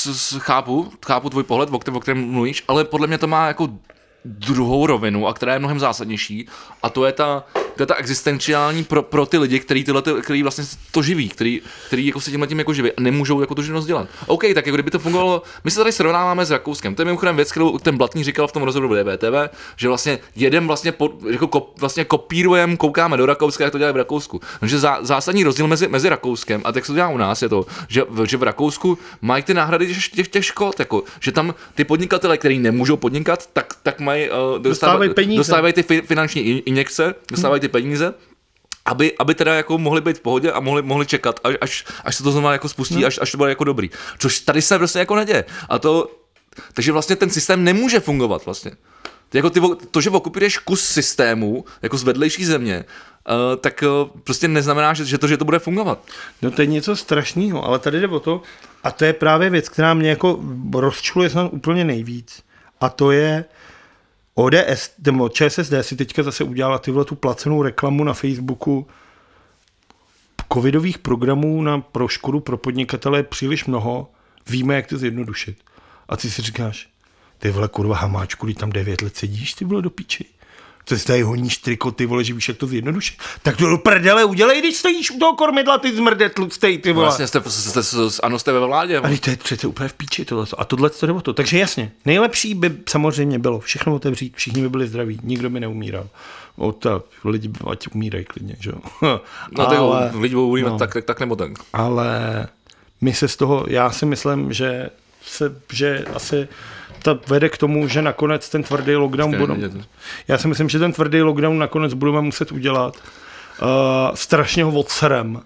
chápu tvůj pohled, o kterém mluvíš, ale podle mě to má jako druhou rovinu, a která je mnohem zásadnější, a to je ta existenciální pro ty lidi, který vlastně to živí, který jako se tímhletím jako živí a nemůžou jako tu živnost dělat. OK, tak jako kdyby to fungovalo, my se tady srovnáváme s Rakouskem. To je mimochodem věc, kterou ten Blatný říkal v tom rozhovoru DVTV, že vlastně jeden vlastně kopírujeme, koukáme do Rakouska, jak to dělají v Rakousku. Takže zásadní rozdíl mezi Rakouskem a tak se to dělá u nás je to, že v Rakousku mají ty náhrady těch škod, jako, že tam ty podnikatele, kteří nemůžou podnikat, tak mají dostávají ty finanční injekce, dostávají ty peníze, aby teda jako mohli být v pohodě a mohli čekat, až se to znovu jako spustí, až to bude jako dobrý. Což tady se prostě jako neděje. Takže vlastně ten systém nemůže fungovat vlastně. Jako to, že okupuješ kus systému, jako z vedlejší země, tak prostě neznamená, že to bude fungovat. No to je něco strašného, ale tady jde o to, a to je právě věc, která mě jako rozčuluje snad úplně nejvíc. A to je ODS, nebo ČSSD si teďka zase udělala tu placenou reklamu na Facebooku covidových programů pro škodu pro podnikatele je příliš mnoho, víme, jak to zjednodušit. A ty si říkáš, ty vole, kurva Hamáčku, když tam 9 let sedíš, ty vole, do piči. Co si tady honíš triko, ty vole, že víš, jak to zjednodušit. Tak to do prdele udělej, když stojíš u toho kormidla, ty zmrde tlustej, ty vole. Vlastně jste ve vládě. Ale to je přece úplně v píči tohle. A tohle to nebo to. Takže jasně, nejlepší by samozřejmě bylo všechno otevřít, všichni by byli zdraví, nikdo by neumíral. Lidi ať umírají klidně, že jo. No ale, lidi budou umírat tak nebo tak. Ale my se z toho, já si myslím, že asi to vede k tomu, že nakonec ten tvrdý lockdown já si myslím, že ten tvrdý lockdown nakonec budeme muset udělat. Strašně ho odserem.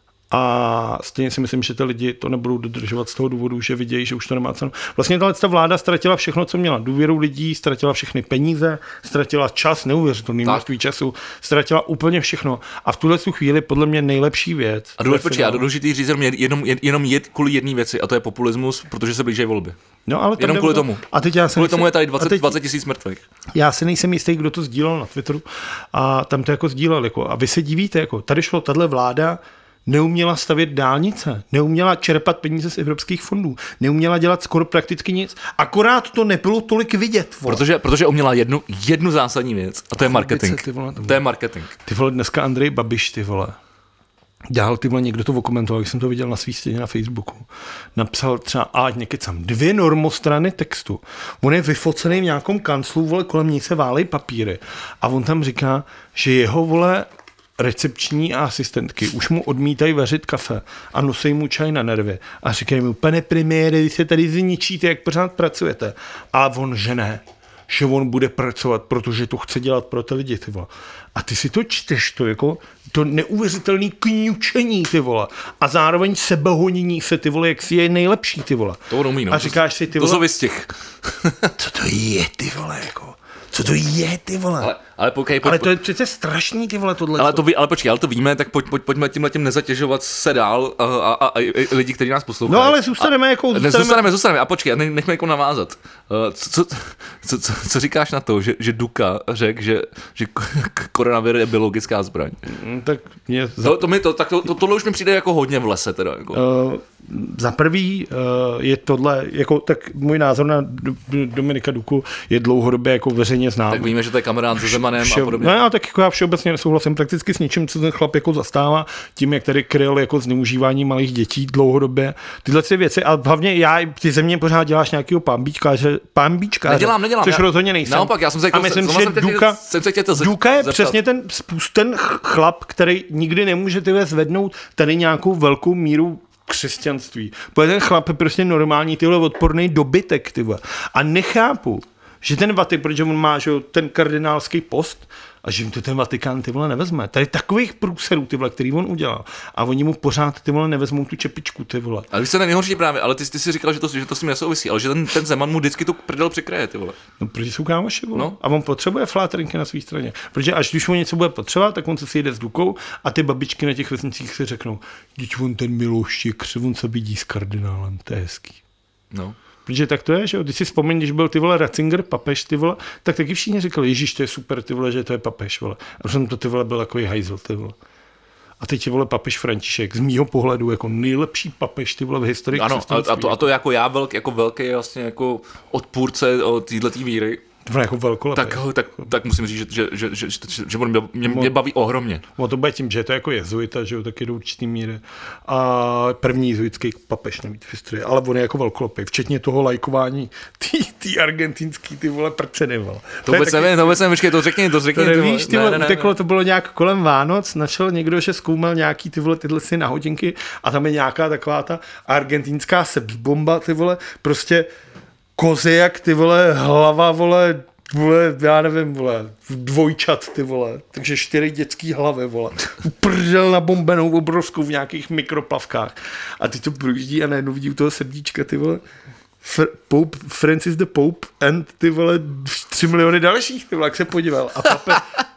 A stejně si myslím, že ty lidi to nebudou dodržovat z toho důvodu, že vidějí, že už to nemá cenu. Vlastně ta vláda ztratila všechno, co měla. Důvěru lidí, ztratila všechny peníze, ztratila čas, neuvěřitelný množství času, ztratila úplně všechno. A v tuhle chvíli podle mě nejlepší věc. A důležitý říct jenom kvůli jedné věci, a to je populismus, protože se blíží volby. No, ale jenom kvůli tomu. A teď kvůli tomu je tady 20 tisíc mrtvých. Já si nejsem jistý, kdo to sdílel na Twitteru a tam to jako sdílel. Jako, a vy se divíte, jako tady šlo tahle vláda, neuměla stavět dálnice, neuměla čerpat peníze z evropských fondů, neuměla dělat skoro prakticky nic, akorát to nebylo tolik vidět. Protože uměla jednu zásadní věc, a to je marketing. To je marketing. Ty vole, dneska Andrej Babiš, ty vole, dělal, ty vole, někdo to okomentoval, když jsem to viděl na svý stěně na Facebooku. Napsal třeba, ať nekecám, 2 normostrany textu. On je vyfocený v nějakom kanclu, vole, kolem něj se válej papíry. A on tam říká, že jeho, vole, recepční a asistentky už mu odmítají vařit kafe a nosí mu čaj na nervy a říkají mu, pane premiére, vy se tady zničíte, jak pořád pracujete. A on, že ne, že on bude pracovat, protože to chce dělat pro ty lidi, ty vole. A ty si to čteš, to jako to neuvěřitelný kňučení, ty vole. A zároveň sebehonění se, ty vole, jak si je nejlepší, ty vole. To umí, no. A říkáš si, ty vole, to jsou vystih. Co to je, ty vole, jako? Co to je, ty vole? Ale to je přece strašný, ty vole, tohle. Ale počkej, ale to víme, tak pojďme tímhletím nezatěžovat se dál a lidi, kteří nás poslouchají. No ale zůstaneme. A počkej, nechme jako navázat. Co říkáš na to, že Duka řekl, že koronavir je biologická zbraň? Tak mě... Tohle už mi přijde jako hodně v lese teda. Jako. Za prvý je tohle, jako, tak můj názor na Dominika Duku je dlouhodobě jako veřejně znám. Tak víme, že to je kamarád se Zemanem a podobně. No já tak jako já všeobecně nesouhlasím prakticky s ničím, co ten chlap jako zastává, tím, jak tady kryl jako zneužívání malých dětí dlouhodobě. Tyhle věci a hlavně ty ze mě pořád děláš nějakého pambíčka. Nedělám. Což rozhodně nejsem. Naopak, já jsem se Duka je přesně ten chlap, který nikdy nemůže zvednout tady nějakou velkou míru křesťanství. Protože ten chlap je prostě normální, tyhle odporný dobytek, tyhle. A nechápu, že ten protože on má, že ten kardinálský post a že jim to ten Vatikán, ty vole, nevezme. Tady takových průserů, ty vole, který on udělal. A oni mu pořád, ty vole, nevezmou tu čepičku, ty vole. Ale víš, se nejhorší právě, ale ty si říkal, že to s tím nesouvisí, ale že ten Zeman mu vždycky tu prdel přikryje, ty vole. No, protože jsou kámoši, vole. No. A on potřebuje flátrinky na své straně. Protože až když on něco bude potřebovat, tak on se sejde s Dukou a ty babičky na těch vesnicích si řeknou, když on ten Miloštěk, on se vidí s kardinálem, to je hezký. No. Protože tak to je, že jo, když si vzpomeň, když byl ty vole Ratzinger, papež, ty vole, tak taky všichni říkali, Ježíš, to je super, ty vole, že to je papež, vole. A protože to ty vole byl jako hajzl, ty vole. A teď je, vole, papež František, z mýho pohledu, jako nejlepší papež, ty vole, v historii. Ano, a to jako já jako velký vlastně jako odpůrce od této víry. Jako velkolepé. Tak musím říct, že mě baví ohromně. To bude tím, že je to jako jezuita, že jo, taky do určitý míry. A první jezuitský papež navíc v historii, ale on je jako velkolepý, včetně toho lajkování tý argentinský, ty vole, prceny, vole. To vůbec nevím, počkej, to řekni. To nevíš, ty vole, uteklo, to bylo nějak kolem Vánoc, našel někdo, že zkoumal nějaký ty vole, tyhle si na hodinky a tam je nějaká taková ta argentinská sebomba, ty vole, prostě kozy jak ty vole, hlava, vole, já nevím, vole, dvojčat, ty vole, takže 4 dětský hlavy, vole, prdel nabombenou obrovskou v nějakých mikroplavkách a ty to projíždí a najednou vidí u toho srdíčka, ty vole, Pope, Francis the Pope and ty vole 3 miliony dalších, ty vole, jak se podíval a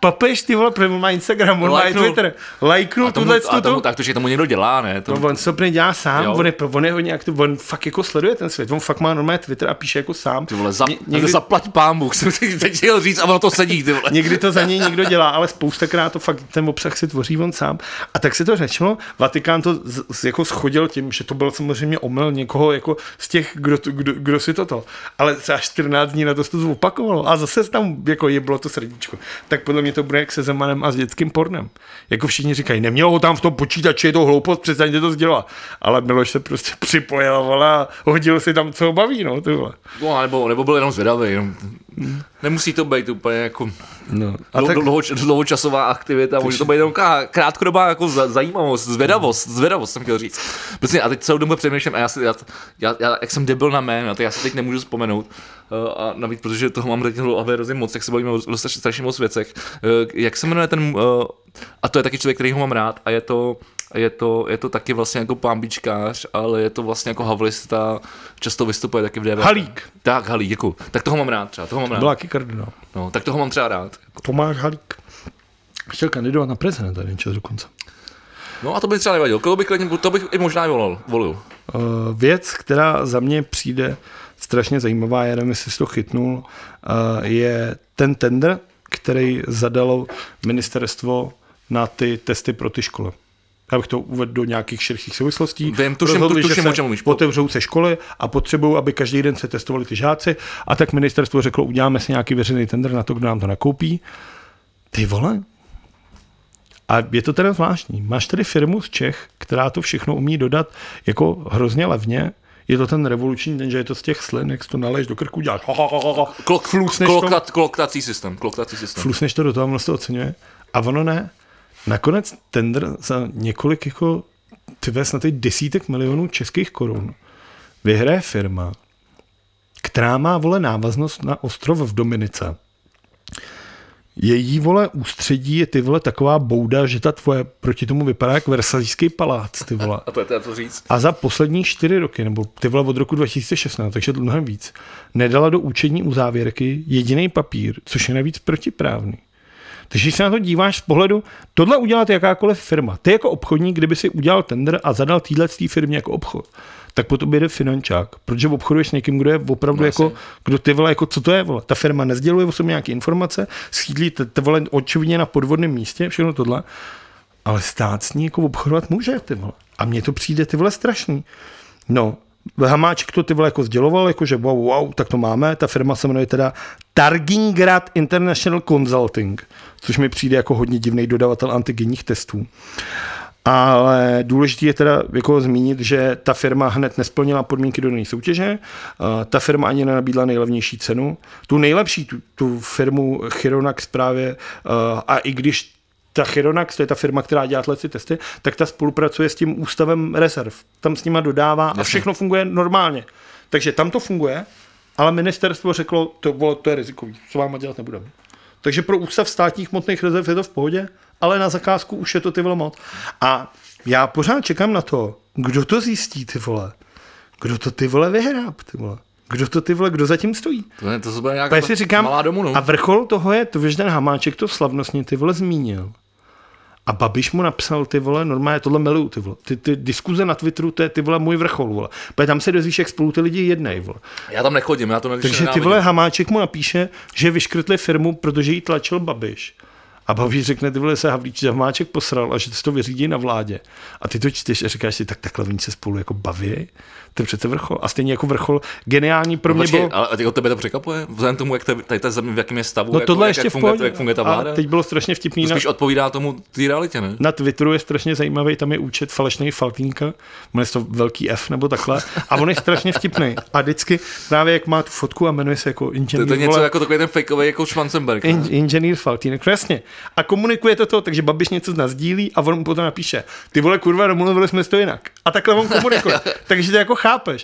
Papež, ty vole, protože má Instagram, on má Twitter. Lajknul tuto. Tak to, že tomu někdo dělá, ne? To... No, on se úplně dělá sám, on je hodně aktiv, on fakt jako sleduje ten svět, on fakt má normálně Twitter a píše jako sám. Ty vole, někdy... zaplať pámbu, jsem teď chtěl říct a ono to sedí, ty vole. Někdy to za něj někdo dělá, ale spoustakrát to fakt ten obsah si tvoří on sám. A tak se to řečilo, Vatikán to jako schodil tím, že to byl samozřejmě omyl někoho jako z těch, kdo si toto. Ale třeba 14 dní na to se to opakovalo a zase tam jako bylo to srdíčko. Tak podle mě to bude jak se Zemanem a s dětským pornem. Jako všichni říkají, nemělo ho tam v tom počítači, je to hloupost, přestaňte to sdělat. Ale Miloš se prostě připojil a hodil si tam, co ho baví, no, tyhle. No, nebo byl jenom zvědavý. Nemusí to být úplně jako dlouhočasová aktivita, může to být jenom krátkodobá jako zajímavost, zvědavost jsem chtěl říct. Prostě a teď celou dobu přemýšlím, a já jak jsem debil na jména, já si teď nemůžu vzpomenout. A navíc, protože toho mám teď hrozně moc, jak se bavíme o strašně moc věcech. Jak se jmenuje ten, a to je taky člověk, který ho mám rád, a je to taky vlastně jako pambičkář, ale je to vlastně jako havlista, často vystupuje taky v DV. Halík. Tak, Halík, děkuju. Tak toho mám rád třeba, Byl jaký kardinál. No, tak toho mám třeba rád. Tomáš Halík. Chtěl kandidovat na prezidenta jeden čas dokonce. No a to by třeba nevadilo, to bych i možná volil. Věc, která za mě přijde strašně zajímavá, já nevím, jestli jsi to chytnul, je ten tender, který zadalo ministerstvo na ty testy pro ty školy. Já bych to uvedl do nějakých širších souvislostí. Vím, tuším, o čem mluvíš. Otevřou se školy a potřebují, aby každý den se testovali ty žáci a tak ministerstvo řeklo, uděláme si nějaký veřejný tender na to, kdo nám to nakoupí. Ty vole. A je to teda zvláštní. Máš tady firmu z Čech, která to všechno umí dodat jako hrozně levně. Je to ten revoluční den, že je to z těch slin, jak to naleješ do krku, děláš koloktací systém. Flusneš to do toho, to oceňuje. A ono ne. Nakonec tender za několik jako na ty desítek milionů českých korun vyhraje firma, která má, vole, návaznost na ostrov v Dominice. Její, vole, ústředí je, ty vole, taková bouda, že ta tvoje proti tomu vypadá jak Versajský palác, ty vole. A to je teda to říct. A za poslední 4 roky, nebo ty vole od roku 2016, takže mnohem víc, nedala do účetní uzávěrky jediný papír, což je navíc protiprávný. Takže když se na to díváš z pohledu, tohle udělat jakákoliv firma. Ty jako obchodník, kdyby si udělal tender a zadal té firmě jako obchod, tak potom jde finančák, protože obchoduješ s někým, kdo je opravdu jako, kdo ty vole, jako co to je, vole. Ta firma nesděluje o sobě nějaké informace, sídlí ty vole očividně na podvodném místě, všechno tohle, ale stát s ní jako obchodovat může, ty vole. A mně to přijde, ty vole, strašný. No, Hamáček to ty vole jako sděloval, jako že wow, tak to máme, ta firma se jmenuje teda Targingrad International Consulting, což mi přijde jako hodně divný dodavatel antigenních testů. Ale důležité je teda jako zmínit, že ta firma hned nesplnila podmínky do dané soutěže, ta firma ani nenabídla nejlevnější cenu. Tu nejlepší, tu firmu Chironax právě, a i když ta Chironax, to je ta firma, která dělá tyhle testy, tak ta spolupracuje s tím ústavem rezerv. Tam s nima dodává a všechno funguje normálně. Takže tam to funguje, ale ministerstvo řeklo, to je rizikový, co váma dělat nebudeme. Takže pro ústav státních hmotných rezerv je to v pohodě, ale na zakázku už je to ty vole moc. A já pořád čekám na to, kdo to zjistí, ty vole. Kdo to ty vole vyhrá, ty vole. Kdo to ty vole, kdo zatím stojí? To se bude nějaká malá domů, no. A vrchol toho je, to že ten Hamáček to slavnostně ty vole zmínil. A Babiš mu napsal, ty vole, normálně tohle miluju, ty vole. Ty diskuze na Twitteru, to je ty vole můj vrchol, vole. Protože tam se dozvíš, jak spolu ty lidi jednej, vole. Já tam nechodím, já to nevidím. Takže ty vole Hamáček mu napíše, že vyškrtli firmu, protože jí tlačil Babiš. A Babiš řekne, ty vole, se Hamáček posral a že to vyřídí na vládě. A ty to čteš a říkáš si, tak takhle oni se spolu jako baví. To je přece vrchol. A stejně jako vrchol geniální pro mě bylo. Ale ty od tebe to překvapuje? Vzhledem tomu, jak tady ta země, v jakém je stavu, no tohle ještě jak funguje ta vláda. A teď bylo strašně vtipný. To spíš odpovídá tomu té realitě, ne? Na Twitteru je strašně zajímavý, tam je účet falešný Faltínka, jmenuje se to velký F nebo takhle. A on je strašně vtipný. A vždycky právě jak má tu fotku a jmenuje se jako inženýr. To je něco jako takový ten fakeový jako Schwanzenberg. Inženýr Faltýnek, jasně. A komunikuje to, takže Babiš něco nasdílí a on mu potom napíše: ty vole kurva, domluvili jsme to jinak. A takhle on komunikuje. Takže to jako chápeš.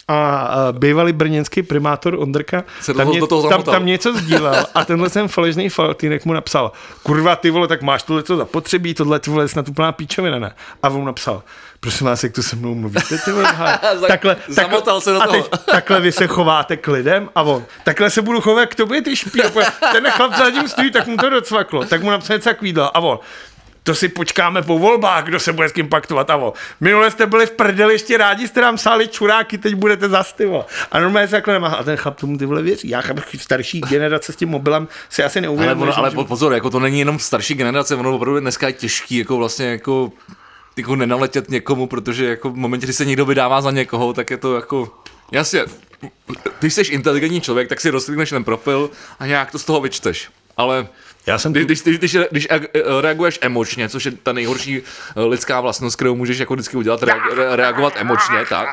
a bývalý brněnský primátor Ondrka tam něco sdílel a tenhle jsem falešný Faltýnek mu napsal, kurva ty vole, tak máš tohle co zapotřebí, tohle ty vole snad úplná píčovina, ne? A on napsal, prosím vás, jak tu se mnou mluvíte, ty vole, zamotal se do toho. Takhle vy se chováte k lidem a on, takhle se budu chovat k tobě, ty špíl, ten chlap za tím stojí, tak mu to docvaklo, tak mu napsal něco takovýhle a on, to si počkáme po volbách, kdo se bude s kým paktovat. A minule jste byli v prdeli, ještě rádi jste nám sáli čuráky, teď budete zastyvo. A normálně se takhle nemá. A ten chlap tomu ty vole věří. Já chápu, starší generace s tím mobilem si asi neuvědomuje. Ale pozor, jako to není jenom starší generace, ono opravdu dneska je těžký, jako vlastně jako nenaletět někomu, protože jako v momentě, kdy se někdo vydává za někoho, tak je to jako jasně, když jsi inteligentní člověk, tak si rozklikneš ten profil a nějak to z toho vyčteš. Ale když reaguješ emočně, což je ta nejhorší lidská vlastnost, kterou můžeš jako vždycky udělat, reagovat emočně,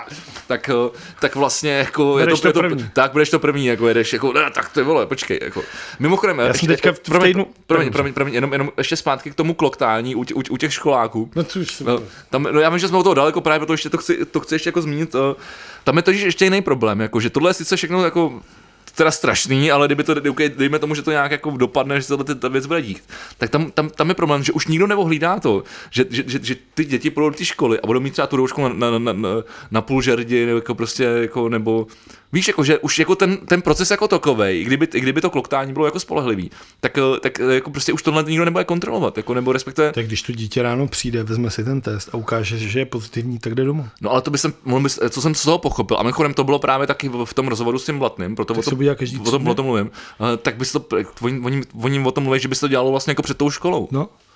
tak vlastně jako budeš to první, jako jedeš, jako tak ty vole, počkej, jako. Mimochodem, promiň, jenom ještě zpátky k tomu kloktání u těch školáků. Já vím, že jsme od toho daleko, právě proto ještě to chci ještě jako zmínit. Tam je totiž ještě jiný problém, jako, že tohle je sice všechno jako teda strašný, ale dejme tomu, že to nějak jako dopadne, že se ta věc bude dít, tak tam je problém, že už nikdo neohlídá to, že ty děti půjdou do té školy a budou mít třeba tu roušku na půl žerdi, jako prostě, jako, nebo víš, jako, že už jako ten proces jako takovej, kdyby to kloktání bylo jako spolehlivý, tak jako prostě už tohle nikdo nebude kontrolovat, jako, nebo respektive. Tak když to dítě ráno přijde, vezme si ten test a ukáže, že je pozitivní, tak jde domů. No ale to co jsem z toho pochopil, a mimochodem to bylo právě taky v tom rozhovoru s tím Blatným, proto o tom mluvím, tak bys to, oni o tom mluví, že bys to dělalo vlastně jako před tou školou.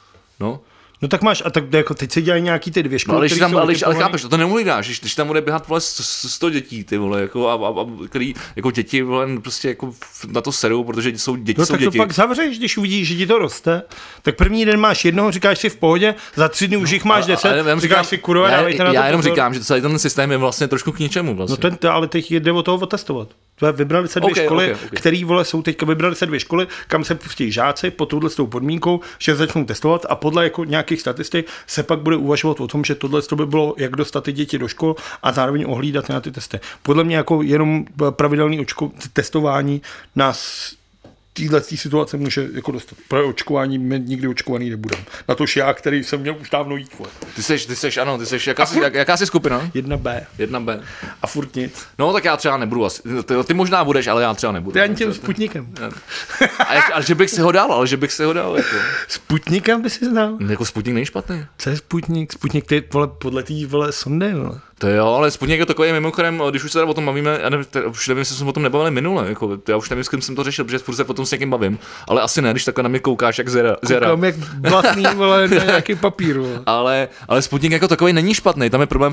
No tak máš, a tak jako teď se dělají nějaký ty 2 školy, ale chápeš, to neumlídáš, když tam bude běhat vole 100 dětí, ty vole, jako a který jako děti vole prostě jako na to serou, protože jsou děti. No tak to pak zavřeš, když uvidíš, že ti to roste, tak první den máš jednoho, říkáš si v pohodě, za 3 dny už jich máš 10, říkáš si kurva, dávejte na to. Já jenom říkám, že celý ten systém je vlastně trošku k ničemu vlastně. No ale teď jde o toho otestovat. Vybrali se 2 školy, který vole jsou teďka vybrali se 2 školy, kam se pustí žáci pod touhle s tou podmínkou, že začnou testovat a podle jako nějakých statistik se pak bude uvažovat o tom, že tohle by bylo, jak dostat ty děti do škol a zároveň ohlídat na ty testy. Podle mě jako jenom pravidelný testování nás téhle situace může jako dostat. Pro očkování my nikdy očkovaný nebudeme. Na to já, který jsem měl už dávno jít. Ty seš jaká jsi skupina? 1B. A furt nic. No tak já třeba nebudu asi. Ty možná budeš, ale já třeba nebudu. Ty ani tím Sputnikem. Ale že bych si ho dal, jako. Sputnikem by si znal? Jako Sputnik není špatný. Co je Sputnik? Sputnik ty vole podle té vole sondy, vole. To jo, ale Sputnik je takový mimochodem, když už se o tom bavíme, už nevím, jestli jsme o tom nebavili minule, jako, já už nevím, s kým jsem to řešil, protože furt se o tom s někým bavím, ale asi ne, když takhle na mě koukáš jak zera. Koukám jak blatný, vole, na nějaký papír, vole. Ale Sputnik jako takový není špatný, tam je problém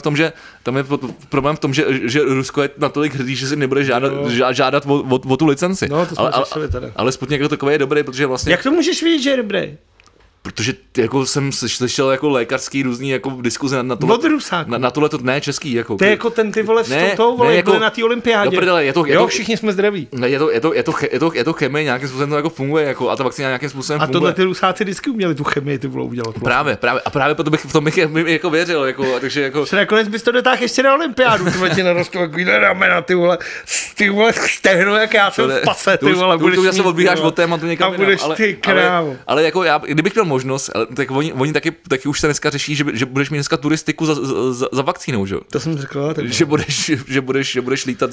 v tom, že Rusko je natolik hrdý, že si nebude žádat o tu licenci. No, to jsme řešili tady. Ale Sputnik jako takový je dobrý, protože vlastně. Jak to můžeš vidět, že je dobrý? Protože jako jsem slyšel jako lékařský různý jako diskuze na tohle to ne český jako. To je jako ten ty vole s tou vole jako na té olympiádě. Jo, všichni jsme zdraví. Je to chemie, nějakým způsobem to jako funguje jako a ta vakcína nějakým způsobem funguje. A tohle ty Rusáci vždycky uměli tu chemii ty vole udělat. Právě proto bych v tom jako věřil jako takže jako. Že nakonec bys to dotáhl ještě na olympiádu, ty vole ti narostou jako ramena ty vole stehno jak já jsem v pase ty vole budeš. Tu se odbíháš od tématu někam jinam. Ale jako já kdybych měl možnost, tak oni taky už se dneska řeší, že budeš mít dneska turistiku za vakcínou, že jo? To jsem řekl, tak. Že budeš lítat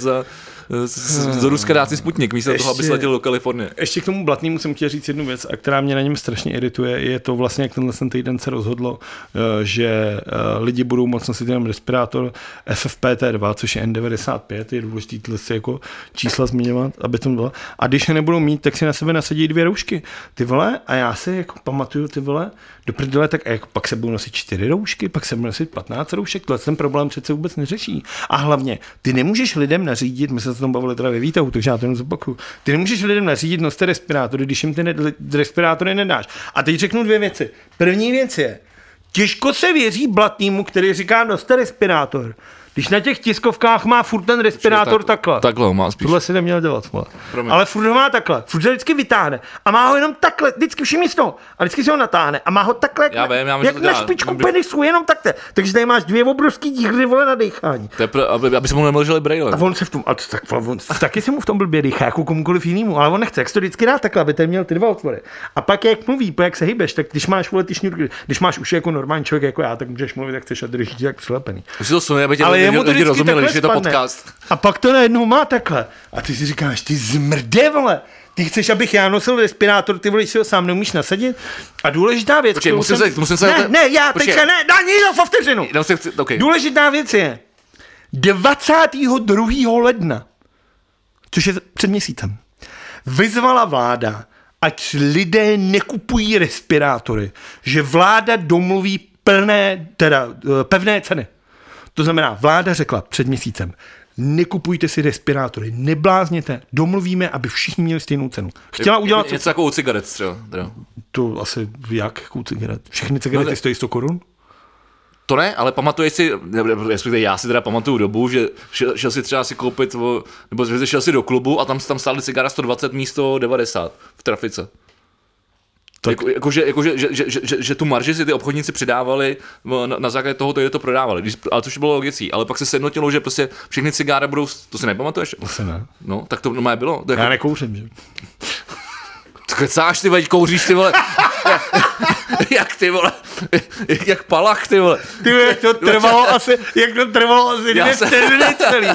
do Ruska dát si Sputnik, místo toho, aby se letěl do Kalifornie. Ještě k tomu Blatnému jsem chtěl říct jednu věc, a která mě na něm strašně irituje, je to vlastně, jak tenhle týden se rozhodlo, že lidi budou moct nosit jenom respirátor FFP2, což je N95, je důležitý tyhle jako čísla zmiňovat, aby to bylo. A když je nebudou mít, tak si na sebe nasadí 2 roušky. Ty vole, a já si jako pamatuju ty vole, do prdele, tak jako pak se budou nosit 4 roušky, pak se budou nosit 15 roušek, tohle ten problém přece vůbec neřeší. A hlavně, ty nemůžeš lidem nařídit, my se o tom bavili teda ve výtahu, takže já to jenom zopakuju. Ty nemůžeš lidem nařídit noste respirátory, když jim ty respirátory nedáš. A teď řeknu 2 věci. První věc je, těžko se věří Blatnému, který říká noste respirátor. Když na těch tiskovkách má furt ten respirátor takhle. Takhle má spíš. Tohle si neměl dělat, ale furt ho má takhle. Furt se vždycky vytáhne a má ho jenom takhle, vždycky všimni z toho. A vždycky se ho natáhne a má ho takhle, jak na špičku penisu, jenom takhle. Takže tady máš 2 obrovský díry, vole, na dýchání. Aby se mu nemlželi brejle. A on se v tom, taky se mu v tom blbě dýchá, jako komukoliv jinému, ale on nechce, jak to vždycky dá takhle, aby ten měl ty 2 otvory. A pak jak mluví, jak se hýbeš, tak když máš, vole, ty šňůrky, když máš uši jako normální člověk jako já, tak můžeš mluvit, jak chceš a držíš jak přilepený. Ale jemu to lidi rozuměli, když je to podcast. A pak to najednou má takhle. A ty si říkáš, ty zmrde, vole. Ty chceš, abych já nosil respirátor, ty vole, si ho sám neumíš nasadit? A důležitá věc... Počkej, musím se... Ne, já teďka ne, dá nikdo po vteřinu. Okay. Důležitá věc je 22. ledna, což je před měsícem, vyzvala vláda, ať lidé nekupují respirátory, že vláda domluví pevné ceny. To znamená, vláda řekla před měsícem, nekupujte si respirátory, neblázněte, domluvíme, aby všichni měli stejnou cenu. Chtěla udělat... Něco jako u cigaret třeba. To asi jak u cigaret? Všechny cigarety stojí 100 korun? To ne, ale pamatuješ si, já si teda pamatuju dobu, že šel si třeba si koupit, nebo že šel si do klubu a tam stály cigara 120 místo 90 v trafice. Že tu marži si ty obchodníci přidávali na základě toho, je to prodávali, ale což bylo logicí, ale pak se sjednotilo, že prostě všechny cigáry budou, to si nepamatuješ? Asi ne. No, tak to normálně bylo. Já nekouřím, že? To kecáš, ty veď, kouříš, ty vole. Jak ty vole, jak palach, ty vole. Ty vole, jak to trvalo asi 2 vteřiny celý.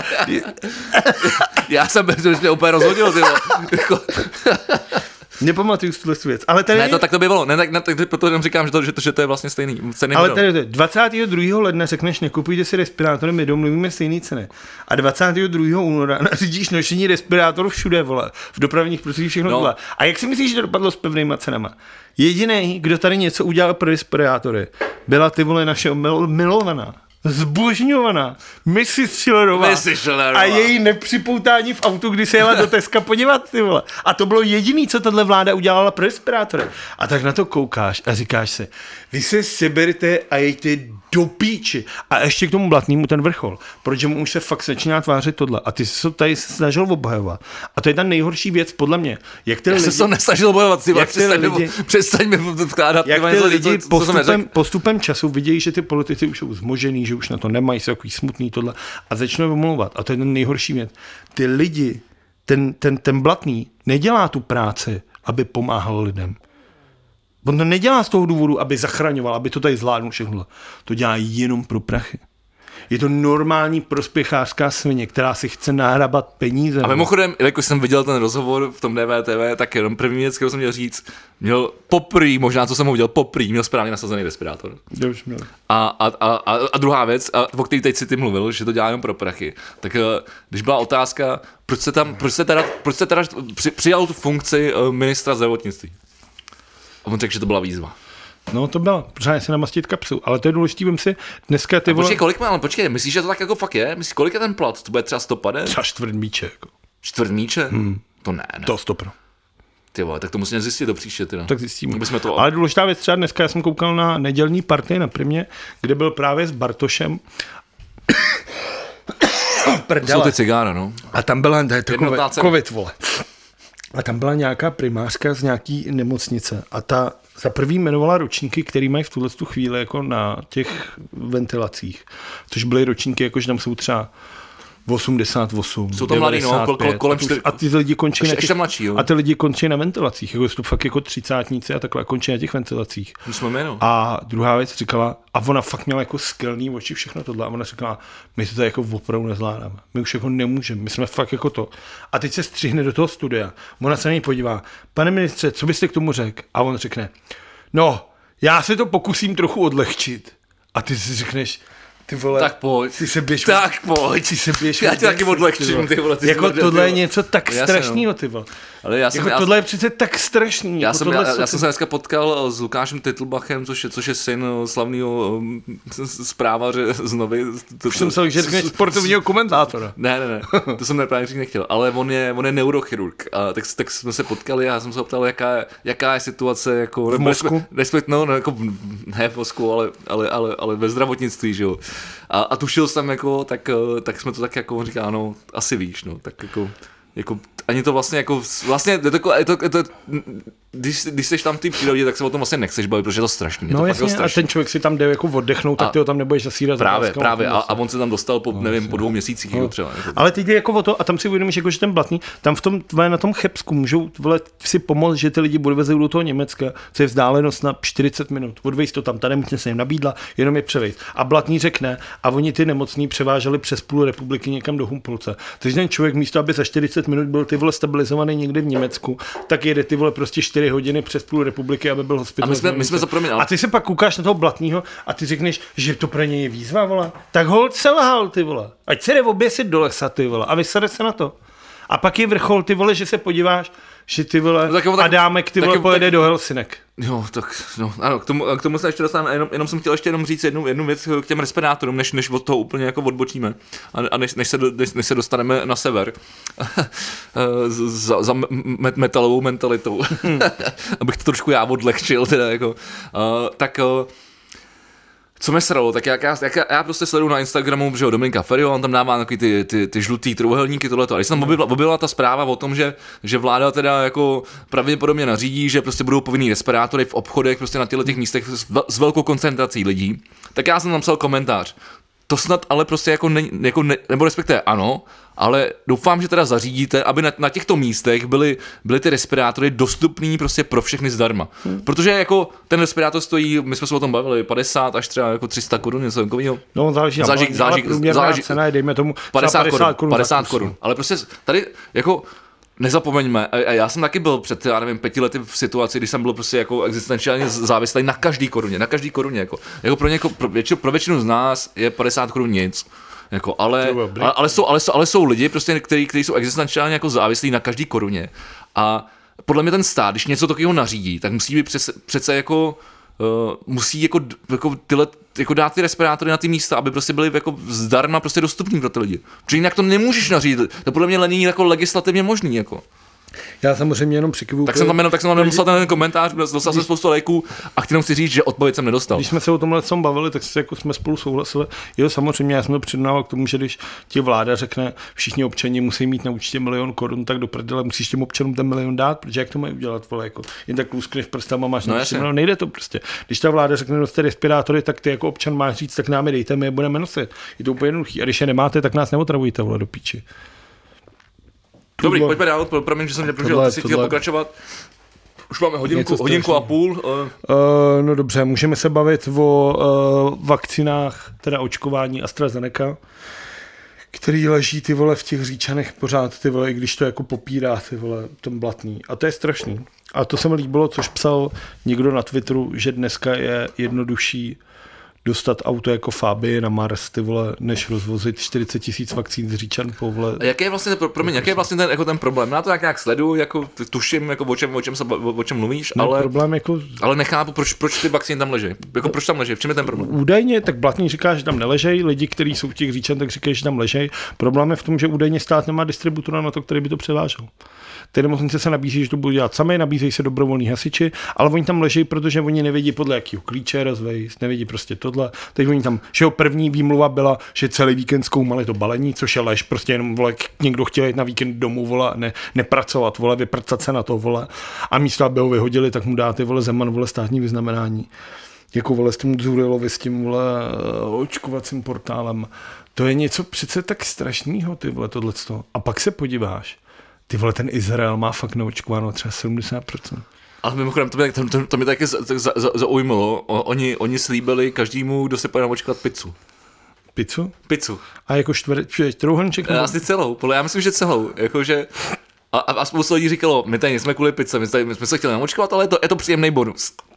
Já jsem mě úplně rozhodil, ty vole. Nepamatuju si tu věc. Ale tady... Ne, to tak to bývalo. Ne, tak proto jenom říkám, že to je vlastně stejný. Ale tady to je 22. ledna řekneš, nekupujte si respirátory, my domluvíme stejný ceny. A 22. února nařídíš nošení respirátorů všude, vole. V dopravních prostředích všechno tohle. A jak si myslíš, že to dopadlo s pevnýma cenama? Jediný, kdo tady něco udělal pro respirátory, byla ty vole naše milovaná, zbožňovaná Missy Schillerová a její nepřipoutání v autu, kdy se jela do Teska podívat, ty vole. A to bylo jediný, co tahle vláda udělala pro respirátory. A tak na to koukáš a říkáš si, vy se seberte a jejte do píči. A ještě k tomu Blatnýmu ten vrchol, protože mu už se fakt začíná tvářit tohle. A ty jsi se tady snažil obhajovat. A to je ta nejhorší věc podle mě. Jak ty já jsem se nesnažil obhajovat, přestaň mi vkládat. Jak ty lidi postupem času vidějí, že ty politici už jsou zmožený, že už na to nemají, jsou takový smutný tohle a začnou omlouvat. A to je ten nejhorší věc. Ty lidi, ten Blatný nedělá tu práci, aby pomáhal lidem. On to nedělá z toho důvodu, aby zachraňoval, aby to tady zvládnul všechno. To dělá jenom pro prachy. Je to normální prospěchářská svině, která si chce nahrabat peníze. A mimochodem, jako jsem viděl ten rozhovor v tom DVTV, tak jenom první věc, kterou jsem měl říct, měl možná co jsem ho viděl, měl správně nasazený respirátor. Už měl. A druhá věc, o které teď si ty mluvil, že to dělá jenom pro prachy, tak když byla otázka, proč se teda přijal tu funkci ministra zdravotnictví? A on řekl, že to byla výzva. No to byla, pořádně si namastit kapsu, ale to je důležitý, vem si dneska ty vole... Počkej, myslíš, že to tak jako fakt je? Myslíš, kolik je ten plat? To bude třeba 150? Třeba čtvrtmíče, jako. Čtvrtmíče? To ne. To 100%. Ty vole, tak to musíme zjistit do příště, teda. Tak zjistíme. Ale důležitá věc třeba dneska, já jsem koukal na nedělní partii na Primě, kde byl právě s Bartošem. Jsou ty cigára, no. A tam byla, covid, vole. A tam byla nějaká primářka z nějaký nemocnice a ta za prvý jmenovala ročníky, který mají v tuhle chvíli jako na těch ventilacích, což byly ročníky, jakože tam jsou třeba 88, jsou to mladý, no, kolem 4. A ty lidi končí na ještě mladší, jo. A ty lidi končí na ventilacích, jako jsou to fakt jako 30tníci a takhle končí na těch ventilacích. A druhá věc říkala, a ona fakt měla jako skelný oči, všechno tohle, a ona říkala, my to jako opravdu nezvládáme, my už jako nemůžeme, my jsme fakt jako to. A teď se střihne do toho studia, ona se na něj podívá, pane ministře, co byste k tomu řekl? A on řekne, no, já se to pokusím trochu odlehčit. A ty si řekneš, ty vole, tak pojď. Ty se běž. Tak pojď. Ty se běž. Já tě taky odlehčím, ty vole. Jako tohle je něco tak strašného, ty vole. Ale tohle je přece tak strašný. Já jsem se dneska potkal s Lukášem Titlbachem, což je syn slavného zprávaře z Novy. Už jsem myslel, že řekneš sportovního komentátora. Ne, to jsem právě říct nechtěl, ale on je neurochirurg. A tak jsme se potkali a já jsem se optal, jaká je situace jako v mozku? Jako ne v mozku, ale ve zdravotnictví, že jo. A tušil jsem jako, tak jsme to tak jako on říká, ano, asi víš, no, tak jako ani to vlastně když jsi tam v té přírodě, tak se o tom vlastně nechceš bavit, protože je to strašný. No jasně, a ten člověk si tam jde jako oddechnout, tak ty ho tam nebudeš zasírat. Právě, a on se tam dostal po 2 měsících třeba. Jako. Ale teď jde jako o to, a tam si uvědomíš, jako, že ten Blatný, tam na tom Chebsku můžou si pomoct, že ty lidi odvezou do toho Německa, co je vzdálenost na 40 minut. Odvejš to tam, ta nemocnice se jim nabídla, jenom je převejt. A Blatný řekne, a oni ty nemocní převáželi přes půl republiky někam do Humpolce. Takže ten člověk místo, aby za 40 minut byl ty vole stabilizovaný někde v Německu, tak jede ty vole prostě 4 hodiny přes půl republiky, aby byl hospitalizovaný. A my jsme a ty se pak koukáš na toho Blatného a ty řekneš, že to pro něj je výzva, vole. Tak holt selhal, ty vole. Ať se jde oběsit do lesa, ty vole, a vysade se na to. A pak je vrchol, ty vole, že se podíváš, že ty vole, Adámek, ty vole, pojede do Helsinek. Jo, tak, no, ano, k tomu se ještě dostaneme, jenom jsem chtěl ještě říct jednu věc k těm respirátorům, než od toho úplně jako odbočíme a než se dostaneme na sever za metalovou mentalitou, abych to trošku já odlehčil, teda jako, co mě sralo, tak já prostě sleduju na Instagramu, že jo, Dominika Ferio, on tam dává takový ty žlutý trojúhelníky, tohleto. A když se tam objevila ta zpráva o tom, že vláda teda jako pravděpodobně nařídí, že prostě budou povinný respirátory v obchodech, prostě na těch místech s velkou koncentrací lidí, tak já jsem tam psal komentář. To snad ale prostě jako nebo respektive ano, ale doufám, že teda zařídíte, aby na těchto místech byly ty respirátory dostupný prostě pro všechny zdarma. Protože jako ten respirátor stojí, my jsme se o tom bavili, 50 až třeba jako 300 korun, něco takového. No, záleží cena je, dejme tomu 50 korun. Ale prostě tady jako nezapomeňme, a já jsem taky byl před, 5 lety v situaci, kdy jsem byl prostě jako existenciálně závislý na každý koruně jako pro většinu z nás je 50 korun nic. Jako, ale jsou lidi, prostě, kteří jsou existenciálně jako závislí na každý koruně. A podle mě ten stát, když něco takového nařídí, tak musí být přece jako musí jako dát ty respirátory na ty místa, aby prostě byly jako zdarma prostě dostupný pro ty lidi. Protože jinak to nemůžeš nařídit. To podle mě není jako legislativně možný jako. Já samozřejmě jenom přikivuju. Tak jsem tam jenom dostal ten komentář, dostal jsem spoustu lajků a chci říct, že odpověď jsem nedostal. Když jsme se o tomhle bavili, tak jako jsme spolu souhlasili. Jo, samozřejmě já jsem to přednával k tomu, že když ti vláda řekne, všichni občani musí mít na účtě 1 000 000 korun, tak do prdele musíš těm občanům ten 1 000 000 dát, protože jak to mají udělat, vole, jako jen tak luskneš prstama, máš na účtě, nejde to prostě. Když ta vláda řekne noste respirátory, tak ty jako občan máš říct, tak nám je dejte, my je budeme nosit. Je to úplně jednoduchý. A když je nemáte, tak nás neotravujte, vole, do píči. Dobrý, pojďme dál, promiň, že jsem neprožil, ty si chtěl pokračovat. Už máme hodinku a půl. No dobře, můžeme se bavit o vakcinách, teda očkování AstraZeneca, který leží ty vole v těch Říčanech pořád, ty vole, i když to jako popírá ty vole ten Blatný. A to je strašný. A to se mi líbilo, což psal někdo na Twitteru, že dneska je jednodušší dostat auto jako Fabie na Mars, ty vole, než rozvozit 40 000 vakcín z Říčan po vole. A jaký je vlastně ten problém? Já to nějak sleduju, jako tuším, jako o čem mluvíš, no, ale problém jako ale nechápu, proč ty vakcíny tam leží. Jako proč tam leží? V čem je ten problém? Údajně tak Blatný říká, že tam neležejí, lidi, kteří jsou v těch Říčan, tak říkají, že tam ležejí. Problém je v tom, že údajně stát nemá distributora na to, který by to převážel. Ty nemocnice se nabízí, že to budou dělat sami, nabízejí se dobrovolní hasiči, ale oni tam leží, protože oni nevědí podle jakého klíče rozvejít, nevědí prostě tohle. Teď oni tam, že jo, první výmluva byla, že celý víkend zkoumali to balení, což je lež, prostě jenom vole, někdo chtěl jít na víkend domů, vole, nepracovat, vole, vyprcat se na to, vole. A místo, aby ho vyhodili, tak mu dáte, vole, Zeman, vole, státní vyznamenání. Jako, vole, s tím Dzurilovi, s tím, vole, očkovacím portálem. To je něco přece tak strašného, ty vole, tohleto. A pak se podíváš. Ty vole, ten Izrael má fakt naočkováno třeba 70%. Ale mimochodem, to mě taky zaujmalo. Oni slíbili každému, kdo se pojde naočkovat pizzu. Pizzu? Pizzu. A jako trouhelníček? Asi celou, já myslím, že celou. Jakože, a spoustu lidí říkalo, my tady nejsme kvůli pizze, my jsme se chtěli naočkovat, ale je to příjemný bonus.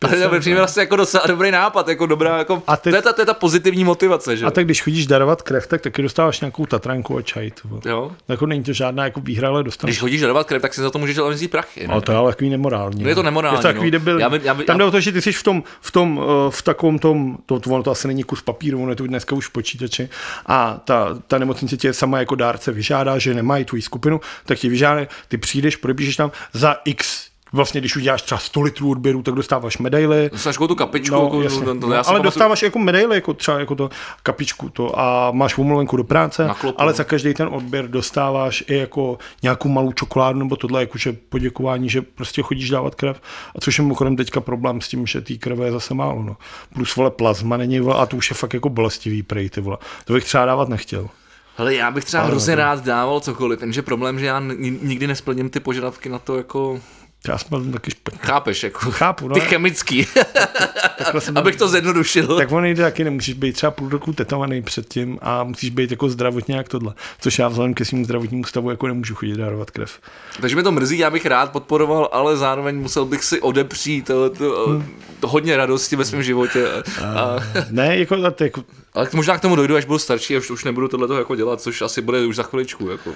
Ale přijde vlastně jako docela dobrý nápad, jako dobrá, jako, to je ta pozitivní motivace, že? A tak když chodíš darovat krev, tak taky dostáváš nějakou tatranku a čaj. Jo. Jako není to žádná jako výhra, ale dostaneš. Když chodíš darovat krev, tak si za to můžeš ale vzít prachy. Ale to je ale takový nemorální. No je to nemorální. Je to takový debil. Tam jde o to, že ty jsi v takovém tom, ono to asi není kus papíru, ono je to dneska už v počítači a ta nemocnice tě sama jako dárce vyžádá, že nemají tvoji skupinu, tak ti vyžádá, ty přijdeš, podepíšeš tam za X. Vlastně, když uděláš třeba 100 litrů odběru, tak dostáváš medaily. Dostáváš tu kapičku. Ale dostáváš jako medaily, jako třeba jako to kapičku to a máš omluvenku do práce, ale za každý ten odběr dostáváš i jako nějakou malou čokoládu nebo tohle, jakože poděkování, že prostě chodíš dávat krev. A což je mimochodem teďka problém s tím, že té krve je zase málo. No. Plus vole plazma není, vole, a to už je fakt jako bolestivý prej, ty vole. To bych třeba dávat nechtěl. Hele, já bych třeba hrozně rád dával cokoliv, jenže problém, že já nikdy nesplním ty požadavky na to jako... Já jsem taky špatný. Chápeš, jako chápu, no. Ty chemický. Abych to zjednodušil. Tak on jde taky, nemůžeš být třeba půl roku tetovaný předtím a musíš být jako zdravotně jak tohle. Což já vzhledem ke svým zdravotnímu stavu jako nemůžu chodit dárovat krev. Takže mi to mrzí, já bych rád podporoval, ale zároveň musel bych si odepřít to hodně radosti ve svém životě. Ne, jako... Ale možná k tomu dojdu, až budu starší a už nebudu tohleto jako dělat, což asi bude už za chviličku. Jako.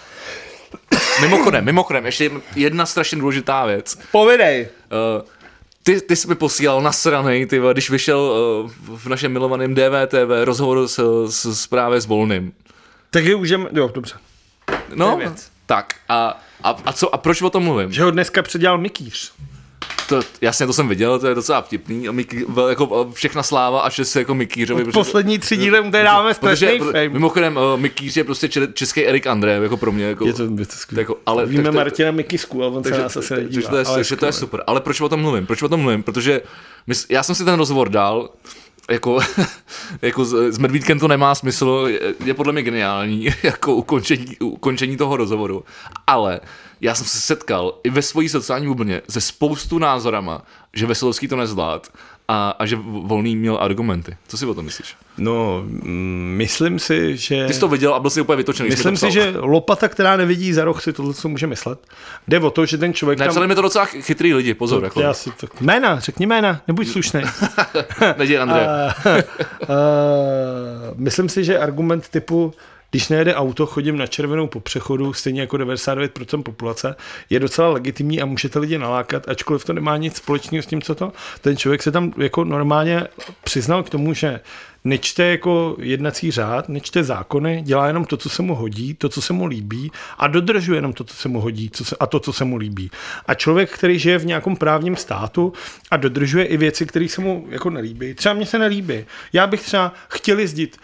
Mimochodem, ještě jedna strašně důležitá věc. Povidej. Ty jsi mi posílal nasranej, když vyšel v našem milovaném DVTV rozhovor s právě s Volným. Tak je můžeme, jo, dobře. No, tak a proč o tom mluvím? Že ho dneska předělal Mikýř. Jasně, to jsem viděl, to je docela vtipný. Jako všechna sláva a čest jako Mikýřovi. Poslední 3 díly mu tady dáme strašný fame. Mimochodem, Mikýř je prostě český Erik André, jako pro mě. Jako, je to jako, ale víme Martina Mikýřku, ale on se nás asi nedívá. To je super. Ale proč o tom mluvím? Protože já jsem si ten rozhovor dal, jako s Medvídkem to nemá smysl, je podle mě geniální, jako ukončení toho rozhovoru. Ale já jsem se setkal i ve svojí sociální bublině se spoustu názorama, že Veselovský to nezvlád a že Volný měl argumenty. Co si o tom myslíš? No, myslím si, že... Ty jsi to viděl a byl jsi úplně vytočený. Myslím si, že lopata, která nevidí za roh, si tohle co může myslet. Jde o to, že ten člověk Nepsali mi to docela chytrý lidi, pozor. To, jako. Jména, řekni jména, nebuď slušnej. Neděj, Andrej. Myslím si, že argument typu když nejede auto, chodím na červenou po přechodu, stejně jako 99% populace, je docela legitimní a můžete lidi nalákat, ačkoliv to nemá nic společného s tím, co to. Ten člověk se tam jako normálně přiznal k tomu, že nečte jako jednací řád, nečte zákony, dělá jenom to, co se mu hodí, to, co se mu líbí a dodržuje jenom to, co se mu hodí a to, co se mu líbí. A člověk, který žije v nějakém právním státu a dodržuje i věci, které se mu jako nelíbí. Třeba mně se nelíbí. Já bych třeba chtěl jezdit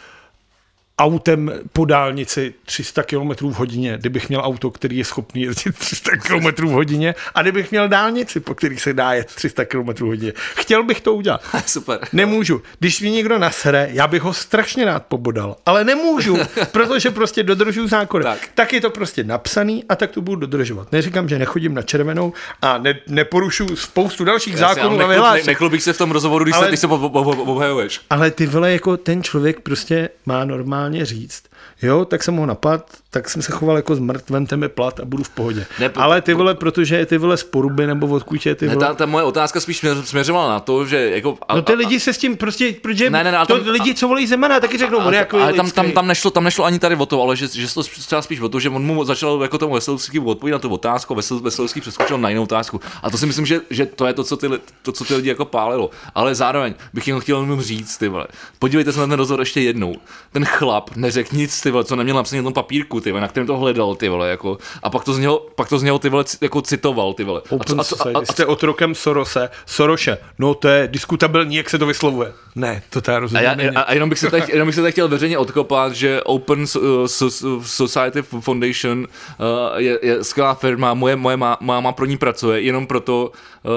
autem po dálnici 300 km v hodině, kdybych měl auto, který je schopný jezdit 300 km v hodině a kdybych měl dálnici, po kterých se dá jet 300 km v hodině. Chtěl bych to udělat. Super. Nemůžu. Když mi někdo nasere, já bych ho strašně rád pobodal, ale nemůžu, protože prostě dodržuju zákony. Tak je to prostě napsaný a tak to budu dodržovat. Neříkám, že nechodím na červenou a neporušuju spoustu dalších zákonů a vyhlášek. Nechlubíš se v tom rozhovoru, když se obhajuješ. Ale ty vole, jako ten člověk prostě má normálně říct, jo, tak jsem ho napad, tak jsem se choval jako zmrt, vemte mi plat a budu v pohodě. Ale ty vole, protože ty vole z Poruby nebo odkud je ty vole... Ta moje otázka spíš směřovala na to, že jako... No ty lidi se s tím prostě, protože lidi, co volí Zemana, taky řeknou, on jako ale tam nešlo ani tady o to, ale že to třeba spíš o to, že on mu začal jako tomu Veselovskému odpovědět na tu otázku, Veselovský přeskočil na jinou otázku. A to si myslím, že to je to, co ty lidi jako pálilo. Ale zároveň bych jim chtěl jenom říct, ty vole. Podívejte se na ten rozhovor ještě jednou. Ten chlap neřekl nic, ty vole, co neměl napsaný na tom papírku, ty vole, na kterém to hledal, ty vole, jako. A pak to z něho ty vole jako citoval, ty vole. A jste otrokem Soroše. No to je diskutabilní, jak se to vyslovuje. Ne, to já rozumím. A jenom bych se teď chtěl veřejně odkopat, že Open Society Foundation je skvělá firma, moje máma pro ní pracuje, jenom proto,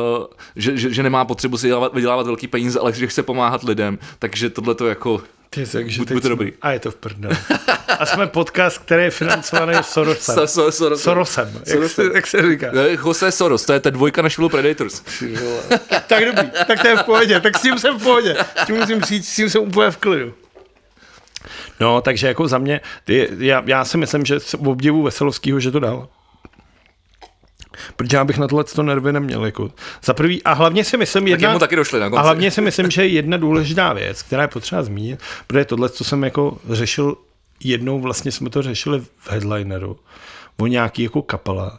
že nemá potřebu si vydělávat velký peníze, ale že chce pomáhat lidem, takže tohle to jako... Buď dobrý. A je to v prdeli. A jsme podcast, který je financovaný Sorosem. Sorosem. Jak se říká? Jose Soros, to je ta dvojka Nashville Predators. Tak dobrý, tak to je v pohodě, tak s tím jsem v pohodě. Tím musím říct, s tím jsem úplně v klidu. No, takže jako za mě, já si myslím, že v obdivu Veselovského, že to dal. Protože já bych na tohle to nervy neměl. Jako. Za prvý, a hlavně si myslím, taky došli na konci. A hlavně si myslím, že je jedna důležitá věc, která je potřeba zmínit, protože tohle, co jsem jako řešil jednou, vlastně jsme to řešili v Headlineru, o nějaký jako kapela,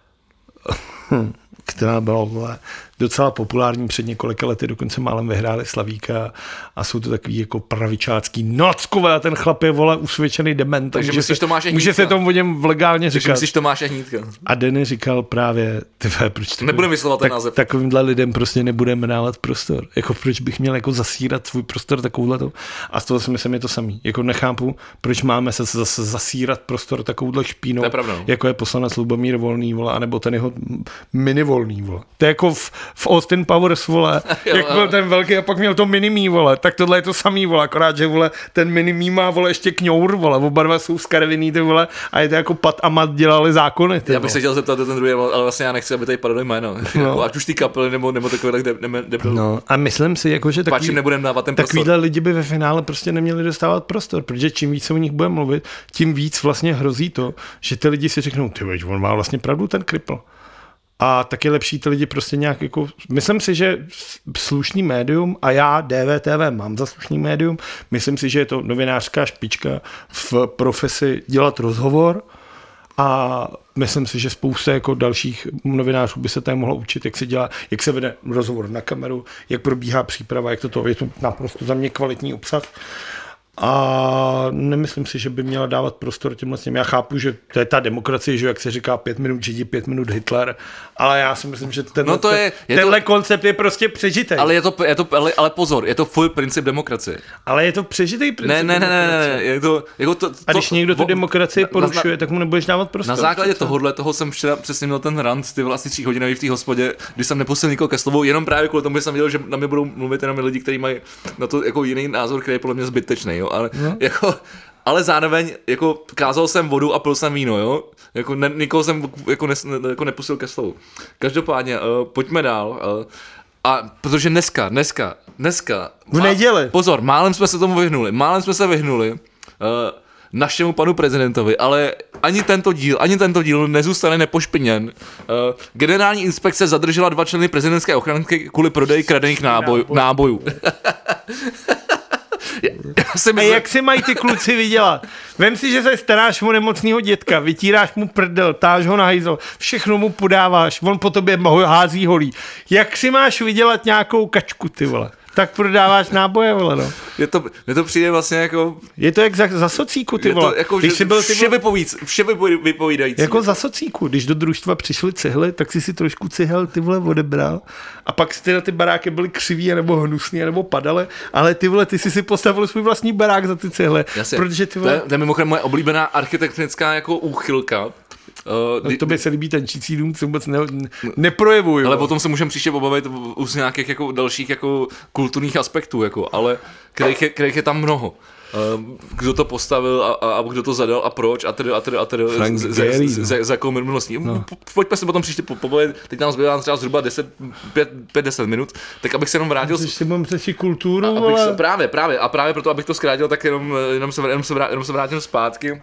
která byla docela populární před několika lety, dokonce málem vyhráli Slavíka a jsou to takový jako pravičácký nockové a ten chlap je, vole, usvědčený dement. Takže myslíš Tomáše Hnídka? Může se tomu o něm legálně říkat. Takže myslíš Tomáše Hnídka? A Denny říkal právě, proč nebudeme vyslovovat ten název. Takovýmhle lidem prostě nebudeme dávat prostor. Jako proč bych měl jako zasírat svůj prostor takovouhletou. A z toho si myslím, je to samý. Jako nechápu, proč máme se zase zasírat prostor takovouhle špínou, jako je poslanec Lubomír Volný, vole, anebo ten jeho mini Volný, vole. To je jako v Austin Powers, vole, jak byl ten velký a pak měl to mini-mí, vole, tak tohle je to samý, vole, akorát, že, vole, ten mini-mí má, vole, ještě kňour, vole, oba dva jsou skarviný, ty, vole, a je to jako Pat a Mat dělali zákony, ty, já bych se chtěl zeptat ten druhý, ale vlastně já nechci, aby tady padlo jméno, no. Ať už ty kapely, nebo takové, tak debil. No, a myslím si, jako, že takovýhle lidi by ve finále prostě neměli dostávat prostor, protože čím víc se o nich bude mluvit, tím víc vlastně hrozí to, že ty lidi si řeknou, ty veď, on má vlastně pravdu, ten Kripl. A tak je lepší ty lidi prostě nějak jako, myslím si, že slušný médium, a já DVTV mám za slušný médium, myslím si, že je to novinářská špička v profesi dělat rozhovor a myslím si, že spousta jako dalších novinářů by se tady mohlo učit, jak se dělá, jak se vede rozhovor na kameru, jak probíhá příprava, jak to je to naprosto za mě kvalitní obsah. A nemyslím si, že by měla dávat prostor těmhle těm. Já chápu, že to je ta demokracie, že jak se říká 5 minut Židi, 5 minut Hitler, ale já si myslím, že tenhle koncept je prostě přežitej. Ale pozor, je to full princip demokracie. Ale je to přežitej princip demokracie. Je to, a když někdo tu demokracii porušuje, tak mu nebudeš dávat prostor. Na základě toho jsem včera přesně měl ten rant, ty vlastně 3 hodinový v té hospodě, kdy jsem nepustil nikoho ke slovu, jenom právě kvůli tomu, že jsem viděl, že na mě budou mluvit jenom lidi, kteří mají na to jako jiný názor, který je podle mě zbytečný. Ale, ale zároveň jako kázal jsem vodu a pil jsem víno, jo? Jako nikoho jsem jako nepustil ke slovu. Každopádně, pojďme dál. A protože dneska v neděli. Pozor, málem jsme se tomu vyhnuli. Našemu panu prezidentovi, ale ani tento díl nezůstane nepošpiněn. Generální inspekce zadržela 2 členy prezidentské ochranky kvůli prodeji kradených nábojů. A jak si mají ty kluci vydělat? Vem si, že se staráš o nemocného dětka, vytíráš mu prdel, táš ho na hajzl, všechno mu podáváš, on po tobě hází holí. Jak si máš vydělat nějakou kačku, ty vole? Tak prodáváš náboje, vole, no. Je to přijde vlastně jako... Je to jak za socíku, ty vole. Jako, když jsi byl vše vypovídající. Jako za socíku. Když do družstva přišly cihly, tak si trošku cihel, ty vole, odebral. A pak ty baráky byly křivý, nebo hnusný, nebo padaly, ale ty vole, ty si postavil svůj vlastní barák za ty cihly. Protože ty vole... To je mimochodem moje oblíbená architektonická jako úchylka. Tobě se líbí tančící dům, co vůbec neprojevuju. Ale potom se můžeme příště pobavit z nějakých jako dalších jako kulturních aspektů, jako, ale kterých je tam mnoho. Kdo to postavil a kdo to zadal a proč a tedy za jakou minulostí. No. Pojďme se potom příště pobavit, teď nám zbývá třeba zhruba 5-10 minut, tak abych se jenom vrátil... Ještě mám přeci kulturu, Právě proto, abych to zkrátil, tak jenom se vrátil zpátky.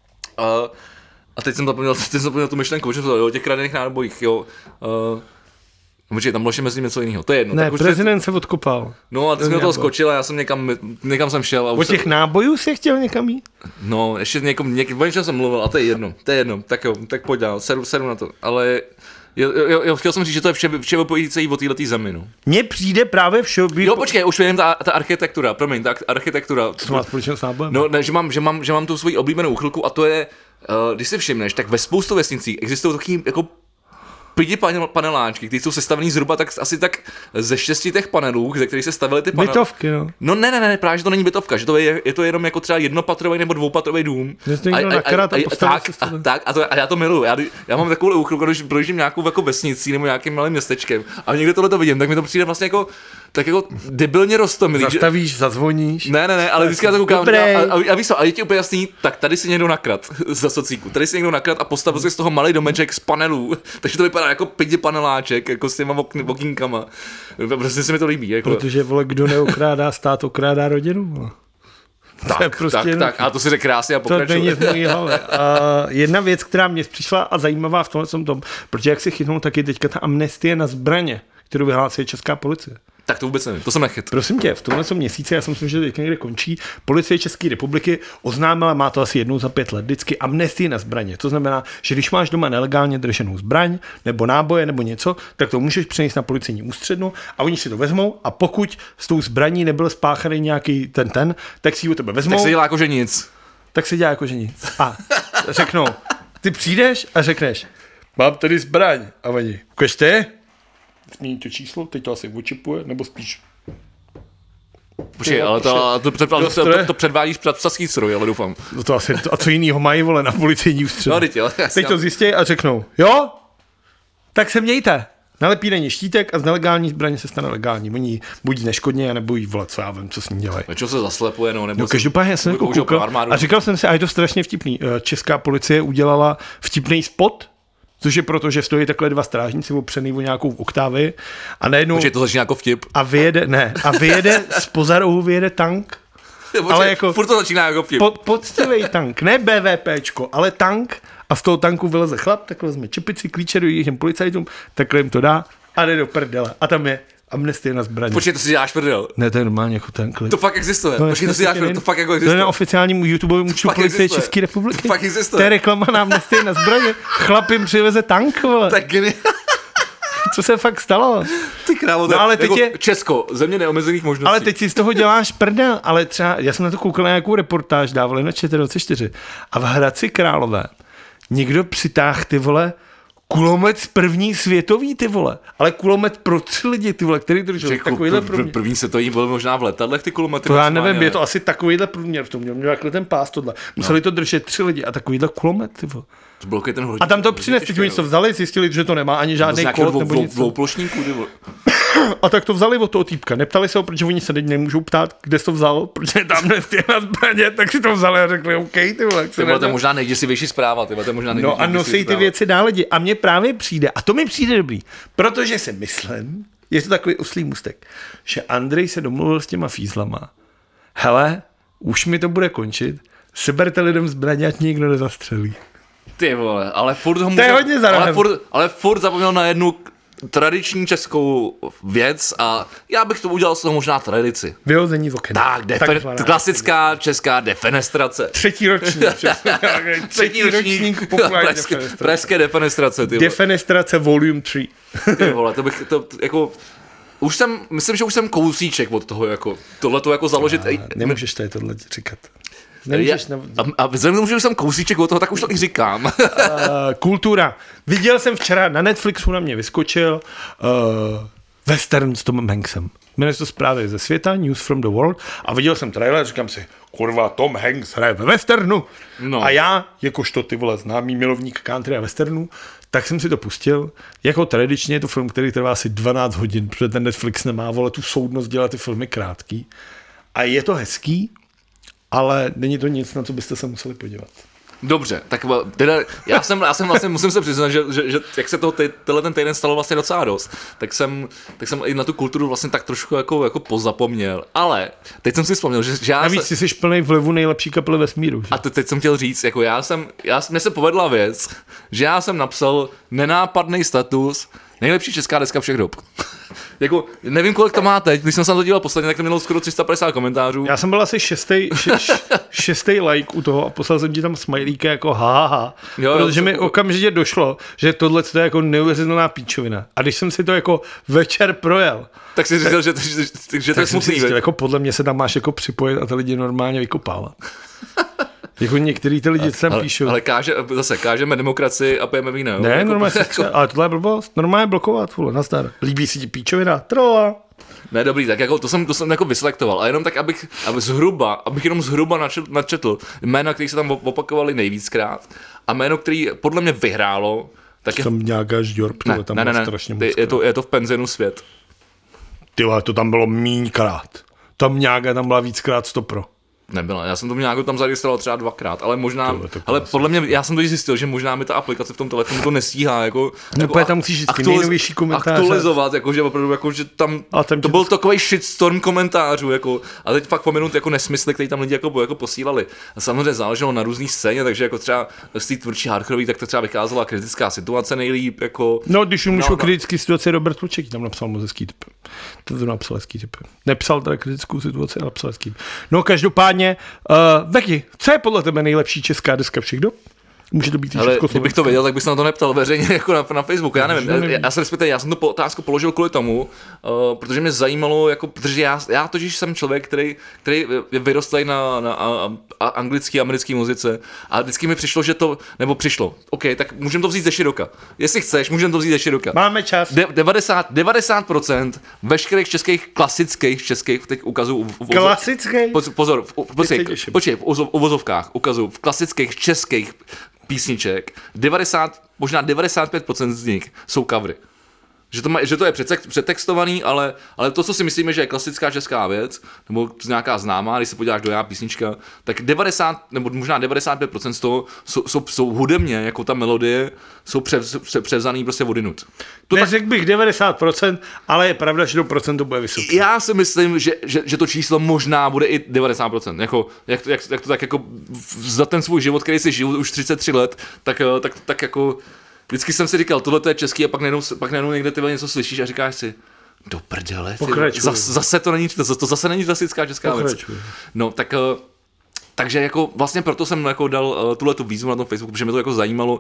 A teď jsem zapomněl tu myšlenku, že o těch kradených nábojích, jo. Počkej, tam bylo mezi ním něco jiného, to je jedno. Ne, tak prezident se odkopal. No a ty jsi mi do toho skočil a já jsem někam jsem šel. A o těch nábojů jsi chtěl někam jít? No, ještě o něčem jsem mluvil a to je jedno, tak jo, tak pojď dál, seru na to, ale... Jo, chtěl jsem říct, že to je vše vypovídající o této zemi, no. Mně přijde právě vše... Jo, počkej, už vidím ta architektura, promiň, ta architektura. Co má společně s nábojem? No, ne, že mám tu svoji oblíbenou úchylku a to je, když si všimneš, tak ve spoustu vesnicích existují takový jako pidi paneláčky, které jsou sestavený zhruba asi tak ze 6 těch panelů, ze kterých se stavily ty panely. Bytovky, no. No ne, právě, že to není bytovka, že to je to jenom jako třeba jednopatrový nebo dvoupatrový dům. A já to miluju. Já mám takovou úchylku, když projíždím nějakou jako vesnicí nebo nějakým malým městečkem a někde tohle to vidím, tak mi to přijde vlastně jako tak jako debilně roztomilý. Zastavíš, zazvoníš. Ne, ale vždycky já to koukám a víš co, a je ti úplně jasný, tak tady si někdo nakrad za socíku, tady si někdo nakrad a postavil si z toho malý domeček z panelů, takže to vypadá jako 5 paneláček, jako s těma okýnkama. Prostě se mi to líbí. Jako. Protože, vole, kdo neokrádá stát, okrádá rodinu. Tak, a to si řekl krásně a pokračuje. To není z mojí hlavy. Jedna věc, která mě přišla a zajímavá v tomhle tom, protože jak si chytnul, tak je teďka ta amnestie na zbraně, kterou vyhlásí česká policie. Tak to vůbec nevím, to jsem nechyt. Prosím tě, v tomhle měsíci, já si myslím, že teď někde končí, policie České republiky oznámila, má to asi jednou za 5 let, vždycky amnestii na zbraně. To znamená, že když máš doma nelegálně drženou zbraň, nebo náboje, nebo něco, tak to můžeš přenést na policejní ústřednu a oni si to vezmou a pokud s tou zbraní nebyl spáchaný nějaký ten, tak si ji u tebe vezmou. Tak se dělá jako že nic. Tak se dělá jako že nic. A řeknou, ty přijdeš a řekneš, mám tady zbraň. A oni, ukažte, změní to číslo, teď to asi očipuje, nebo spíš. Počkej, ale to předvádíš před psaský stroj, ale doufám. To asi, a co jinýho mají, vole, na policejní ústředu. No, teď to zjistějí a řeknou, jo, tak se mějte. Nalepí na ně štítek a z nelegální zbraně se stane legální. Oni buď neškodně, nebo jí volat, co já vím, co s ním dělají. Čo se zaslepuje, no, nebo každopádně jsem jako koukal a říkal jsem si, a je to strašně vtipný. Česká policie udělala vtipný spot, což je proto, že stojí takhle 2 strážníci opřený o nějakou oktávy a najednou... Počkej, to začíná jako vtip. A vyjede zpoza rohu vyjede tank. Počkej, ale jako furt to začíná jako vtip. Poctivej tank, ne BVPčko, ale tank a z toho tanku vyleze chlap, takhle vezme čepici, klíče do těm policajtům, takhle jim to dá a jde do prdele. A tam je amnestie na zbraně. Počkej, to si děláš prdel. Ne, to je normálně jako ten klip. To fakt existuje. No, počkej, to si děláš prdel, to fakt jako existuje. To je na oficiálním YouTubeovém účtu policie České republiky. To fakt existuje. To je reklama na amnestie na zbraně. Chlap jim přiveze tank, vole. Tak geniální. Co se fakt stalo? Ty krávo, no, ale teď jako je... Česko, země neomezených možností. Ale teď si z toho děláš prdel, ale třeba, já jsem na to koukal na nějakou reportáž, dávali na ČT24 a v Hradci Králové někdo přitáhl, ty vole, kulomet z první světový, ty vole, ale kulomet pro 3 lidi, ty vole, který držel takovýhle průměr. První světový byl možná v letadlech ty kulomety. To já nevím, je to asi takovýhle průměr v tom, měl takhle ten pás tohle. Museli to držet 3 lidi a takovýhle kulomet, ty vole. To byl ten a tam to přinesli, oni to vzali, zjistili, že to nemá ani žádný kód nebo nic. Dvouplošníků, ty vole. A tak to vzali od toho týpka. Neptali se ho, protože oni se teď nemůžou ptát, kde jsi to vzal, protože tam amnestie na zbraně, tak si to vzali a řekli, OK, ty vole. To je možná nejděsivější zpráva, ty vole, to je možná no a nosej ty věci dál lidi. A mně právě přijde, a to mi přijde dobrý, protože si myslím, je to takový oslý můstek, že Andrej se domluvil s těma fízlama. Hele, už mi to bude končit, seberte lidem zbraně, ať nikdo nezastřelí. Ty vole, ale furt ho může, ale furt zapomněl na jednu tradiční českou věc a já bych to udělal z toho možná tradici. Vyhození z oken. Tak, klasická česká defenestrace. 3. ročník. Třetí ročník pražské defenestrace. Defenestrace volume 3. Ty vole, to jako... Myslím, že už jsem kousíček od toho, jako, tohleto jako založit. Nemůžeš tady tohle říkat. A vzhledem k tomu, že jsem kousíček od toho, tak už to i říkám. Kultura. Viděl jsem včera, na Netflixu na mě vyskočil western s Tomem Hanksem. Jmenuje se to Zprávy ze světa, News from the World. A viděl jsem trailer, říkám si, kurva, Tom Hanks hraje ve westernu. No. A já, jakožto ty vole známý milovník country a westernu, tak jsem si to pustil. Jako tradičně je to film, který trvá asi 12 hodin, protože ten Netflix nemá, vole, tu soudnost dělat ty filmy krátký. A je to hezký, ale není to nic, na co byste se museli podívat. Dobře, tak teda, já jsem vlastně, musím se přiznat, že jak se toho tenhle ten týden stalo vlastně docela dost, tak jsem i na tu kulturu vlastně tak trošku jako pozapomněl, ale teď jsem si vzpomněl, že já... Navíc jsi plný vlivu nejlepší kapely vesmíru. Že? A teď jsem chtěl říct, jako mně se povedla věc, že já jsem napsal nenápadný status nejlepší česká deska všech dob. Jako, nevím, kolik to má teď, když jsem se na to díval posledně, tak to mělo skoro 350 komentářů. Já jsem byl asi šestý like u toho a poslal jsem ti tam smajlíka jako ha, protože mi okamžitě došlo, že tohle je jako neuvěřitelná píčovina. A když jsem si to jako večer projel, tak si říkal, že to je smutný. Jako podle mě se tam máš jako připojit a ty lidi normálně vykopávat. Jako některý ty lidi tam píšou. Ale kážeme demokracii a pijeme víno. Ne, jako normálně ale tohle je blbost. Normálně blokovat, vole, nazdar. Líbí si ti píčovina? Trola. Ne, dobrý, tak jako to jsem jako vyselektoval, ale jenom tak, abych jenom zhruba načetl jména, které se tam opakovaly nejvíckrát a jméno, který podle mě vyhrálo, tak je... Tam nějaká žďorb, ne, tam ne, strašně moc. Je to v Penzenu Svět. Ty vole, to tam bylo míňkrát. Tam nějaká tam byla víckrát 100 pro. Nebyla, já jsem to nějak tam zaregistroval třeba 2krát, ale možná, ale podle mě, já jsem to zjistil, že možná mi ta aplikace v tom telefonu to nestíhá, jako tam musíš vždycky nejnovější komentáře aktualizovat, jako že opravdu, jako že tam to byl takovej shitstorm komentářů, jako a teď fakt pominout jako nesmysly, který tam lidi jako posílali. A samozřejmě záleželo na různý scéně, takže jako třeba z té tvrdší hardcoreový, tak to třeba vycházela kritická situace nejlíp, jako. No, když mluvíš o kritické situaci, Robert Vlček tam napsal moc hezký typ. To napsal hezký typ. Nepsal teda kritickou situaci, ale napsal hezký. No, každopádně, Veky, co je podle tebe nejlepší česká deska všech dob? Může to být ale kdybych to věděl, tak bych se na to neptal veřejně jako na Facebooku, já nevím. Já jsem tu otázku položil kvůli tomu, protože mě zajímalo, jako, protože já totiž jsem člověk, který je vyrostlý na anglický a americký muzice a vždycky mi přišlo, že to, nebo přišlo, OK, tak můžeme to vzít ze široka. Jestli chceš, můžeme to vzít ze široka. Máme čas. 90% veškerých klasických českých, teď ukazuju. Klasických? Pozor, počkej, v uvozovkách ukazuju, v klasických českých písniček, možná 95% z nich jsou covery. Že to je přetextovaný, ale to, co si myslíme, že je klasická česká věc, nebo nějaká známá, když se podíváš do já písnička, tak 90, nebo možná 95% z toho jsou hudebně, jako ta melodie, jsou převzaný prostě odinut. Neřekl bych 90%, ale je pravda, že to procento bude vysoké. Já si myslím, že to číslo možná bude i 90%. Jako, jak to tak jako za ten svůj život, který si žil už 33 let, tak jako vždycky jsem si říkal, tohle to je český a pak najednou někde ty něco slyšíš a říkáš si, do prdele, zase to zase není klasická česká věc. No, takže jako vlastně proto jsem jako dal tuhletu výzvu na tom Facebooku, protože mě to jako zajímalo,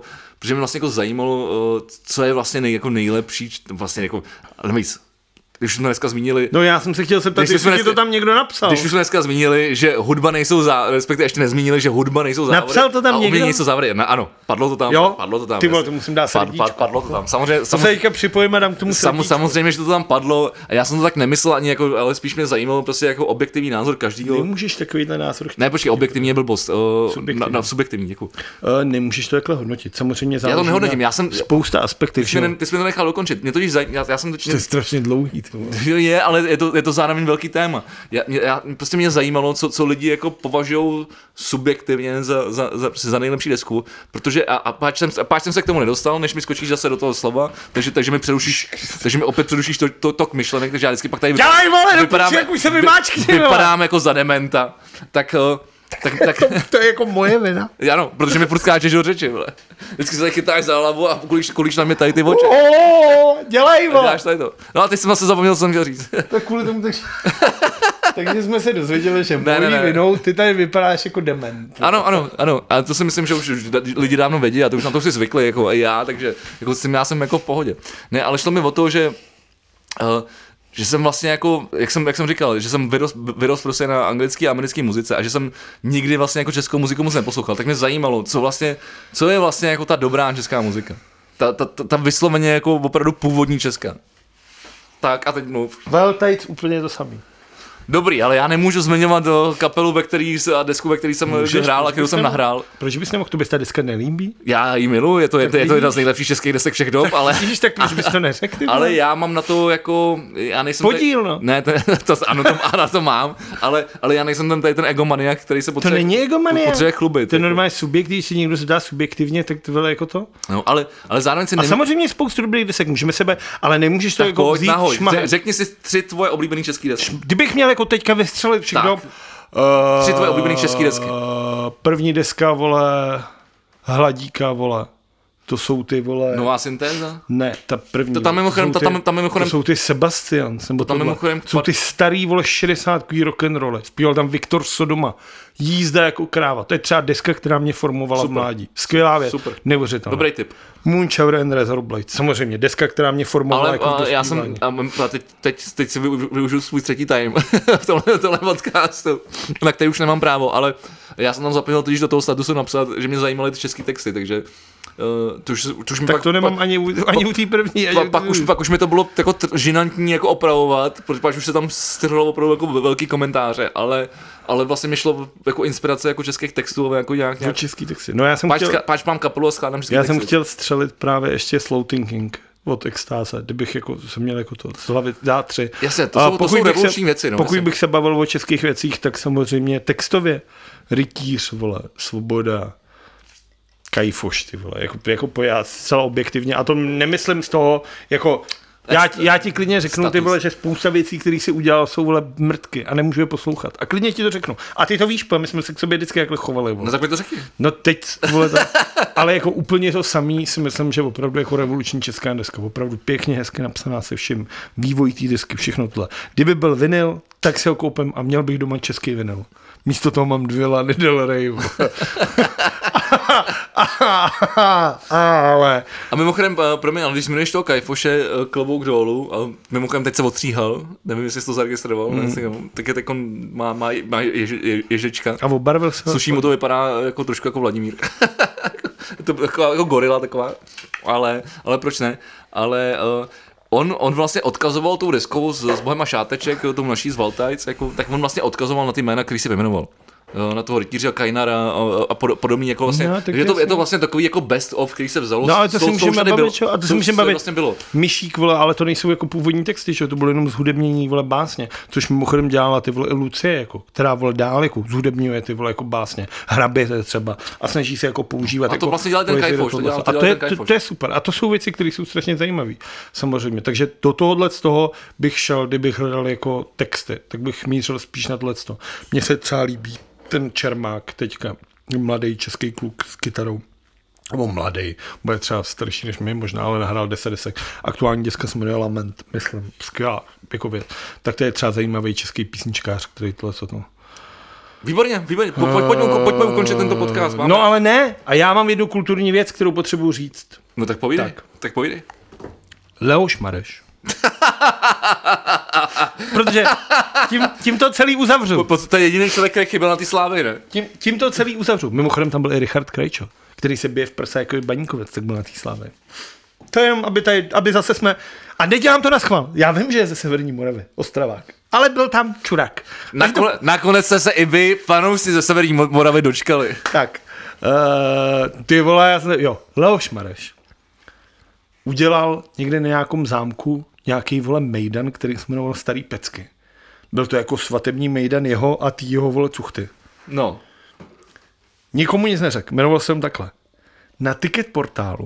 co je vlastně jako nejlepší, vlastně jako, ale víc. Když jsme dneska zmínili. No já jsem se chtěl zeptat, jestli ti to tam někdo napsal. Když jsme dneska zmínili, že hudba nejsou respektive ještě nezmínili, že hudba nejsou závody. Napsal to tam někdo? Nejsou závody. No, ano, padlo to tam. Jo? Padlo to tam. Ty vole, to musím dát srdíčko. Padlo to tam. Samozřejmě. To se teďka připojíme, dám k tomu srdíčko. Samozřejmě, že to tam padlo. A já jsem to tak nemyslel ani jako, ale spíš mě zajímalo prostě jako objektivní názor každého. Nemůžeš takovýhle názor chtít. Ne, počkej, objektivní je blbost. Subjektivní, děkuji. Nemůžeš to takhle hodnotit. Samozřejmě záleží. Já to nehodnotím, já jsem spousta aspektů. Ty jsi mi to nechal dokončit. Mě to já jsem to je strašně dlouhý. Je, ale je to zároveň velký téma. Prostě mě zajímalo, co lidi jako považují subjektivně za nejlepší desku, protože páč jsem se k tomu nedostal, než mi skočíš zase do toho slova, takže mi opět přerušíš to tok myšlenek, takže já vždycky pak tady vypadám jako za dementa. Tak to je jako moje vina. Ano, protože mi furt skáčeš do řeči, vole. Vždycky se tady chytáš za hlavu a kulíš na mě tady ty oči. Dělej, vole. No a teď jsem zase zapomněl, co jsem chtěl říct. Tak kvůli tomu takže jsme se dozvěděli, že mojí vinou ty tady vypadáš jako dement. Ano. A to si myslím, že už lidi dávno vědí a to už na to si zvykli, jako i já, takže jako s tím já jsem jako v pohodě. Ne, ale šlo mi o to, že jsem vlastně jako, jak jsem říkal, že jsem vyrost prostě na anglický a americký muzice a že jsem nikdy vlastně jako českou muziku moc neposlouchal, tak mě zajímalo, co je vlastně jako ta dobrá česká muzika. Ta vysloveně jako opravdu původní česká. Tak a teď mluv. Veltajc úplně to samý. Dobrý, ale já nemůžu zmiňovat kapelu, a desku, ve který jsem hrál a kterou jsem nahrál. Proč bys nemohl, to bys ta deska nelíbí? Já ji miluji, je to jedna z nejlepších českých desek všech dob, ale... Tak proč bys to neřekl? Ale já mám na to jako... Já nejsem podíl, no. Ne, to mám, ale já nejsem ten egomaniak, který se potřebuje... To není egomaniak. Chlubit. To je normálně subjekt, když si někdo zdá subjektivně, tak to bylo jako to. No, ale zároveň si... A samozřejmě spoustu dobrých desek, můžeme ale nemůžeš to jako vzít šmahrat. Řekni si 3 tvoje oblíbené české desky. Kdybych měl jako teďka vystřelit všechno. 3 tvoje oblíbené české desky. První deska, vole, Hladíka, vole. To jsou ty, vole... Nová syntéza? Ne, ta první. To tam mimochodem... To jsou ty Sebastians, nebo to jsou ty starý, vole, 60kový rock'n'rolle. Zpíval tam Viktor Sodoma. Jízda jako kráva. To je třeba deska, která mě formovala v mládí. Skvělá věc. Super. Neuvěřitelná. Dobrý tip. Moonshine and Razor Blade. Samozřejmě, deska, která mě formovala ale, jako já jsem, teď si využiju svůj třetí time v tomhle podcastu, na který už nemám právo, ale já jsem tam zapomněl totiž do toho statusu napsat, že mě zajímaly ty český texty, takže tak to nemám ani u té první. Pak už mi to bylo jako žinantní jako opravovat, protože pak už se tam strhlo opravdu jako velký komentáře, ale vlastně mi šlo jako inspirace jako českých textů, jako nějak český texty. No já jsem páč mám kapelu a skládám český texty. Já jsem chtěl střelit právě ještě Slow Thinking. od extáze, kdybych jako jsem měl jako to z hlavy dát 3. Jasně, to jsou revoluční věci. No, pokud bych se bavil o českých věcích, tak samozřejmě textově Rytíř, vole, Svoboda, Kajfoš, ty vole, jako já zcela objektivně, a to nemyslím z toho, jako já ti klidně řeknu, ty vole, že spousta věcí, které si udělal, jsou vole mrtky a nemůžu je poslouchat. A klidně ti to řeknu. A ty to víš, my jsme se k sobě vždycky jakhle chovali. Vole. No tak mi to řekni. No teď, vole, ale jako úplně to samý si myslím, že opravdu jako revoluční česká deska, opravdu pěkně, hezky napsaná se vším, vývoj té desky, všechno tohle. Kdyby byl vinyl, tak si ho koupím a měl bych doma český vinyl. Místo toho mám 2 Lany Del Rey. Ale... A mimochodem, promiň, ale když jmenuješ toho Kajfoše, klobouk dolů, a mimochodem teď se otříhal, nevím, jestli jsi to zaregistroval, tak je má ježečka. A obarvil se. Suší mu to vypadá jako trošku jako Vladimír. To taková jako gorila taková, ale proč ne? Ale on vlastně odkazoval tou deskou s Bohem a šáteček, tomu naší z Valtajc, jako, tak on vlastně odkazoval na ty jména, který si vyjmenoval. Na toho Rytíře, Kajnara a podobný, jako vlastně, no, takže je to vlastně takový jako best of, který se vzalo. No ale to si můžeme bavit, čo? A to si můžeme bavit, vlastně bylo. Myšík, vole, ale to nejsou jako původní texty, čo? To bylo jenom zhudebnění, vole, básně, což mimochodem dělala ty vole i Lucie, jako, která vole dál jako zhudebňuje ty vole jako básně, hrabě třeba a snaží se jako používat. A to jako, vlastně dělá ten Kajfoš. A to je super. A to jsou věci, které jsou strašně zajímavé. Samozřejmě. Takže do tohohle z toho bych šel, kdybych hledal jako texty, tak bych mířil spíš na tohleto. Mně se třeba líbí ten Čermák teďka, mladý český kluk s kytarou, nebo mladý, bude třeba starší než my, možná, ale nahrál 10 desek. Aktuální deska se jmenuje Lament, myslím, skvělá jako věc. Tak to je třeba zajímavý český písničkář, který tohle co to. Výborně. Pojďme ukončit tento podcast. Máme. No ale ne, a já mám jednu kulturní věc, kterou potřebuji říct. No tak povídej. Tak povídej. Leoš Mareš. Protože tím to celý uzavřu. To je jediný člověk, který chyběl na ty slávy, ne? Tím to celý uzavřu. Mimochodem tam byl i Richard Krejčo, který se bije v prse jako baníkovec, tak byl na té slávě. To je jenom, aby zase jsme... A nedělám to na schvál. Já vím, že je ze Severní Moravy, Ostravák. Ale byl tam čurák. Nakonec se i vy, fanoušci ze Severní Moravy, dočkali. Tak. Ty vole, Leoš Mareš udělal někde na nějakém zámku nějaký vole mejdan, který se jmenoval Starý Pecky. Byl to jako svatební mejdan jeho a týho vole cuchty. No. Nikomu nic neřekl, jmenoval jsem takhle. Na ticket portálu.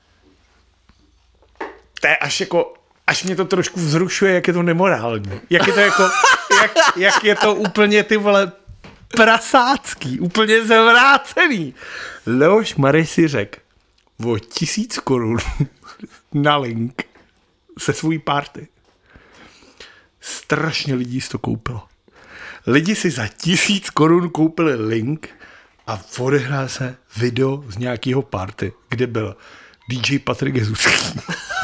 To je až mě to trošku vzrušuje, jak je to nemorální. Jak je to jako, jak je to úplně ty vole prasácký, úplně zvrácený. Leoš Mareš si řekl o 1000 korun na link se svůj party. Strašně lidí si to koupilo. Lidi si za 1000 korun koupili link a odehrál se video z nějakého party, kde byl DJ Patrik Jezuský.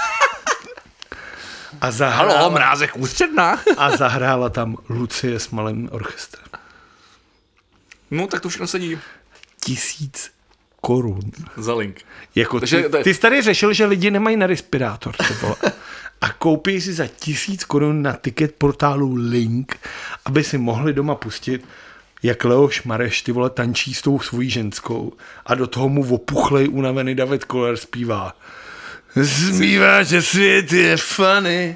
A Halo, Mrázek ústředná. A zahrála tam Lucie s malým orchestrem. No, tak to všechno sedí. 1000 korun. Za link. Jako ty jsi tady řešil, že lidi nemají na respirátor. A koupí si za 1000 korun na ticket portálu link, aby si mohli doma pustit, jak Leoš Mareš ty vole tančí s tou svojí ženskou a do toho mu opuchlej unavený David Koller zpívá. Zpívá, že svět je funny.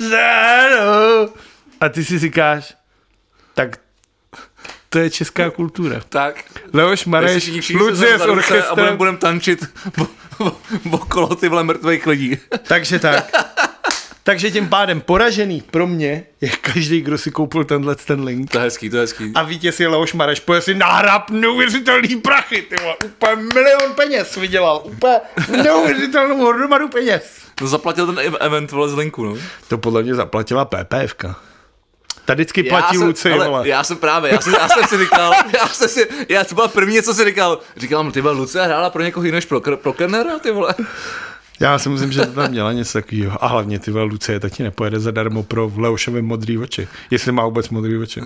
A ty si říkáš, tak to je česká kultura. Tak. Leoš Mareš, Lucie s orchestrem. A budem tančit okolo ty vole mrtvých lidí. Takže tak. Takže tím pádem poražený pro mě je každý, kdo si koupil ten link. To je hezký. A vítěz je Leoš Mareš, pojď si nahrab neuvěřitelný prachy, ty vole, úplně 1 milion peněz vydělal, úplně neuvěřitelnou hromadu peněz. To zaplatil ten event, vole, z linku, no. To podle mě zaplatila PPFka. Ta vždycky platí Luci, vole. Já jsem si říkal, to byla první, co si říkal. Říkal, ty vole, Lucie hrála pro někoho jiného než pro Kernera, ty vole. Já si myslím, že to tam měla něco takového. A hlavně ty vole, Lucie taky nepojede zadarmo pro Leošovi modrý oči. Jestli má vůbec modrý oči.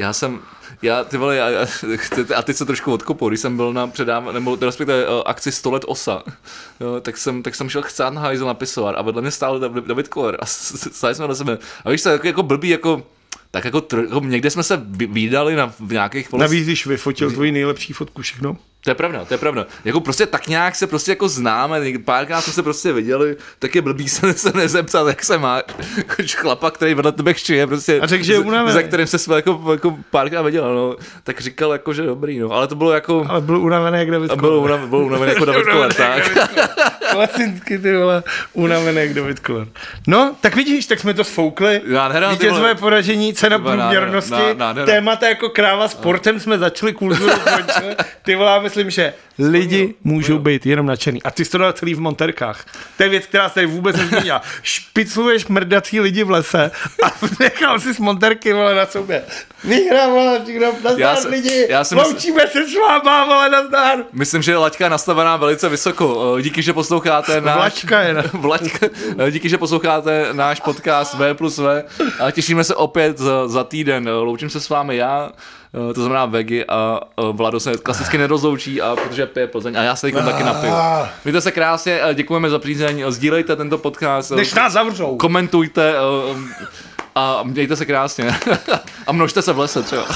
A teď se trošku odkopou, když jsem byl na nebo respektive akci 100 let OSA, jo, tak jsem šel chcát na hajzel na pisoár a vedle mě stál David Koller a stáli jsme na sebe. A víš, to jako blbý, jako tak jako někde jsme se vídali v nějakých... Navíc, když vyfotil tvoji nejlepší fotku, všechno. To je pravda. Jako prostě tak nějak se prostě jako známe, párkrát jsme se prostě viděli, tak je blbý se nezeptat, jak se má chlapa, který vedle tebe chčije, prostě, a řek, že je unavený. za kterým se jako párkrát viděl, no, tak říkal jako, že dobrý, no, ale to bylo jako... Ale byl unavený jak David Koller. Byl unavený jako David Koller, tak. Klasicky, ty vole, unavený jak David Koller. No, tak vidíš, tak jsme to sfoukli. Vítězové poražení, cena průměrnosti, témata jako kráva sportem jsme začali, kulturu končili. Ty vole, myslím, že lidi můžou být jenom nadšený. A ty jsi to dal celý v monterkách. To je věc, která se tady vůbec nezměnila. Špicluješ mrdací lidi v lese a nechal si z monterky, vole, na sobě. Vyhrá, vole, nazdár lidi, loučíme se s váma, vole, nazdár. Myslím, že je laťka nastavená velice vysoko. Díky, že posloucháte díky, že posloucháte náš podcast V+V. A těšíme se opět za týden. Loučím se s vámi já, to znamená Vegi, a Vlado se klasicky nerozloučí, a protože pije Plzeň a já se taky napiju. Mějte se krásně, děkujeme za přízeň, sdílejte tento podcast. Než nás zavřou. Komentujte a mějte se krásně. A množte se v lese třeba.